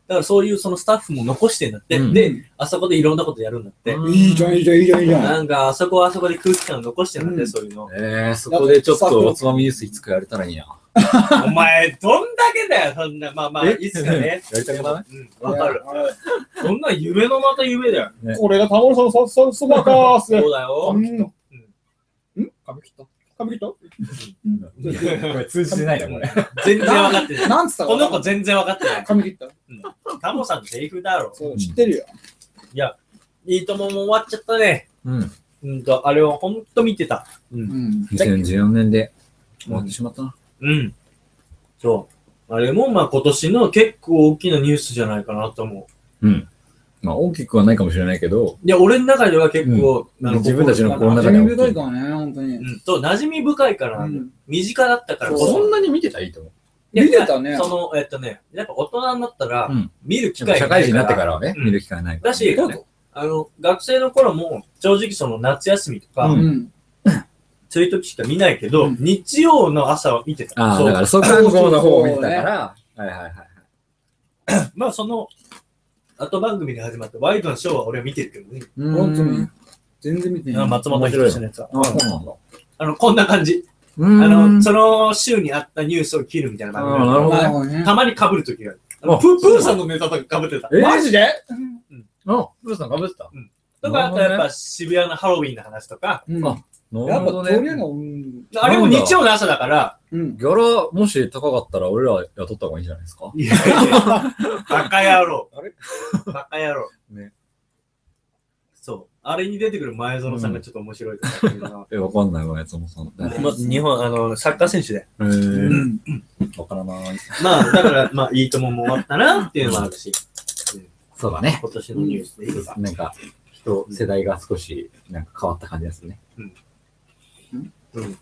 C: からそういうそのスタッフも残してんだって。
A: うん
C: で、あそこでいろんなことやるんだって。
A: うん
B: いいじゃん、いいじゃん、いいじゃん、いいじゃん。
C: なんか、あそこはあそこで空気感残してんだって、
B: うん
C: そういうの。
A: えー、そこでちょっとおつまみニュースいつかやれたらいいな。
C: お前、どんだけだよ、そんな。まあまあ、
A: え
C: いつかね。
A: やりたくない
C: うん、わかる。そんな夢のまた夢だよ。
B: これがタモリさんのそそそばかーっす。
C: そうだよ。
B: うん
C: きっと
B: ん髪切った髪切った
A: これ通じてないな、これ。
C: 全然わかってない。
B: なんつった
C: この子全然わかってない。
B: 髪切った
C: タモさんのセリフだろ。
B: そう、知ってるよ。
C: いや、いいともも終わっちゃったね。
A: うん。
C: うんと、あれはほんと見てた。う。
B: うんん。
A: にせんじゅうよねんで終わってしまったな。
C: うん。そう。あれもまあ今年の結構大きなニュースじゃないかなと思う。
A: うん。まあ大きくはないかもしれないけど、
C: いや、俺の中では結構、
A: うん自分たちの
C: こ
A: 心の中
B: 馴
A: では大きい
B: 染み深いからね、本当に。
C: うん、と、馴染み深いからなんだよ、
B: うん
C: 身近だったからこそ。
A: そんなに見てたらいいと思う。
C: いや
B: 見てたね
C: その、えっとね、やっぱ大人になったら、
A: うん
C: 見る機会
A: 社会人になってからはね、
C: うん
A: 見る機会ないから。
C: だし、
B: どうぞ。
C: あの、学生の頃も、正直その夏休みとか、
A: う
B: うん。
C: そういう時しか見ないけど、
B: うん
C: 日曜の朝は見てた。
A: ああ、
C: そう
A: だから速乾号の方を見てたから、はいはいはい。
C: まあその、後番組で始まったワイドなショーは俺は見てるけどね。
B: 本当に。全然見てない。
C: あ松本人志のやつは。
A: あ、そうなんだ。
C: あの、こんな感じ。
A: あ
C: あの、その週にあったニュースを切るみたいな番組
A: あーなるほど
B: なるほどね。
C: たまに被る時がある。あの
A: あ
C: プープーさんのネタとか被ってた。
A: え
B: マジで
A: あ、プーさんかぶってた。
C: とか、あとやっぱ渋谷のハロウィンの話とか、
B: うん
A: あな
B: やっぱ
A: るほどね。
B: 通りが、うん。
C: あれも日曜の朝だから、
B: うん。
A: ギャラ、もし高かったら俺ら雇った方がいいんじゃないですか。
C: いやいやバカ野郎。
B: あれ
C: バカ野郎。
A: ね。
C: そう。あれに出てくる前園さんがちょっと面白いとかっていうのが
A: え、わかんないわ、やつもさん。誰
C: まず日本、あの、サッカー選手で。
A: え
B: う
A: ー、
B: ん。
A: わからない。
C: まあ、だから、まあ、いいともも終わったなっていうのもあるし、
A: そうだね。
C: 今年のニュースでいいか。
A: なんか、人、世代が少し、なんか変わった感じですね。
C: うん。
B: うん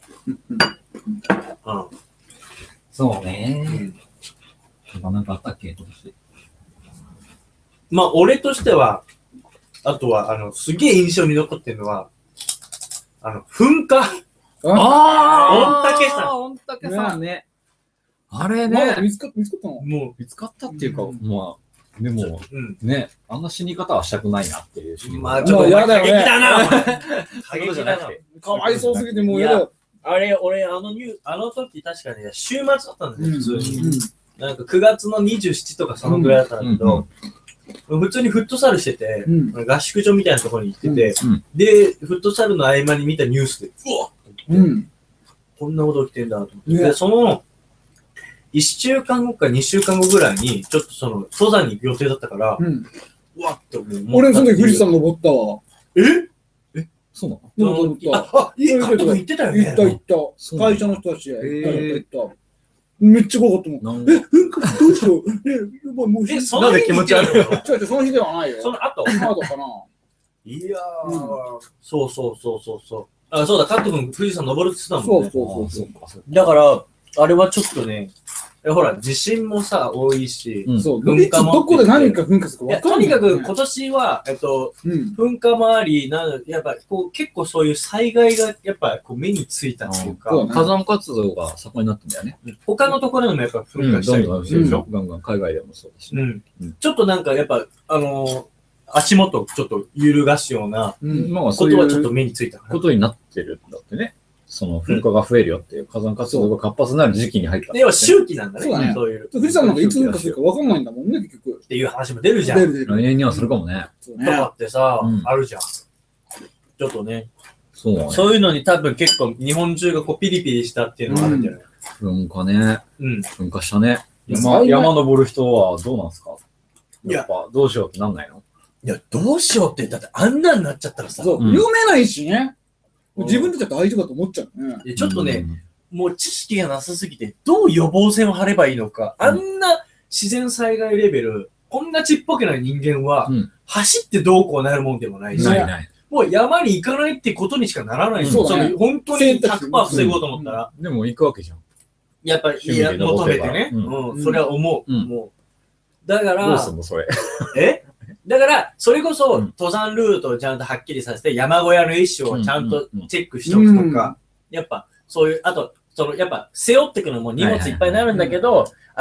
C: あ
A: そう
C: う
A: ね。
C: ん
A: なんかあったっけ、今年。
C: まあ、俺としては、あとは、あの、すげえ印象に残ってるのは、あの、噴火。
A: あ
C: 御嶽山
A: 御嶽山ね。あれ
B: まだ
A: ね、
B: 見つか見つかったの
C: も
A: 見つかったっていうか、
B: うん
A: まあ、で
C: う、
A: も、
C: うん。
A: ね、あんな死に方はしたくないなっていう死に方。
C: まあ、ちょっと、
B: まあやだよね
C: 過激だな、お前
A: そういう
C: 過
A: こと
C: 激だな。
A: じゃなくて。
B: かわいそうすぎてもうやだよ。
C: あれ、俺、あのニュー、あの時確かね、週末だったんだよ、普通に。
B: うん
C: なんかくがつのにじゅうしちとかそのぐらいだったんだけど、普通にフットサルしてて、
B: うん
C: 合宿所みたいなところに行ってて、
A: うん
C: で、フットサルの合間に見たニュースで、うわっ
B: うん。
C: こんなこと起きてんだと思って。
B: ね
C: で、その、いっしゅうかんごかにしゅうかんごぐらいに、ちょっとその、登山に行く予定だったから、
B: うん。
C: うわっと思ったっていう。
B: 俺その時富士山登ったわ。
C: え
A: そうなの
B: 登った登った。
C: あ、いい監督行ってたよね。
B: 行った行った。
A: そうなんだ
B: 会社の人たちで。
A: へー
B: 行った行った行った。めっちゃ怖かったもん。
A: なん
B: え、噴火どうしよう。え、やばいもう
C: え、
B: 火
C: その日に行ってたの
B: 違う違う、その日ではないよ。
C: その後。
B: その後かな。
C: いやー、
B: うん
C: そうそうそうそうそう。あ、そうだ、カット君富士山登るって言ってたもんね。
B: そうそう
A: あそうか、そうか。
C: だから、あれはちょっとね、えほら、地震もさ、多いし、
A: うん
B: そう。
C: 噴火も
B: いつどこで何か噴火する
C: いや
B: か分かんない。
C: とにかく今年は、えっと、
B: うん。
C: 噴火もあり、なやっぱこう結構そういう災害がやっぱこう目についたっていうか、
B: そうね
A: 火山活動が盛んになってんだよね。
C: 他のところでもやっぱ
A: うん、
C: 噴火したり
A: どんどん
C: するでしょ、
A: ガンガン海外でもそうだしね。
C: うん
A: うん
C: ちょっとなんかやっぱ、あのー足元をちょっと揺るがすような
B: うん。
A: まあ、
C: こと
A: そういう
C: はちょっと目についたかな。
A: ことになってるんだってね。その噴火が増えるよっていう、火山活動が活発になる時期に入ったんだってね。
C: で要は周期なんだね、
B: そうだね
C: そういう。
B: 富士山なんかいつ噴火するか分かんないんだもんね、結局。
C: っていう話も出るじゃん。
B: 出る出る。
A: 来年にはするかもね。
B: そうね
C: と。かってさ、
A: うん
C: あるじゃん。ちょっとね、
A: そうだね。
C: そういうのに多分結構日本中がこうピリピリしたっていうのがあるんじゃない、
A: 噴火ね。
C: うん、
A: 噴火したね。山
B: 災害
A: 山登る人はどうなんですか
C: いや
A: やっぱどうしようってなんないの
C: いや、どうしようって、だってあんなになっちゃったらさ、
B: そう、
A: うん
B: 読めないしね。
C: うん
B: 自分たちは大丈夫だと思っちゃうね。
C: でちょっとね、、もう知識がなさすぎて、どう予防線を張ればいいのか、
A: うん
C: あんな自然災害レベル、こんなちっぽけな人間は、
A: うん
C: 走ってどうこうなるもんでもないし、
A: ないない。
C: もう山に行かないってことにしかならないし、
A: うん
B: そうだね
C: の本当にひゃくパーセント防ごうと思ったら、
A: でも行くわけじゃん。
C: やっぱりいや
A: 趣味で登
C: 求
A: ってるから
C: めてね、
A: うん
C: うん、それは思う。
A: うん
C: もうだから、
A: どうすんのそれ。
C: えだから、それこそ、
A: うん
C: 登山ルートをちゃんとはっきりさせて、山小屋の一種をちゃんと
A: うんうんうん
C: チェックしておくとか、やっぱ、そういう、あと、その、やっぱ、背負ってくのも荷物いっぱいになるんだけど、あの、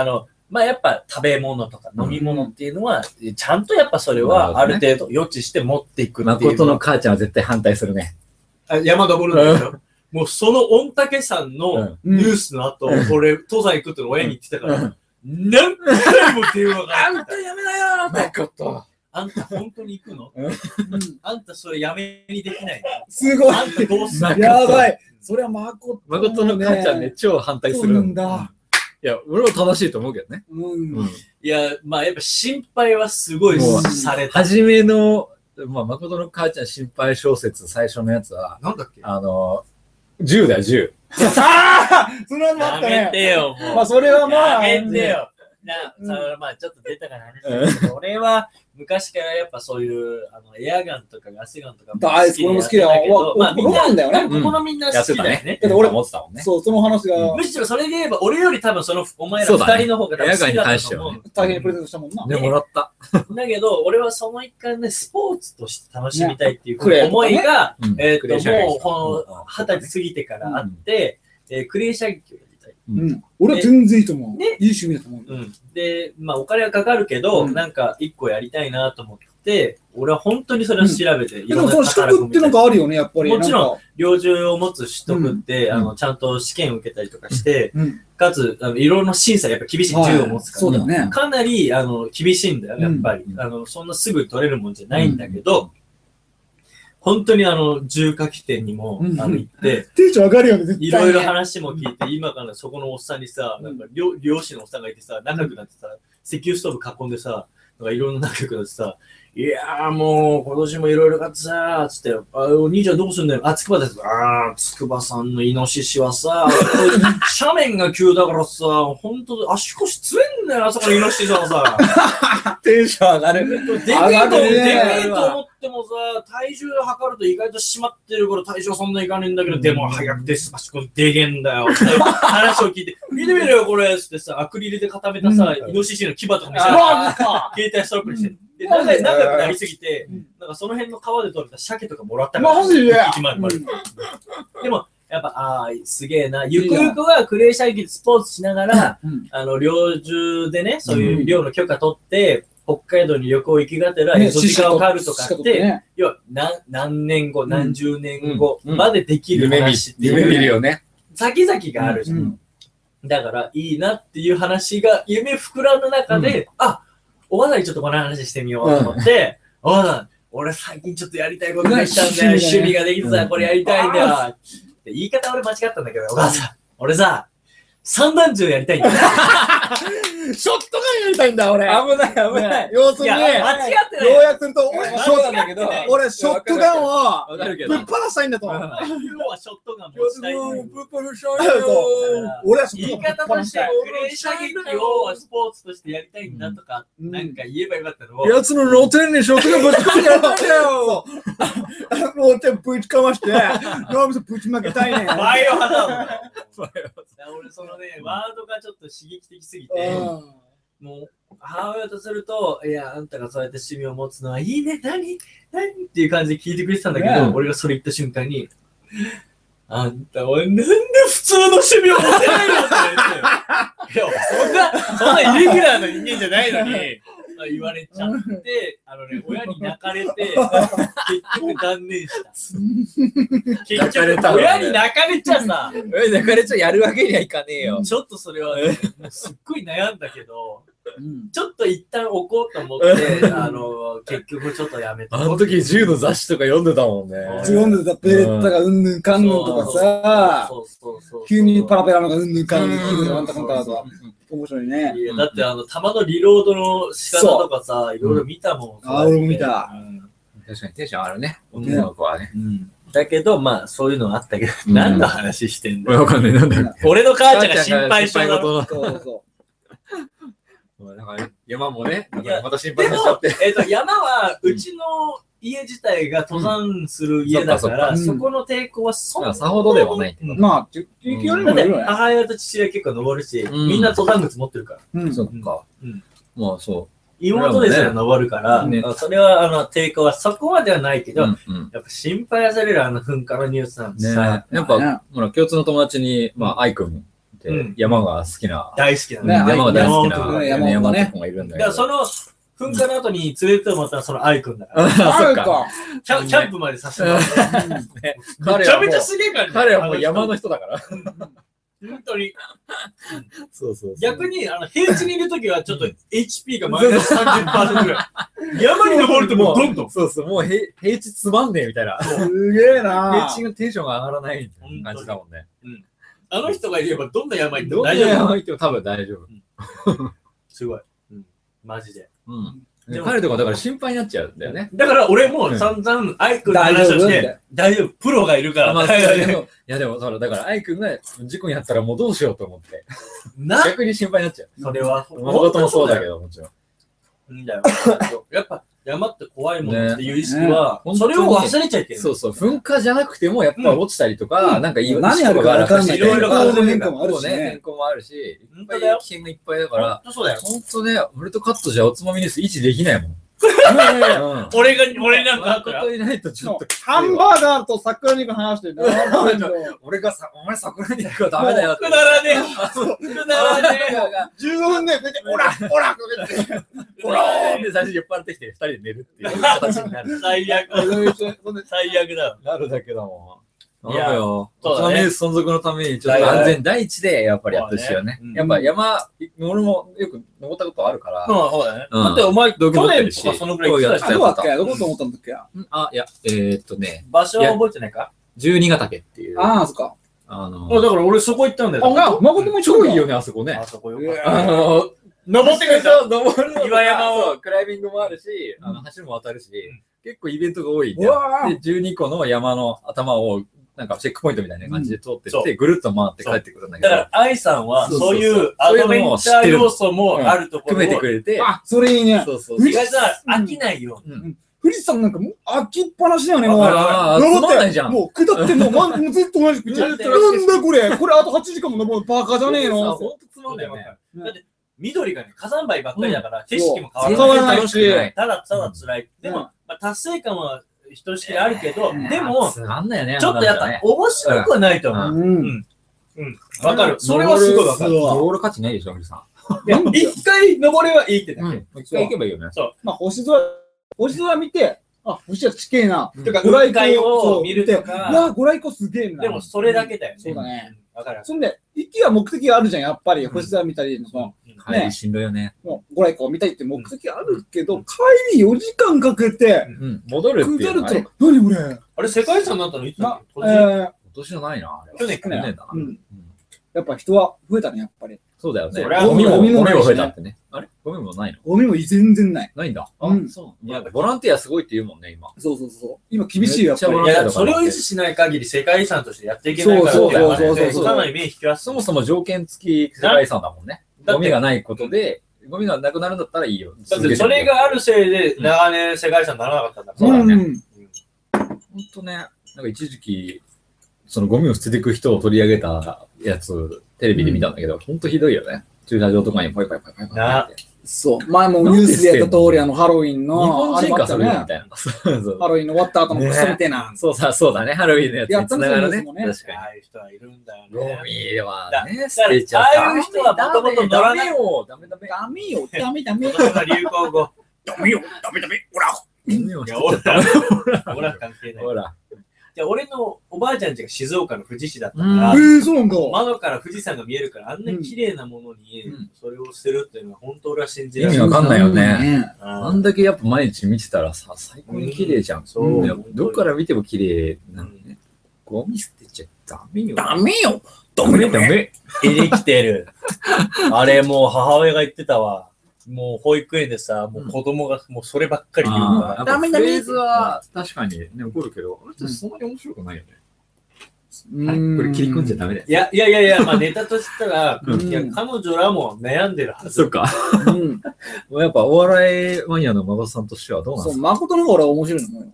C: まあやっぱ食べ物とか飲み物っていうのは、ちゃんとやっぱそれはある程度予知して持っていくっていう。
A: 誠の母ちゃんは絶対反対するね。
C: あ山登るんだよ。もうその御嶽山のニュースの後、俺、登山行くって親に言ってたから、何回も電話が
B: あんたやめなよー
C: 誠。あんた本当に行くのあんたそれやめにできないの
B: すごい。
C: あんたどうする
B: やばい。それは誠。
A: 誠の母ちゃんね、超反対する
B: んだ。
A: いや、俺は正しいと思うけどね。
C: いや、まあやっぱ心配はすごいされた。
A: 初めの、まあ、誠の母ちゃん心配小説最初のやつは、
C: なんだっけ
A: あの、じゅうだよ、じゅう。
B: ああそれはもあったね。
C: やめてよ、もう。
B: まあ、それはまあ。
C: やめてよ。な、うん、まあちょっと出たから話ですけど、俺は昔からやっぱそういうあのエアガンとかガスガンとか
B: 大好き、俺も好きだよ。
C: まあみんな
B: だよね。
C: ここのみんな好きだよね。
A: だって俺持ってたもんね。
B: そう、その話が。
C: むしろそれで言えば俺より多分そのお前ら二人の方が
A: エアガンに対しては
B: 大変プレゼントしたもんな。
A: で、もらった。
C: だけど、俺はその一環でスポーツとして楽しみたいっていう思いが、えっと、もうこの二十歳過ぎてからあって、クレー射撃をやりたい。
B: うん、俺は全然いいと思う。ね、いい趣味だと思う。
C: うん、で、まあお金はかかるけど、うん、なんか一個やりたいなと思って、俺は本当にそれを調べて、
B: うん、でもその取得ってなんかあるよね、やっぱり。
C: もちろん、猟銃を持つ取得って、うん、あのちゃんと試験を受けたりとかして、うん、かつあのいろいろな審査やっぱ厳しい銃を持つから、
B: はい、そうだね、
C: かなりあの厳しいんだよ、やっぱり、うん、あの。そんなすぐ取れるもんじゃないんだけど、本当にあの、重火器店にも、あの、行って、
B: テンション上がるよね、絶対。
C: いろいろ話も聞いて、今からそこのおっさんにさ、なんか、漁師のおっさんがいてさ、仲良くなってさ、石油ストーブ囲んでさ、なんかいろんな仲良くなってさ、いやーもう、今年もいろいろ買ってさ、つって、あ、お兄ちゃんどうすんだよ。あ、つくばです。あー、つくばさんのイノシシはさ、斜面が急だからさ、ほんと、足腰つえんだよ、あそこのイノシシはさ。
B: テンション上がる。
C: でけえと、でけえと思ってもさ、体重測ると意外と締まってるから体重そんないかねえんだけど、でも早くて、足腰でけえんだよ。話を聞いて、見てみろよ、これつってさ、アクリルで固めたさ、イノシシの牙とか見せら携帯ストラップにして。で、仲良くなりすぎて、なんかその辺の川で取れた鮭とかもらったから。
B: マジで
C: でも、やっぱ、ああ、すげえな。ゆくゆくはクレー射撃でスポーツしながら、あの、猟銃でね、そういう猟の許可取って、北海道に旅行行きがてら、エゾジカを狩るとかって、要は何、何年後、何十年後までできる話っていう。
A: 夢見るよね。
C: 先々があるじゃん。だから、いいなっていう話が、夢膨らむ中で、あ、おばさんにちょっとこの話してみようと思って、おばさん、俺最近ちょっとやりたいことが来たんだよ。趣味ができてさ、これやりたいんだよ。言い方俺間違ったんだけど、お母さん、俺さ、散弾銃やりたいんだよ。
B: ショットガンやりたいんだ、俺。
A: 危ない、危ない。
B: 要するに、
C: 間違ってない。
B: 要約すると、俺、
A: そうなんだけど、
B: 俺、ショットガンをぶっ放したいんだと。
C: 要はショットガン持ちたい。
B: 俺はショ
C: ットガン。言い方として、クレー射撃をスポーツとしてやりたいんだとか、なんか言えばよかったの。
B: やつの露天にショットガンぶち込んでやったんだよ。露天ぶちかまして、脳みそぶちまけたいね。
C: バイオハザード。俺、そのね、ワードがちょっと刺激的すぎて、もう、母親とすると、いや、あんたがそうやって趣味を持つのはいいね、何何っていう感じで聞いてくれてたんだけど、ね、俺がそれ言った瞬間に、あんたはなんで普通の趣味を持てないのって言われて、いや、そんな、そんなイレギュラーな人間じゃないのに、言われちゃって、あのね、親に泣かれて、結局断念した。結局、親に泣かれちゃさ、
A: 親に泣かれちゃやるわけにはいかねえよ。
C: ちょっとそれはね、もうすっごい悩んだけど、ちょっと一旦置こうと思って、あの、結局ちょっとやめた。
A: あの時銃の雑誌とか読んでたもんね。
B: 読んでた、ベレッタがうんぬんかんぬんとかさ、急にパラペラのがうんぬんかんぬん、急になんたかんたとか。面白いね。
C: いや、だってあの、弾のリロードの仕方とかさ、いろいろ見たもん。
B: あ、俺も見た。
A: 確かにテンションあるね。女の子はね。
C: だけど、まあ、そういうのあったけど、何の話してんだ
A: よ。わかんない、なんだよ。
C: 俺の母ちゃんが心配性だろ。
B: そうそう。
A: だから山もね、また心配させちゃって。
C: えっと、山は、うちの家自体が登山する家だから、そこの抵抗はそんなに。
A: さほどではない。
B: まあ、地域よりも
C: 母親と父親結構登るし、みんな登山靴持ってるから。
A: そっか。まあ、そう。
C: 妹ですら登るから、それは、あの、抵抗はそこまではないけど、やっぱ心配されるあの噴火のニュースなんです
A: さ。やっぱ、ほら、共通の友達に、まあ、アイ君って、山が好きな。
C: 大好きな
A: ね。山が大好きな
B: 山
A: 本君がいるんだけど。
C: だからその、噴火の後に連れてもらったらそのアイ君だから。
B: あ、そっか。
C: キャンプまでさせてもらって。めちゃめちゃすげえからね。
A: 彼はもう山の人だから。
C: 本当に。
A: そうそう。
C: 逆に、あの、平地にいるときはちょっと エイチピー がマイナスさんじゅっパーセントぐらい。山に登るともうどんどん。
A: そうそう、もう平地つまんねえみたいな。
B: すげえな。
A: 平地のテンションが上がらないみたいな感じだもんね。
C: あの人がいればどんな山行って
A: も大丈夫。どんな山行っても多分大丈
C: 夫。すごい。マジで。
A: うん。彼とかだから心配になっちゃうんだよね。
C: だから俺も散々アイ君の話をして、大丈夫、プロがいるから。
A: いやでも、だからアイ君が事故にあったらもうどうしようと思って。逆に心配になっちゃう。
C: それは。
A: 物事もそうだけど、もちろん。
C: いいんだよ。やっぱ山って怖いもんっていう意識は、それを忘れちゃいけない。
A: そうそう、噴火じゃなくてもやっぱ落ちたりとか、なんかいい
B: 何やるか分かんない。
C: いろいろ
B: 変化もあるしね。
A: 変更もあるし、いっぱい危険がいっぱいだから、本当ね、俺とカットじゃおつまみニュース維持できないもん。
C: 俺が、俺なんかあったら。
A: いないとちょっと。
B: ハンバーガーと桜肉の話してる。
A: 俺がさ、お前桜肉はダメだよって。
C: くだらねえ。くだらねえ。
B: じゅうごふんで、オラオラ
A: オラーで最初酔っ払ってきてふたりで寝るっていう形になる。
C: 最悪。最悪だ。
A: なるだけだもん。
C: いや
A: よ。おつまみニュース存続のために、ちょっと安全第一でやっぱりやってほしいよね。やっぱ山、俺もよく登ったことあるから。
C: そうだね。だってお前、去年とかそのぐらい行ってた
B: どこだっけどこと思ったんだっけ
A: あ、いや、えーっとね。
C: 場所は覚えてないか
A: 十二ヶ岳っていう。
B: ああ、そっか。
A: あの。
C: だから俺そこ行ったんだよ。
B: あ、誠も
A: 超いいよね、あそこね。
C: あそこよかった。あの、登ってくれた。
A: 登る
C: 岩山を。
A: クライミングもあるし、あの、橋も渡るし、結構イベントが多いんで。で、じゅうにこの山の頭を、なんかチェックポイントみたいな感じで通ってって、ぐるっと回って帰ってくるんだけど。
C: だから、愛さんは、そういうアドベンチャー要素もあるところを
A: 含めてくれて。
B: あ、それいいね。
A: そうそう。
C: 意外と飽きないよ。
B: 富士山なんかもう飽きっぱなしだよね、もう。
A: ああ、登って、
B: もう下ってもう、ま、ずっと同じく。なんだこれこれあとはちじかんも登るバカじゃねえの。
A: ほんとつまんだよね。
C: だって、緑がね、火山灰ばっかりだから、景色も変
B: わらない
C: し、ただただ辛い。でも、達成感は、ひとしきりあるけど、でも、ちょっとやっぱ面白くはないと思う。うん。うん。わかる。それはすごいわかる。
A: 登る価値ないでしょ、富士山。
C: いや、一回登ればいいってだけ。
A: 一回行けばいいよね。
C: そう。
B: まあ、星空、星空見て、あ、星は地形な。
C: とか、ご来光を見るとか。
B: うわ、ご来光すげえな。
C: でも、それだけだよね。
B: そうだね。
C: わかる。
B: そんで、行きは目的があるじゃん、やっぱり。星空見たり、その、
A: ね、しんどいよね。
B: もうご来光見たいって目的あるけど、帰りよじかんかけて、
A: 戻るっていう。
B: 何これ
C: あれ、世界遺産になったのいつだっけ？
A: 今年じゃないな。
C: 去年
B: 去年だな。やっぱ人は増えたね、やっぱり。
A: そうだよね。ゴミも、ゴミも増えたってね。あれゴミもないの？
B: ゴミも全然ない。
A: ないんだ。あ、そう。いや、ボランティアすごいって言うもんね、今。
B: そうそうそう。今厳しいよ、やっぱり。
C: いや、それを維持しない限り世界遺産としてやっていけないから。そうそうそうそう。かなり目引きやすい。
A: そもそも条件付き世界遺産だもんね。ゴミがないことで、ゴミがなくなるんだったらいいよ。
C: だってそれがあるせいで長年世界遺産にならなかったんだから。
A: そうだね。ほんとね、なんか一時期、そのゴミを捨てていく人を取り上げたやつ、テレビで見たんだけど、ほんとひどいよね。駐車場とかにポイポイポイポイポイって。
B: そう。前もニュースでやった通り、あの、ハロウィンの、
A: 日本人かそれみたいな。
B: ハロウィンの終わった後のクソみたいな。
A: そうさ、そうだね。ハロウィンのやつにつながるね。
B: 確かに。
C: ああいう人はいるんだよね。
A: ゴミはね、
C: 捨てちゃった。ああいう人はもともと乗らない
A: よ。ダメダメ。
B: ダメよ。ダメダメ。
C: 流行語。
B: ダメよ。ダメダメ。ほら。
A: い
C: や、ほら。ほら関係ない。
A: ほら。
C: じゃ俺のおばあちゃん家が静岡の富士市だったから、
B: えー、そうなんだ。
C: 窓から富士山が見えるから、あんなに綺麗なものにそれを捨てるっていうのは本当俺は信じられない。
A: 意味わかんないよね。あんだけやっぱ毎日見てたらさ、最高に綺麗じゃん。そう。どっから見ても綺麗なのね。ゴミ捨てちゃダメよ。
B: ダメよ。
A: ダメダメ。
C: 生きてる。あれもう母親が言ってたわ。もう保育園でさ、もう子供がもうそればっかり言うから。
A: ダメダメ。フレーズは確かにね、起こるけど、あれそんなに面白くないよね。これ切り込んじゃダメだよ。
C: いやいやいやいや、まあネタとしたら、いや彼女らも悩んでるはず。
A: そっか。やっぱお笑いマニアの馬場さんとしてはどうなんですか？
B: そう、誠の方が俺は面白いのよ。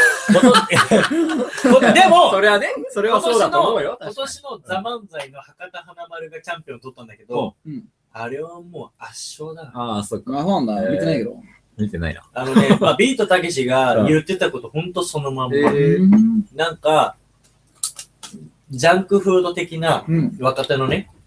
C: でも、
A: それはね、それはそうだと思うよ。
C: 今年のザ・漫才の博多華丸がチャンピオンを取ったんだけど、あれはもう圧勝だ。
A: ああ、そっか。
B: あ、そうなんだ。見てないけど。
A: 見てないな。
C: あのね、まあ、ビートたけしが言ってたこと、ほんとそのまんま。なんか、ジャンクフード的な若手のね、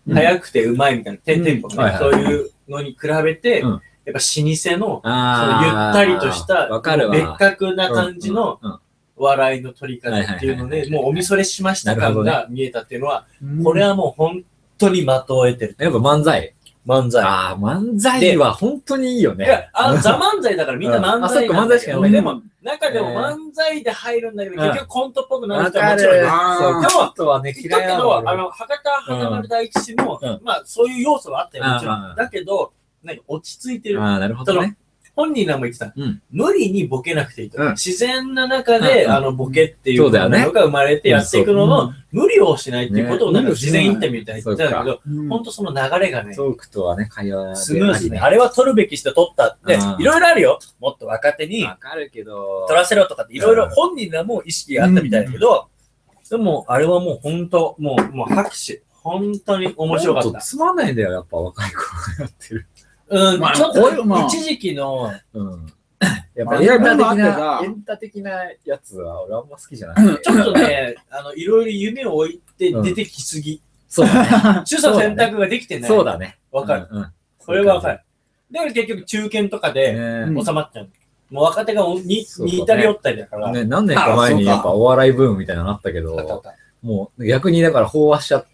C: 早くてうまいみたいな、テンポね、そういうのに比べて、やっぱ老舗の、そうゆったりとした、別格な感じの笑いの取り方っていうので、もうおみそれしました感が見えたっていうのは、これはもう本当に的を得てる。
A: やっぱ漫才
C: 漫才。
A: ああ、漫才は本当にいいよね。
C: いや、あの、ザ漫才だからみんな漫才なんだけど、でも、中でも漫才で入るんだけど、結局コントっぽくなる人はもちろんいる。でも、言ったけど、あの、博多華丸大吉も、まあ、そういう要素はあったよ、もちろん。だけど、なんか落ち着いてる。
A: ああ、なるほどね。
C: 本人らも言ってた。無理にボケなくていいと。自然な中で、あの、ボケっていうものが生まれてやっていくのの、無理をしないっていうことを、なんか事前インタビューみたいに言ってたんだけど、本当その流れがね、
A: トークとはね、会話
C: スムーズに。あれは取るべきして取ったって、いろいろあるよ。もっと若手に、
A: わかるけど、
C: 取らせろとかっていろいろ本人らも意識があったみたいだけど、でも、あれはもう本当、もう、もう拍手。本当に面白かった。
A: つまんないんだよ、やっぱ若い子がやってる。
C: うん、ちょっと、一時期の、
A: やっぱエンタ的な、エンタ的なやつは俺あんま好きじゃない。
C: ちょっとね、あの、いろいろ夢を置いて出てきすぎ。
A: そうだね。
C: 取捨選択ができてない。
A: そうだね。
C: わかる。それはわかる。だから結局中堅とかで収まっちゃう。もう若手がに似たり寄ったりだから。
A: ね、何年か前にやっぱお笑いブームみたいなのあったけど、もう逆にだから飽和しちゃって、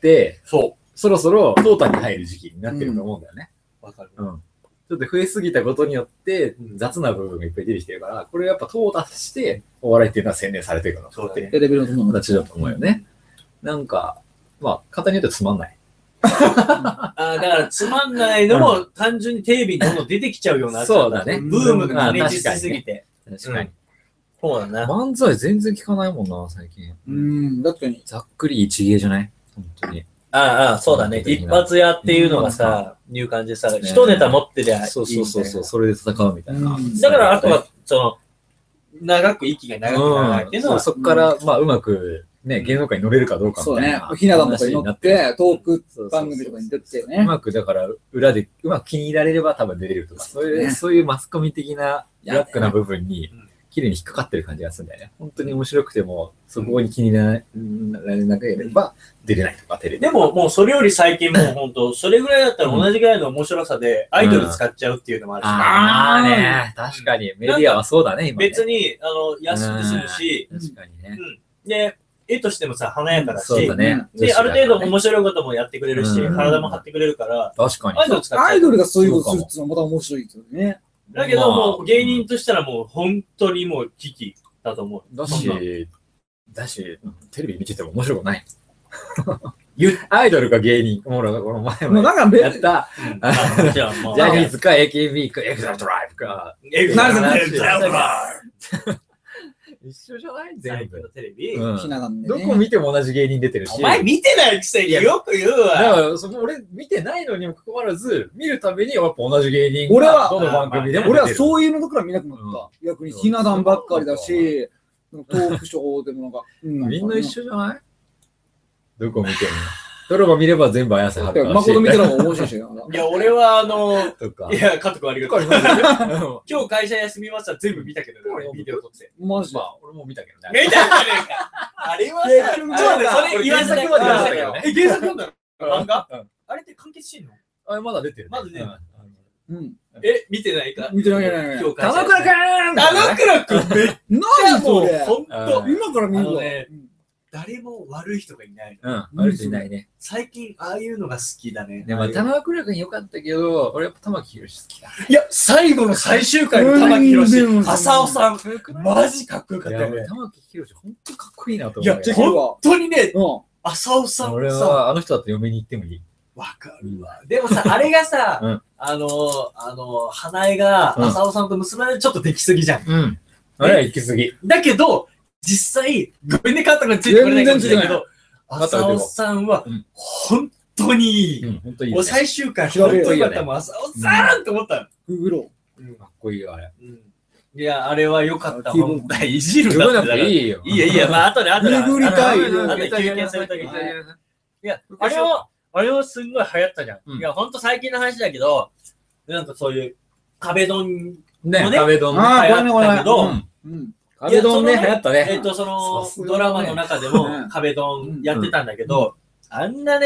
C: そう。
A: そろそろ淘汰に入る時期になってると思うんだよね。
C: わかる。
A: うん。ちょっと増えすぎたことによって雑な部分がいっぱい出てきてるから、これやっぱ淘汰してお笑いっていうのは洗練されていくの。
C: そうだね。
B: レベルの友
A: 達だと思うよね。なんか、まあ、簡単に言うとつまんない。
C: ああ、だからつまんないのも単純にテレビにどんどん出てきちゃうような。
A: そうだね。
C: ブームが過熱しすぎて。
A: 確かに。
C: そうだな。
A: 漫才全然聞かないもんな、最近。
B: うん、確かに。
A: ざっくり一芸じゃない本当に。
C: ああ、そうだね。一発屋っていうのがさ、いう感じでさ、一ネタ持ってりゃいい。
A: そうそうそうそう、それで戦うみたいな。
C: だからあとは、その、長く息が長くならないっていうのは。
A: そこから、まあ、うまく、ね、芸能界に乗れるかどうかみたいな。
B: そうね。ひな壇とかに乗って、トーク番組とかに出てね。
A: うまく、だから、裏で、うまく気に入られれば多分出れるとか、そういう、そういうマスコミ的な、ブラックな部分に、綺麗に引っかかってる感じがするんだよね。本当に面白くても、そこに気にならなければ出れないとか、テレビ。
C: でも、もうそれより最近もう本当、それぐらいだったら同じぐらいの面白さでアイドル使っちゃうっていうのもあるし。
A: ああね、確かに。メディアはそうだね、今。
C: 別に、あの、安く済むし、
A: 確かにね。
C: で、絵としてもさ、華やかだし、
A: そうだね。
C: で、ある程度面白いこともやってくれるし、体も張ってくれるから、
A: 確かに。
C: アイドル使っちゃう。
B: アイドルがそういうことするっていうのはまた面白いですよね。
C: だけど、もう芸人としたらもう本当にもう危機だと思う。
A: だし、だし、テレビ見てても面白くない。アイドルか芸人、ほら、この前もやった、ジャニーズか エーケービー かエグザルトライブか。
C: エグザルトライブ
A: 一緒じゃない全部。
C: テレビ、
A: うん、どこ見ても同じ芸人出てるし。
C: お前見てないくせによく言うわ。
A: だからその俺見てないのにもかかわらず、見るたびにやっぱ同じ芸人がどの番組でも
B: 俺はそういうのから見なくなった。うん、逆にひな壇ばっかりだし、トークショーでもなんか。
A: うん、みんな一緒じゃないどこ見ても。ドラマ見れば全部綾瀬はるか。
B: 誠見てる方が面白いし。い
C: や、俺はあの、いや、加藤君ありがとう。今日会社休みました全部見たけどね、俺ビデオ撮って。
B: マジで。
A: 俺も見たけどね。
C: 見たじゃねえか。あれはさ、そうだ、それ言わせたくまで言わせたけどね。え、原作読んだの漫画あれって完結してんの
A: あれまだ出てる。
C: まだ出てる。
B: うん。
C: え、見てないか
B: 見てない、ない。
C: 今日
A: 田之倉くん
C: 田之倉くんめっちゃもう、ほんと。
B: 今から見るの
C: ね。誰も悪い人がいない。
A: うん、悪い人いないね。
C: 最近、ああいうのが好きだね。
A: でも、玉倉くん良かったけど、俺やっぱ玉木宏好きだ。
C: いや、最後の最終回の玉木宏、浅尾さん、マジかっこよかったよね。
A: 玉木宏、ほんとかっこいいなと思う。
C: いや、本当にね、浅尾さん。
A: 俺はあの人だって嫁に行ってもいい。
C: わかるわ。でもさ、あれがさ、あの、あの、花江が浅尾さんと結ばれるちょっとできすぎじゃん。
A: うん。あれは行き過ぎ。
C: だけど、実際、ごめんね、カットがついてくれないかもしれないけど、浅尾さんは、本当にいい。
A: 本当にいい。
C: もう最終回、本当によかった。もう浅尾さんって思った。
B: ググロ
A: ー。かっこいいよ、あれ。
C: いや、あれは良かった。本当にいじるな
A: っていいよ。
C: いやいや、まあ、後で、後で。
B: ググりたい。
C: 後で休憩するときに。いや、あれは、あれはすんごい流行ったじゃん。いや、ほんと最近の話だけど、なんかそういう壁ドン
A: ね、壁ドン
C: 流行ったけど、
A: 壁ドンね、流行ったね。
C: えっと、その、ドラマの中でも壁ドンやってたんだけど、あんなね、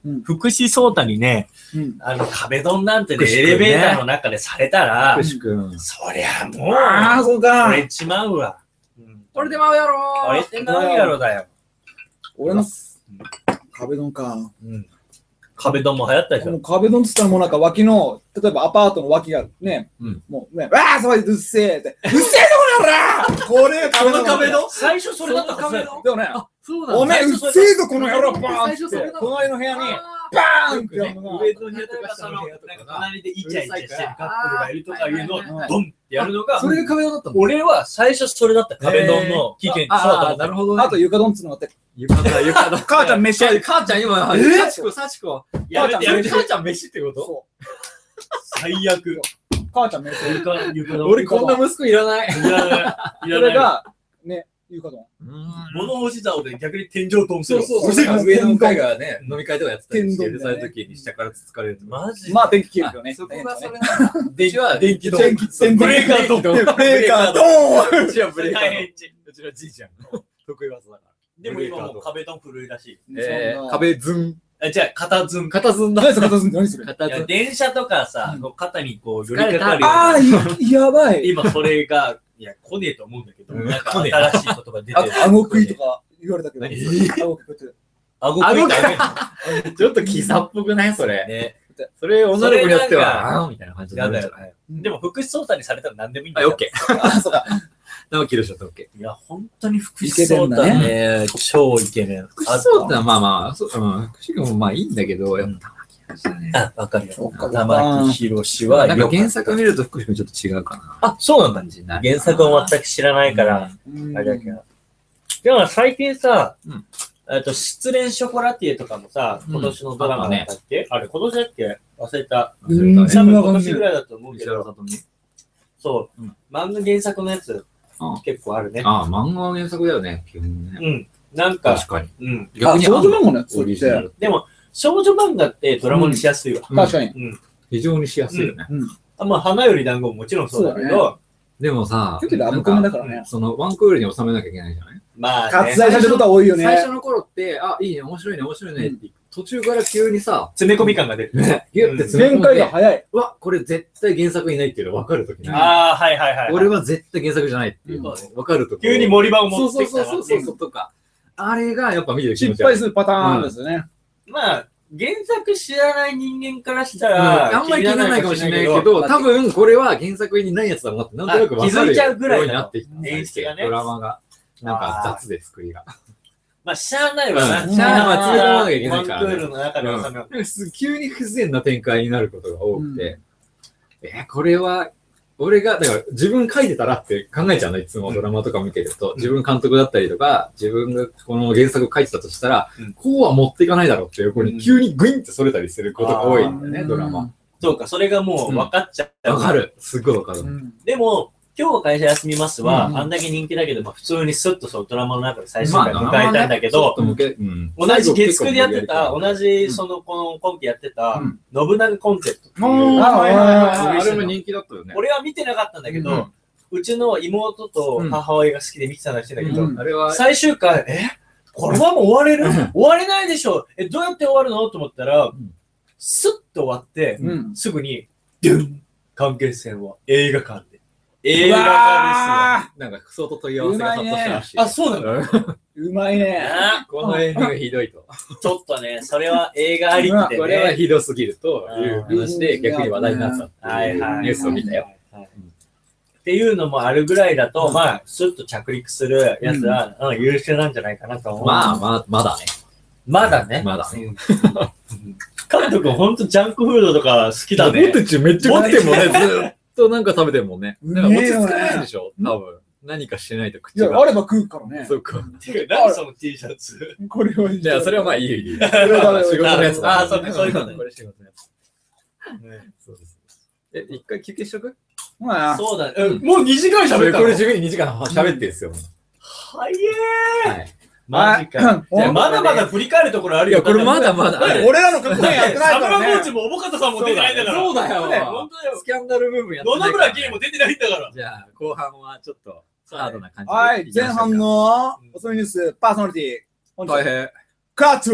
C: 福士蒼太にね、あの壁ドンなんてね、エレベーターの中でされたら、
A: 福士くん。
C: そりゃもう、
B: ああ、そうか。
C: これちまうわ。
A: これでまうやろ
C: これってまうやろだよ。
B: 俺の壁ドンか。
C: 壁ドンも流行ったでしょ。
B: 壁ドンっつったらもうなんか脇の、例えばアパートの脇がね、もうね、わあ、そううっせえって、うっせえとこならこれ
C: この壁ドン最初それだったはずだよ。
B: でもね、
A: そうだ
B: おめえうっせえぞこの野郎バーンって、隣の部屋にバーンってやるのが、
C: 上の部屋とか下の部屋とか隣でイチャイチャしてるカップルがいるとかいうのをドンってやるのが、
A: それが壁ドンだったの？
C: 俺は最初それだった。壁ドンの危険。
A: ああ、なるほどね。
B: あと床ドンっつうのがあって、
A: 床だ、床だ。
B: 母ちゃん飯やる。
A: 母ちゃん今、
B: えー
A: 幸子、幸子。
C: やめてやめて。
A: 母ちゃん飯ってこと？
B: そう
C: 最悪。
B: 母ちゃん飯やる。
C: 床、床ドン。
A: 俺こんな息子いらない。
C: いらない。
B: それが、ね、床ドン。
C: 物干し竿で逆に天井ドンする。
A: そうそうそう。上の階がね、飲み会とかやってたりして、そういう時に下からつつかれると。
C: マジ
B: まあ電気消えるよね。
A: そこがそれなんだ。
C: 電気は電気ドン。
B: 電気
C: ブレーカードン。
B: ブレーカードン。
A: うちはブレーカードン。うちのじいちゃんの得意技だから。
C: でも今もう壁ドン古いらしい。
A: えー、壁ズン。
C: あ、じゃあ、肩ズン。
A: 肩ズンだ。
B: 何それ、何それ。
C: いや、電車とかさ、こう肩にこう、寄りかかるよ。
B: ああ、やばい。
C: 今それが、いや、来ねえと思うんだけど、なんか新しい言葉出てる。
B: あと、顎食いとか言われたけど。
C: 何
B: 顎食いって。
C: 顎食いって
A: ちょっとキサっぽくないそれ。
C: ね。
A: それ、女の子によっては、あーみたいな感じ
C: だよね。でも、福士蒼太にされたら何でもいいんだ
A: よ。オッケー。
B: あ、そうか。
A: 生きる人とオッケ
C: ー。いや、本当に福士蒼太ね、超イケメン。
A: 福士蒼太はまあまあ、福士君もまあいいんだけど、やっぱ玉木宏ね。
C: あ、わかるよ。玉木宏は、
A: なんか原作見ると福士君ちょっと違うかな。
C: あ、そうなんだ。原作を全く知らないから、あれだけど。でも最近さ、えっと、失恋ショコラティエとかもさ、今年のドラマだったっけ、あれ、今年だっけ忘れた。多分今年ぐらいだと思うけど、そう、漫画原作のやつ、結構あるね。
A: ああ、漫画は原作だよね、基本ね。
C: うん。なんか、
A: 確かに。
C: うん。
B: 逆に少女漫画のやつって。
C: でも、少女漫画ってドラマにしやすいわ。
B: 確かに。
C: うん。
A: 非常にしやすいよね。
C: あ、まあ、花より団子ももちろんそうだけど、
A: でもさ、
B: ラブコメだからね。
A: そのワンクールに収めなきゃいけないじゃない
C: まあ、
B: 割愛されることは多いよね。
A: 最初の頃って、あ、いいね、面白いね、面白いねって、途中から急にさ、
C: 詰め込み感が出る。
A: ね、ギュッて詰め込
B: 展開が早い。
A: うわ、これ絶対原作にないっていうの分かるときない。
C: ああ、はいはいはい。
A: 俺は絶対原作じゃないっていうの分かるとき。
C: 急に森場を持ってきた。
A: そうそうそうそうとか。あれがやっぱ見てる
B: 失敗するパターンですよね。
C: まあ、原作知らない人間からしたら、
A: あんまり気にならないかもしれないけど、多分これは原作にないやつだなって、なんとなく分かるようになってきた。
C: 演出がね。
A: ドラマが。なんか雑で作りが。
C: まあ、しゃあないわな。
A: しゃあないわ、詰め込まなきゃいけないから。
C: ワンクールの中で
A: 収めよ急に不自然な展開になることが多くて、え、これは、俺が、だから自分書いてたらって考えちゃうの、いつもドラマとか見てると。自分監督だったりとか、自分がこの原作を書いてたとしたら、こうは持っていかないだろうって横に急にグインってそれたりすることが多いんだよね、ドラマ。
C: そうか、それがもう分かっちゃう。
A: わかる。すっごいわかる。
C: でも、今日は会社休みますは、あんだけ人気だけど、普通にスッとそうドラマの中で最終回迎えたんだけど、同じ月九でやってた、同じそのこのコンビやってた、信長コンセプトっていう。
A: あれも人気だったよね。
C: 俺は見てなかったんだけど、うちの妹と母親が好きで見てたらしいんだけど、最終回、えこのまま終われる終われないでしょえ、どうやって終わるのと思ったら、スッと終わって、すぐに、ドゥン関係線は映画館で。映画館
A: ですよ。なんか、相当問い合わせが殺到したらしい。
C: あ、そうなの
B: うまいね。
A: このエンディングひどいと。
C: ちょっとね、それは映画ありきでね。
A: これはひどすぎるという話で逆に話題になったっていうニュースを見たよ。
C: っていうのもあるぐらいだと、まあ、スッと着陸するやつは優秀なんじゃないかなと思う。
A: まあ、まあ、まだね。
C: まだね。
A: まだね。
C: 監督、ほんとジャンクフードとか好きだね。
A: ポテチめっちゃ食ってんもんね、ずっとなんか食べてんもんね。なんか落ち着かないでしょ多分。何かしてないと口が。
B: いや、あれば食うからね。
A: そっか。
C: てか、何その T シャツ
B: これはい
A: い。いや、それはまあいいよ、いいよ。それは仕事のやつだ。
C: ああ、そういうことね。
A: これ仕事のやつ。そうです。え、一回休憩しとく
C: そうだね。もうにじかん喋ったの
A: これ自分ににじかん喋ってんすよ。
C: はえー。マジか。まだまだ振り返るところあるよ。
A: いや、これまだまだある。
B: 俺らの過去やってないからね。
C: サムラゴーチもおぼかたさんも出てないんだから。
A: そうだよ。
C: 本当だよ。
A: スキャンダル部分やってない。
C: 野々村圭も出てないんだから。
A: じゃあ、後半はちょっとハードな感じで。
B: はい、前半の遅いニュース、パーソナリティ、
A: 大変。
B: カッツ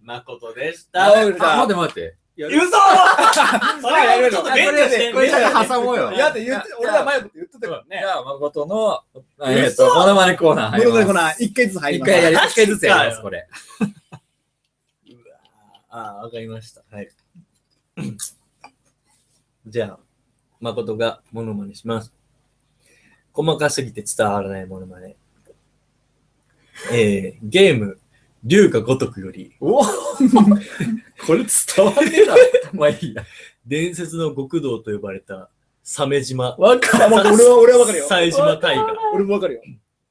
C: 誠でし
B: あ
C: た。
B: 待って
A: 待って。
C: 嘘それはちょっと免除して
A: これ挟もうよ。
B: いやって言って、俺ら前も言ってたからね。
A: じゃあ、誠の、えっと、モノマネコーナー入ります。
B: モノマネコーナー、一回ずつ入ります。
A: 一回やり、一回ずつやります、これ。
C: ああ、わかりました。はい。じゃあ、誠がモノマネします。細かすぎて伝わらないモノマネ。えー、ゲーム、龍が如くより。
A: おこれ伝わんねえだろ。まあいいや。
C: 伝説の極道と呼ばれた鮫島。
B: わかる。俺は、俺はわかるよ。
C: 鮫島大河。
B: 俺もわかるよ。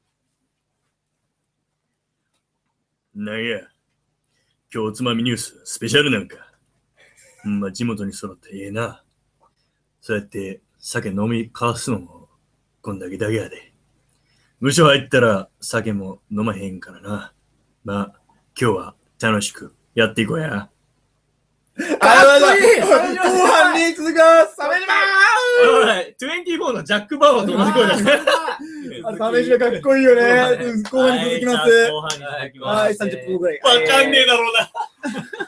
C: なんや、今日おつまみニューススペシャルなんか。まあ、地元に揃ってええな。そうやって酒飲み交わすのもこんだけだけやで。無所入ったら酒も飲まへんからな。まあ、今日は楽しくやっていこうや。
B: かっこいい後半に続く鮫島
C: ほら、にじゅうよんのジャック・バウアーと同じ声だね。
B: 鮫島かっこいいよね。後半に続きます。
C: 後半に続きます。
B: はい、さんじゅっぷんぐらい。
C: わかんねえだろうな。